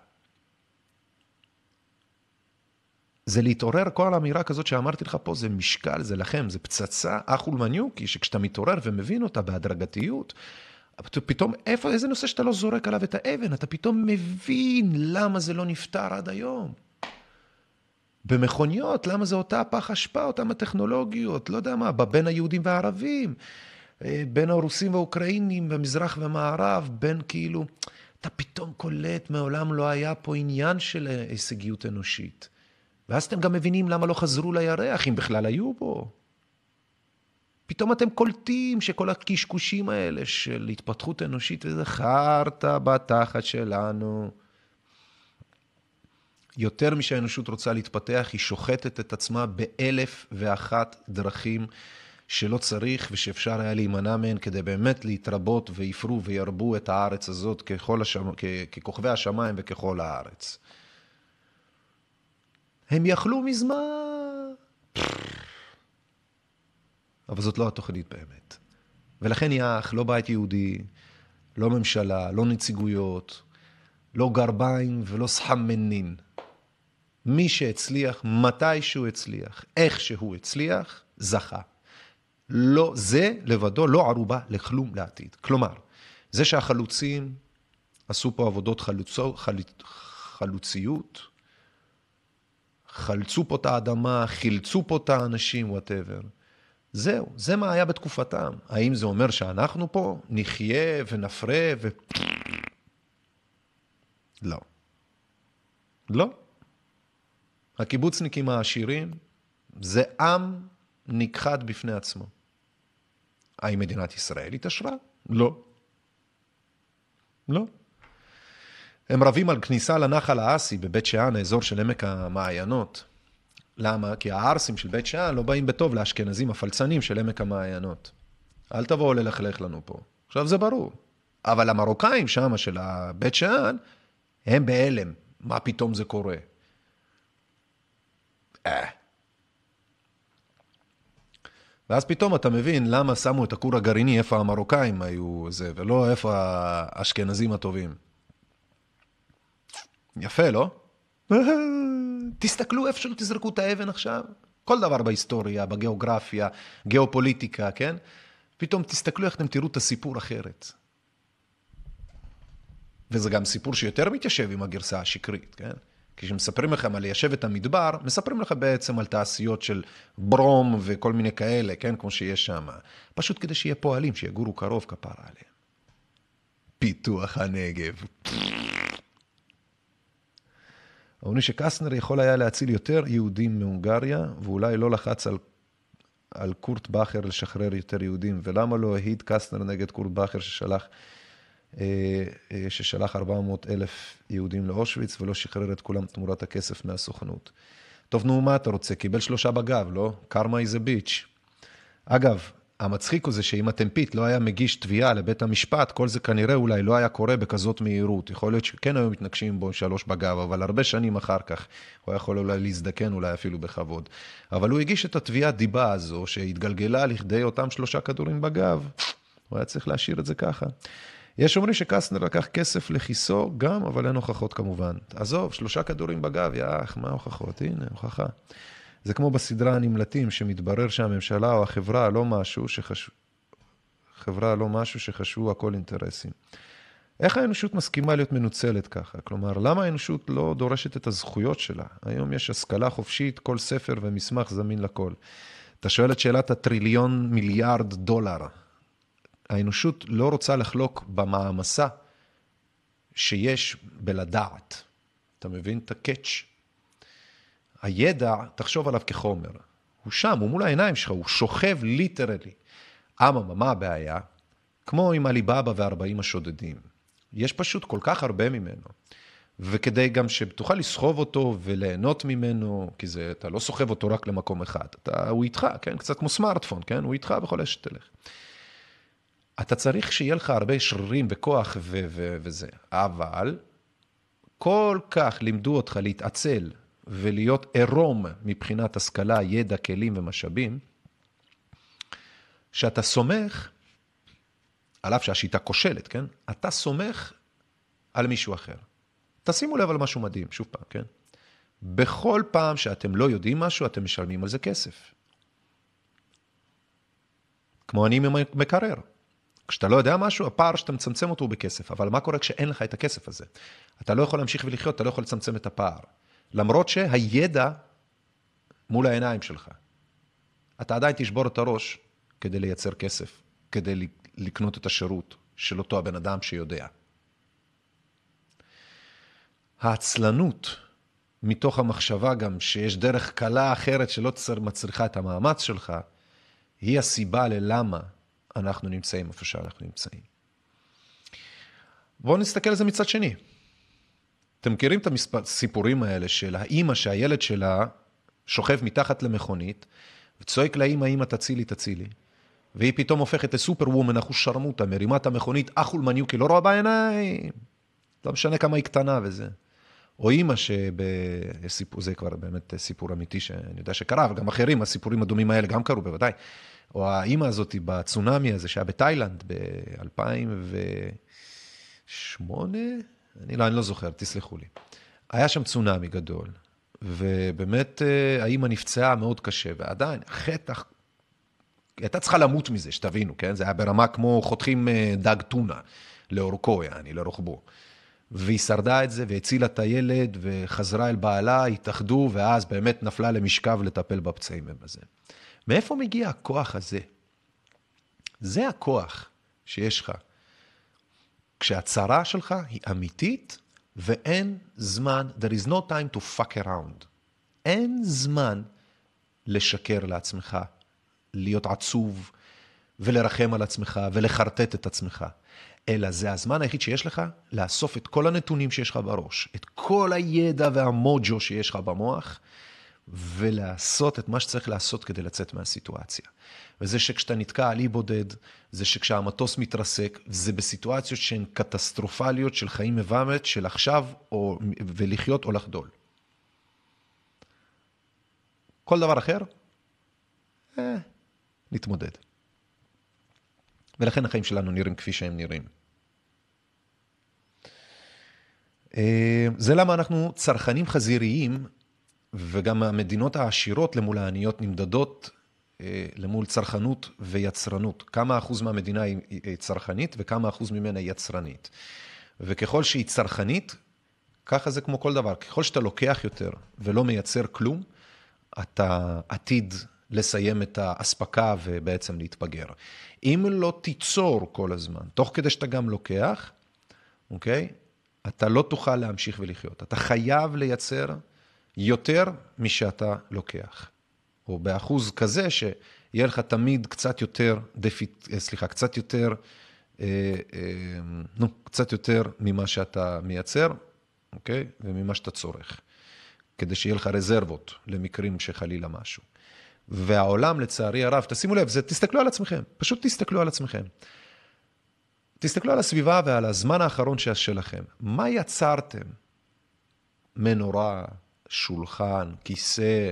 S1: זה להתעורר, כל האמירה כזאת שאמרתי לך פה, זה משקל, זה לכם, זה פצצה, אחול מניוקי, שכשאתה מתעורר ומבין אותה בהדרגתיות, פתאום, איפה, איזה נושא שאתה לא זורק עליו את האבן, אתה פתאום מבין למה זה לא נפטר עד היום. במכוניות, למה זה אותה פח אשפה, אותם הטכנולוגיות, לא יודע מה, בין היהודים והערבים, בין הרוסים והאוקראינים, במזרח ומערב, בין כאילו, אתה פתאום קולט, מעולם לא היה פה עניין של הישגיות אנושית. ואז אתם גם מבינים למה לא חזרו לירח, אם בכלל היו בו. פתאום אתם קולטים שכל הקשקושים האלה של התפתחות אנושית, וזה חרטה בתחת שלנו. יותר משהאנושות רוצה להתפתח, היא שוחטת את עצמה באלף ואחת דרכים שלא צריך ושאפשר היה להימנע מהן, כדי באמת להתרבות ויפרו וירבו את הארץ הזאת ככל השמ... כ... ככוכבי השמיים וככל הארץ. הם יכלו מזמן. אבל זאת לא התוכנית באמת. ולכן יח, לא בית יהודי, לא ממשלה, לא נציגויות, לא גרביים ולא סחמנין. מי שהצליח, מתי שהוא הצליח, איך שהוא הצליח, זכה. לא, זה לבדו לא ערובה לכלום לעתיד. כלומר, זה שהחלוצים עשו פה עבודות חלוצו, חל... חלוציות, חלצו פה את האדמה, חילצו פה את האנשים, whatever. זהו, זה מה היה בתקופתם. האם זה אומר שאנחנו פה נחיה ונפרה ו... לא. לא. הקיבוצניקים העשירים זה עם נכחד בפני עצמו. האם מדינת ישראל התעשרה? לא. לא. הם רבים על כניסה לנחל האסי בבית שאן, האזור של עמק המעיינות. למה? כי הערסים של בית שאן לא באים בטוב לאשכנזים הפלצנים של עמק המעיינות. אל תבואו ללכלך לנו פה. עכשיו זה ברור. אבל המרוקאים שם של בית שאן, הם בהלם. מה פתאום זה קורה? אה. ואז פתאום אתה מבין למה שמו את הכור הגרעיני, איפה המרוקאים היו זה, ולא איפה האשכנזים הטובים. יפה, לא? תסתכלו איפה שלא תזרקו את האבן עכשיו. כל דבר בהיסטוריה, בגיאוגרפיה, גיאופוליטיקה, כן? פתאום תסתכלו איך אתם תראו את הסיפור אחרת. וזה גם סיפור שיותר מתיישב עם הגרסה השקרית, כן? כשמספרים לכם על ליישב את המדבר, מספרים לכם בעצם על תעשיות של ברום וכל מיני כאלה, כן? כמו שיש שם. פשוט כדי שיהיה פועלים, שיגורו קרוב כפרה עליהם. פיתוח הנגב. אומרים שקסטנר יכול היה להציל יותר יהודים מהונגריה, ואולי לא לחץ על, על קורט באחר לשחרר יותר יהודים. ולמה לא העיד קסטנר נגד קורט באחר ששלח, ששלח ארבע מאות אלף יהודים לאושוויץ, ולא שחרר את כולם תמורת הכסף מהסוכנות. טוב, נו, מה אתה רוצה? קיבל שלושה בגב, לא? קרמה is a bitch. אגב, המצחיק הוא זה שאם התמפית לא היה מגיש תביעה לבית המשפט, כל זה כנראה אולי לא היה קורה בכזאת מהירות. יכול להיות שכן היו מתנגשים בו שלוש בגב, אבל הרבה שנים אחר כך הוא יכול אולי להזדקן, אולי אפילו בכבוד. אבל הוא הגיש את התביעה דיבה הזו, שהתגלגלה לכדי אותם שלושה כדורים בגב. הוא היה צריך להשאיר את זה ככה. יש אומרים שקסטנר לקח כסף לכיסו גם, אבל אין הוכחות כמובן. עזוב, שלושה כדורים בגב, יאח, מה הוכחות? הנה, הוכחה. זה כמו בסדרה הנמלטים, שמתברר שהממשלה או החברה לא משהו שחשו, חברה לא משהו שחשבו הכל אינטרסים. איך האנושות מסכימה להיות מנוצלת ככה? כלומר, למה האנושות לא דורשת את הזכויות שלה? היום יש השכלה חופשית, כל ספר ומסמך זמין לכל. אתה שואל את שאלת הטריליון מיליארד דולר. האנושות לא רוצה לחלוק במעמסה שיש בלדעת. אתה מבין את הקאץ'? הידע, תחשוב עליו כחומר. הוא שם, הוא מול העיניים שלך, הוא שוכב ליטרלי. אממה, מה הבעיה? כמו עם הליבאבא וארבעים השודדים. יש פשוט כל כך הרבה ממנו. וכדי גם שתוכל לסחוב אותו וליהנות ממנו, כי זה, אתה לא סוחב אותו רק למקום אחד. אתה, הוא איתך, כן? קצת כמו סמארטפון, כן? הוא איתך בכל שתלך. אתה צריך שיהיה לך הרבה שרירים וכוח ו- ו- וזה. אבל כל כך לימדו אותך להתעצל ולהיות עירום מבחינת השכלה, ידע, כלים ומשאבים, שאתה סומך, על אף שהשיטה כושלת, כן? אתה סומך על מישהו אחר. תשימו לב על משהו מדהים, שוב פעם, כן? בכל פעם שאתם לא יודעים משהו, אתם משלמים על זה כסף. כמו אני מקרר. כשאתה לא יודע משהו, הפער שאתה מצמצם אותו הוא בכסף. אבל מה קורה כשאין לך את הכסף הזה? אתה לא יכול להמשיך ולחיות, אתה לא יכול לצמצם את הפער. למרות שהידע מול העיניים שלך. אתה עדיין תשבור את הראש כדי לייצר כסף, כדי לקנות את השירות של אותו הבן אדם שיודע. העצלנות, מתוך המחשבה גם שיש דרך קלה אחרת שלא מצריכה את המאמץ שלך, היא הסיבה ללמה אנחנו נמצאים איפה שאנחנו נמצאים. בואו נסתכל על זה מצד שני. אתם מכירים את הסיפורים האלה של האמא שהילד שלה שוכב מתחת למכונית, וצועק לאמא, אמא תצילי, תצילי. והיא פתאום הופכת לסופר וומן, אחו שרמוטה, מרימה את המכונית, אחול מניוקי, לא רואה בעיניים. לא משנה כמה היא קטנה וזה. או אמא שבסיפור, זה כבר באמת סיפור אמיתי שאני יודע שקרה, וגם אחרים, הסיפורים הדומים האלה גם קרו בוודאי. או האמא הזאת בצונמי הזה שהיה בתאילנד ב-אלפיים ושמונה, אני לא, אני לא זוכר, תסלחו לי. היה שם צונמי גדול, ובאמת האמא נפצעה מאוד קשה, ועדיין, חטח, היא הייתה צריכה למות מזה, שתבינו, כן? זה היה ברמה כמו חותכים דג טונה, לאורכו, יעני, לרוחבו. והיא שרדה את זה, והצילה את הילד, וחזרה אל בעלה, התאחדו, ואז באמת נפלה למשכב לטפל בפצעים בזה. מאיפה מגיע הכוח הזה? זה הכוח שיש לך. כשהצרה שלך היא אמיתית, ואין זמן, there is no time to fuck around. אין זמן לשקר לעצמך, להיות עצוב, ולרחם על עצמך, ולחרטט את עצמך. אלא זה הזמן היחיד שיש לך, לאסוף את כל הנתונים שיש לך בראש, את כל הידע והמוג'ו שיש לך במוח, ולעשות את מה שצריך לעשות כדי לצאת מהסיטואציה. וזה שכשאתה נתקע על אי בודד, זה שכשהמטוס מתרסק, זה בסיטואציות שהן קטסטרופליות של חיים מבמת, של עכשיו או, ולחיות או לחדול. כל דבר אחר, אה, נתמודד. ולכן החיים שלנו נראים כפי שהם נראים. זה למה אנחנו צרכנים חזיריים וגם המדינות העשירות למול העניות נמדדות למול צרכנות ויצרנות. כמה אחוז מהמדינה היא צרכנית וכמה אחוז ממנה היא יצרנית. וככל שהיא צרכנית, ככה זה כמו כל דבר. ככל שאתה לוקח יותר ולא מייצר כלום, אתה עתיד לסיים את האספקה ובעצם להתפגר. אם לא תיצור כל הזמן, תוך כדי שאתה גם לוקח, אוקיי? אתה לא תוכל להמשיך ולחיות. אתה חייב לייצר יותר משאתה לוקח. או באחוז כזה שיהיה לך תמיד קצת יותר, דפיט, סליחה, קצת יותר, אה, אה, נו, קצת יותר ממה שאתה מייצר, אוקיי? וממה שאתה צורך. כדי שיהיה לך רזרבות למקרים שחלילה משהו. והעולם, לצערי הרב, תשימו לב, זה, תסתכלו על עצמכם, פשוט תסתכלו על עצמכם. תסתכלו על הסביבה ועל הזמן האחרון שלכם. מה יצרתם? מנורה, שולחן, כיסא,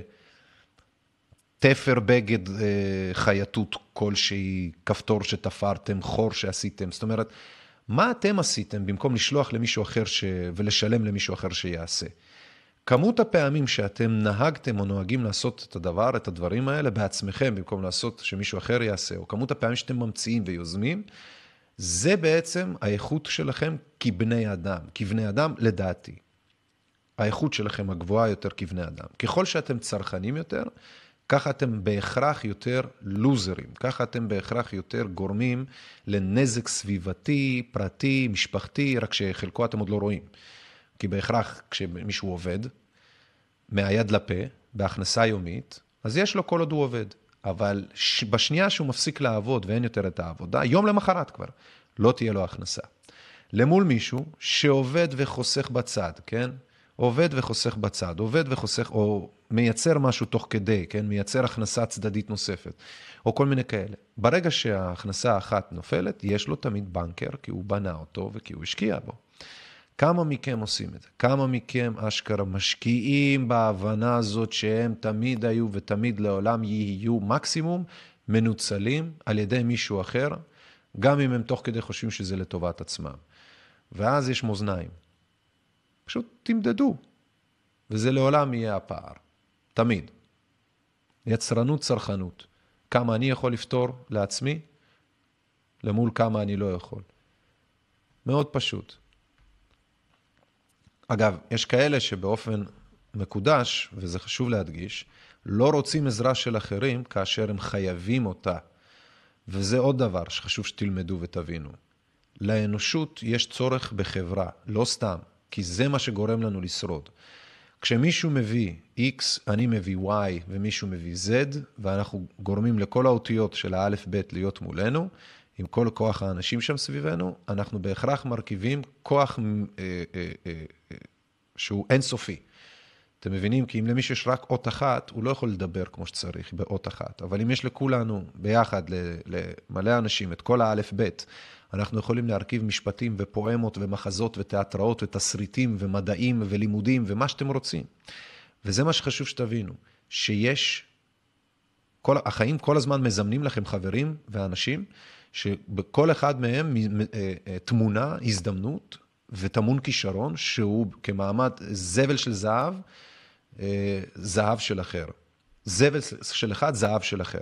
S1: תפר בגד חייתות כלשהי, כפתור שתפרתם, חור שעשיתם. זאת אומרת, מה אתם עשיתם במקום לשלוח למישהו אחר ש... ולשלם למישהו אחר שיעשה? כמות הפעמים שאתם נהגתם או נוהגים לעשות את הדבר, את הדברים האלה בעצמכם, במקום לעשות שמישהו אחר יעשה, או כמות הפעמים שאתם ממציאים ויוזמים, זה בעצם האיכות שלכם כבני אדם, כבני אדם לדעתי. האיכות שלכם הגבוהה יותר כבני אדם. ככל שאתם צרכנים יותר, ככה אתם בהכרח יותר לוזרים, ככה אתם בהכרח יותר גורמים לנזק סביבתי, פרטי, משפחתי, רק שחלקו אתם עוד לא רואים. כי בהכרח כשמישהו עובד, מהיד לפה, בהכנסה יומית, אז יש לו כל עוד הוא עובד. אבל בשנייה שהוא מפסיק לעבוד ואין יותר את העבודה, יום למחרת כבר, לא תהיה לו הכנסה. למול מישהו שעובד וחוסך בצד, כן? עובד וחוסך בצד, עובד וחוסך, או מייצר משהו תוך כדי, כן? מייצר הכנסה צדדית נוספת, או כל מיני כאלה. ברגע שההכנסה האחת נופלת, יש לו תמיד בנקר, כי הוא בנה אותו וכי הוא השקיע בו. כמה מכם עושים את זה? כמה מכם אשכרה משקיעים בהבנה הזאת שהם תמיד היו ותמיד לעולם יהיו מקסימום מנוצלים על ידי מישהו אחר, גם אם הם תוך כדי חושבים שזה לטובת עצמם. ואז יש מאזניים. פשוט תמדדו, וזה לעולם יהיה הפער. תמיד. יצרנות, צרכנות. כמה אני יכול לפתור לעצמי, למול כמה אני לא יכול. מאוד פשוט. אגב, יש כאלה שבאופן מקודש, וזה חשוב להדגיש, לא רוצים עזרה של אחרים כאשר הם חייבים אותה. וזה עוד דבר שחשוב שתלמדו ותבינו. לאנושות יש צורך בחברה, לא סתם, כי זה מה שגורם לנו לשרוד. כשמישהו מביא X, אני מביא Y, ומישהו מביא Z, ואנחנו גורמים לכל האותיות של האלף בית להיות מולנו, עם כל כוח האנשים שם סביבנו, אנחנו בהכרח מרכיבים כוח אה, אה, אה, שהוא אינסופי. אתם מבינים? כי אם למישהו יש רק אות אחת, הוא לא יכול לדבר כמו שצריך באות אחת. אבל אם יש לכולנו ביחד, למלא אנשים, את כל האלף בית, אנחנו יכולים להרכיב משפטים ופואמות ומחזות ותיאטראות ותסריטים ומדעים ולימודים ומה שאתם רוצים. וזה מה שחשוב שתבינו, שיש, כל, החיים כל הזמן מזמנים לכם חברים ואנשים, שבכל אחד מהם תמונה, הזדמנות ותמון כישרון, שהוא כמעמד זבל של זהב, זהב של אחר. זבל של אחד, זהב של אחר.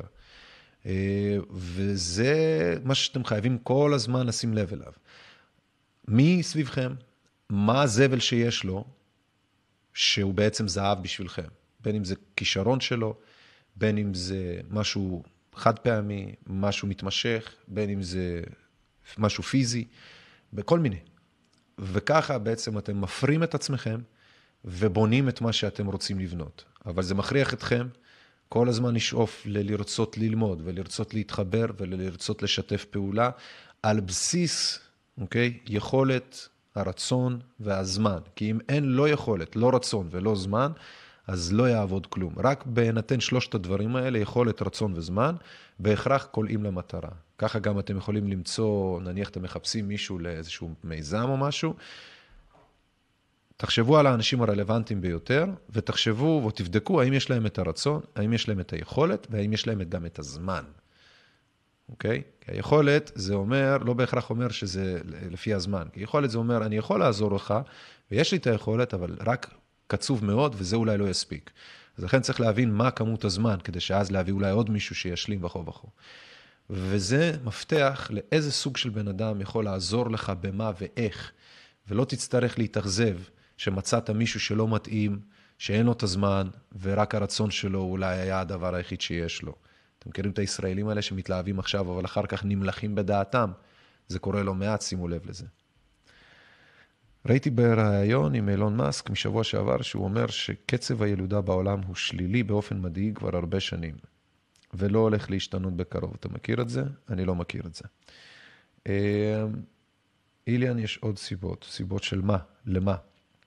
S1: וזה מה שאתם חייבים כל הזמן לשים לב אליו. מי סביבכם? מה הזבל שיש לו, שהוא בעצם זהב בשבילכם? בין אם זה כישרון שלו, בין אם זה משהו חד פעמי, משהו מתמשך, בין אם זה משהו פיזי, בכל מיני. וככה בעצם אתם מפרים את עצמכם, ובונים את מה שאתם רוצים לבנות. אבל זה מכריח אתכם כל הזמן לשאוף ללרצות ללמוד, ולרצות להתחבר, ולרצות לשתף פעולה, על בסיס, אוקיי, יכולת, הרצון והזמן. כי אם אין לא יכולת, לא רצון ולא זמן, אז לא יעבוד כלום. רק בהינתן שלושת הדברים האלה, יכולת, רצון וזמן, בהכרח קולעים למטרה. ככה גם אתם יכולים למצוא, נניח אתם מחפשים מישהו לאיזשהו מיזם או משהו, תחשבו על האנשים הרלוונטיים ביותר, ותחשבו ותבדקו האם יש להם את הרצון, האם יש להם את היכולת, והאם יש להם גם את הזמן. אוקיי? כי היכולת זה אומר, לא בהכרח אומר שזה לפי הזמן. כי יכולת זה אומר, אני יכול לעזור לך, ויש לי את היכולת, אבל רק קצוב מאוד, וזה אולי לא יספיק. אז לכן צריך להבין מה כמות הזמן, כדי שאז להביא אולי עוד מישהו שישלים וכו וכו. וזה מפתח לאיזה סוג של בן אדם יכול לעזור לך במה ואיך, ולא תצטרך להתאכזב שמצאת מישהו שלא מתאים, שאין לו את הזמן, ורק הרצון שלו אולי היה הדבר היחיד שיש לו. אתם מכירים את הישראלים האלה שמתלהבים עכשיו, אבל אחר כך נמלכים בדעתם. זה קורה לא מעט, שימו לב לזה. ראיתי בראיון עם אילון מאסק משבוע שעבר, שהוא אומר שקצב הילודה בעולם הוא שלילי באופן מדאיג כבר הרבה שנים, ולא הולך להשתנות בקרוב. אתה מכיר את זה? אני לא מכיר את זה. איליאן, יש עוד סיבות. סיבות של מה? למה?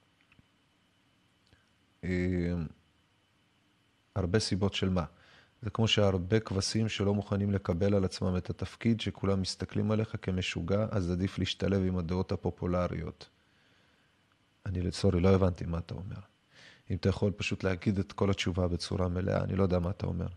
S1: הרבה סיבות של מה? זה כמו שהרבה כבשים שלא מוכנים לקבל על עצמם את התפקיד, שכולם מסתכלים עליך כמשוגע, אז עדיף להשתלב עם הדעות הפופולריות. אני, סורי, לא הבנתי מה אתה אומר. אם אתה יכול פשוט להגיד את כל התשובה בצורה מלאה, אני לא יודע מה אתה אומר.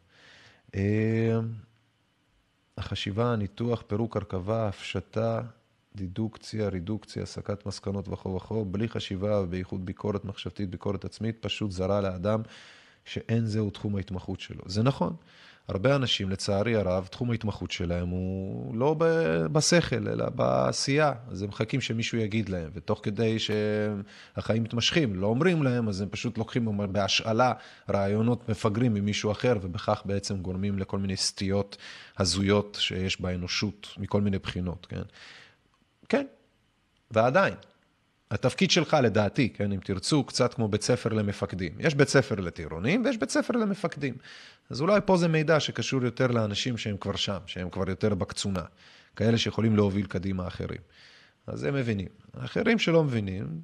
S1: החשיבה, הניתוח, פירוק הרכבה, הפשטה, דידוקציה, רידוקציה, הסקת מסקנות וכו וכו, בלי חשיבה ובייחוד ביקורת מחשבתית, ביקורת עצמית, פשוט זרה לאדם שאין זהו תחום ההתמחות שלו. זה נכון. הרבה אנשים, לצערי הרב, תחום ההתמחות שלהם הוא לא בשכל, אלא בעשייה. אז הם מחכים שמישהו יגיד להם, ותוך כדי שהחיים מתמשכים, לא אומרים להם, אז הם פשוט לוקחים בהשאלה רעיונות מפגרים ממישהו אחר, ובכך בעצם גורמים לכל מיני סטיות הזויות שיש באנושות, מכל מיני בחינות, כן? כן, ועדיין. התפקיד שלך לדעתי, כן, אם תרצו, קצת כמו בית ספר למפקדים. יש בית ספר לטירונים ויש בית ספר למפקדים. אז אולי פה זה מידע שקשור יותר לאנשים שהם כבר שם, שהם כבר יותר בקצונה. כאלה שיכולים להוביל קדימה אחרים. אז הם מבינים. האחרים שלא מבינים,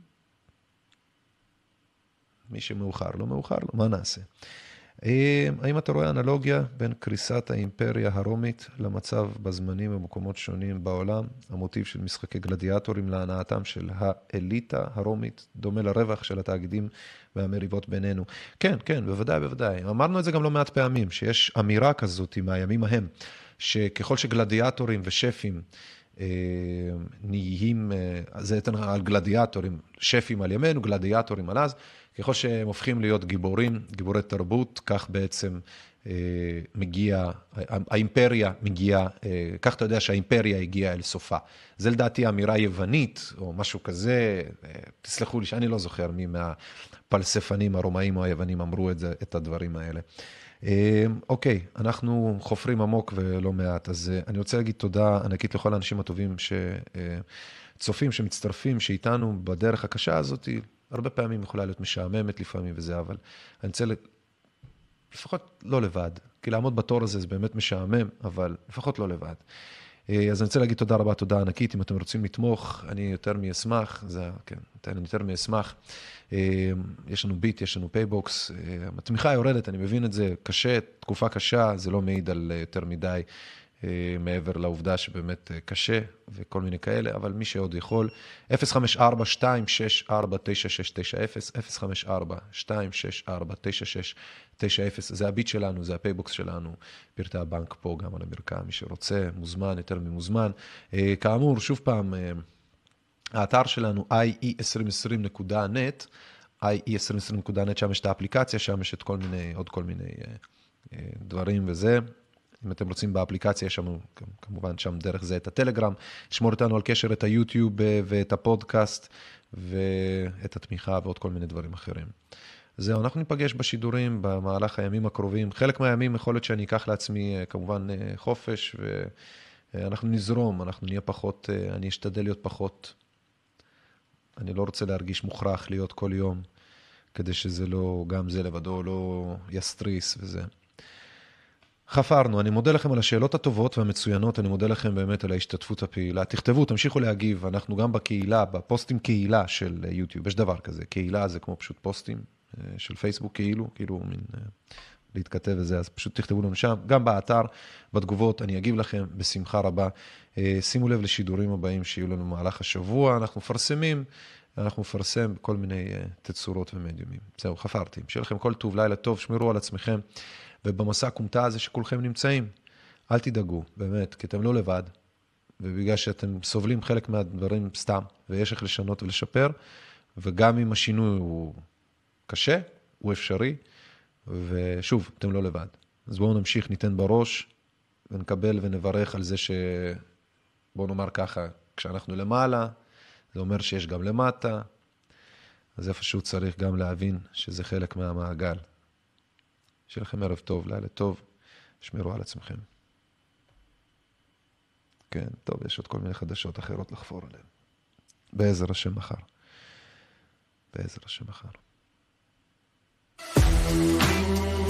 S1: מי שמאוחר לא מאוחר לו, מה נעשה? האם אתה רואה אנלוגיה בין קריסת האימפריה הרומית למצב בזמנים ומקומות שונים בעולם? המוטיב של משחקי גלדיאטורים להנאתם של האליטה הרומית, דומה לרווח של התאגידים והמריבות בינינו. כן, כן, בוודאי, בוודאי. אמרנו את זה גם לא מעט פעמים, שיש אמירה כזאת מהימים ההם, שככל שגלדיאטורים ושפים נהיים, זה על גלדיאטורים, שפים על ימינו, גלדיאטורים על אז, ככל שהם הופכים להיות גיבורים, גיבורי תרבות, כך בעצם אה, מגיע, האימפריה מגיעה, אה, כך אתה יודע שהאימפריה הגיעה אל סופה. זה לדעתי אמירה יוונית, או משהו כזה, אה, תסלחו לי שאני לא זוכר מי מהפלספנים הרומאים או היוונים אמרו את, זה, את הדברים האלה. אה, אוקיי, אנחנו חופרים עמוק ולא מעט, אז אה, אני רוצה להגיד תודה ענקית לכל האנשים הטובים שצופים, שמצטרפים, שאיתנו בדרך הקשה הזאת, הרבה פעמים יכולה להיות משעממת לפעמים וזה, אבל אני רוצה לפחות לא לבד, כי לעמוד בתור הזה זה באמת משעמם, אבל לפחות לא לבד. אז אני רוצה להגיד תודה רבה, תודה ענקית, אם אתם רוצים לתמוך, אני יותר מאשמח, זה, כן, אני יותר מאשמח. יש לנו ביט, יש לנו פייבוקס, התמיכה יורדת, אני מבין את זה, קשה, תקופה קשה, זה לא מעיד על יותר מדי, מעבר לעובדה שבאמת קשה וכל מיני כאלה, אבל מי שעוד יכול, אפס חמש ארבע שתיים שש ארבע תשע שש תשע אפס, אפס חמש ארבע שתיים שש ארבע תשע שש תשע אפס, זה הביט שלנו, זה הפייבוקס שלנו, פרטי הבנק פה גם על המרקע, מי שרוצה, מוזמן, יותר ממוזמן. כאמור, שוב פעם, האתר שלנו איי אי עשרים עשרים נקודה נט, איי אי עשרים עשרים נקודה נט, שם יש את האפליקציה, שם יש את כל מיני, עוד כל מיני דברים וזה. אם אתם רוצים באפליקציה, יש לנו כמובן שם דרך זה את הטלגרם, שמור אותנו על קשר את היוטיוב ואת הפודקאסט ואת התמיכה ועוד כל מיני דברים אחרים. זהו, אנחנו ניפגש בשידורים במהלך הימים הקרובים. חלק מהימים יכול להיות שאני אקח לעצמי כמובן חופש ואנחנו נזרום, אנחנו נהיה פחות, אני אשתדל להיות פחות, אני לא רוצה להרגיש מוכרח להיות כל יום, כדי שזה לא, גם זה לבדו לא יסטריס וזה. חפרנו, אני מודה לכם על השאלות הטובות והמצוינות, אני מודה לכם באמת על ההשתתפות הפעילה. תכתבו, תמשיכו להגיב, אנחנו גם בקהילה, בפוסטים קהילה של יוטיוב, יש דבר כזה, קהילה זה כמו פשוט פוסטים של פייסבוק כאילו, כאילו מין להתכתב וזה, אז פשוט תכתבו לנו שם, גם באתר, בתגובות, אני אגיב לכם בשמחה רבה. שימו לב לשידורים הבאים שיהיו לנו במהלך השבוע, אנחנו מפרסמים, אנחנו מפרסם בכל מיני תצורות ומדיומים. זהו, חפרתי. שיהיה לכם כל טוב, לילה טוב, שמרו על עצמכם. ובמסע קומתה הזה שכולכם נמצאים, אל תדאגו, באמת, כי אתם לא לבד, ובגלל שאתם סובלים חלק מהדברים סתם, ויש איך לשנות ולשפר, וגם אם השינוי הוא קשה, הוא אפשרי, ושוב, אתם לא לבד. אז בואו נמשיך, ניתן בראש, ונקבל ונברך על זה ש... בואו נאמר ככה, כשאנחנו למעלה, זה אומר שיש גם למטה, אז איפשהו צריך גם להבין שזה חלק מהמעגל. שיהיה לכם ערב טוב, לילה טוב, שמרו על עצמכם. כן, טוב, יש עוד כל מיני חדשות אחרות לחפור עליהן. בעזר השם מחר. בעזר השם מחר.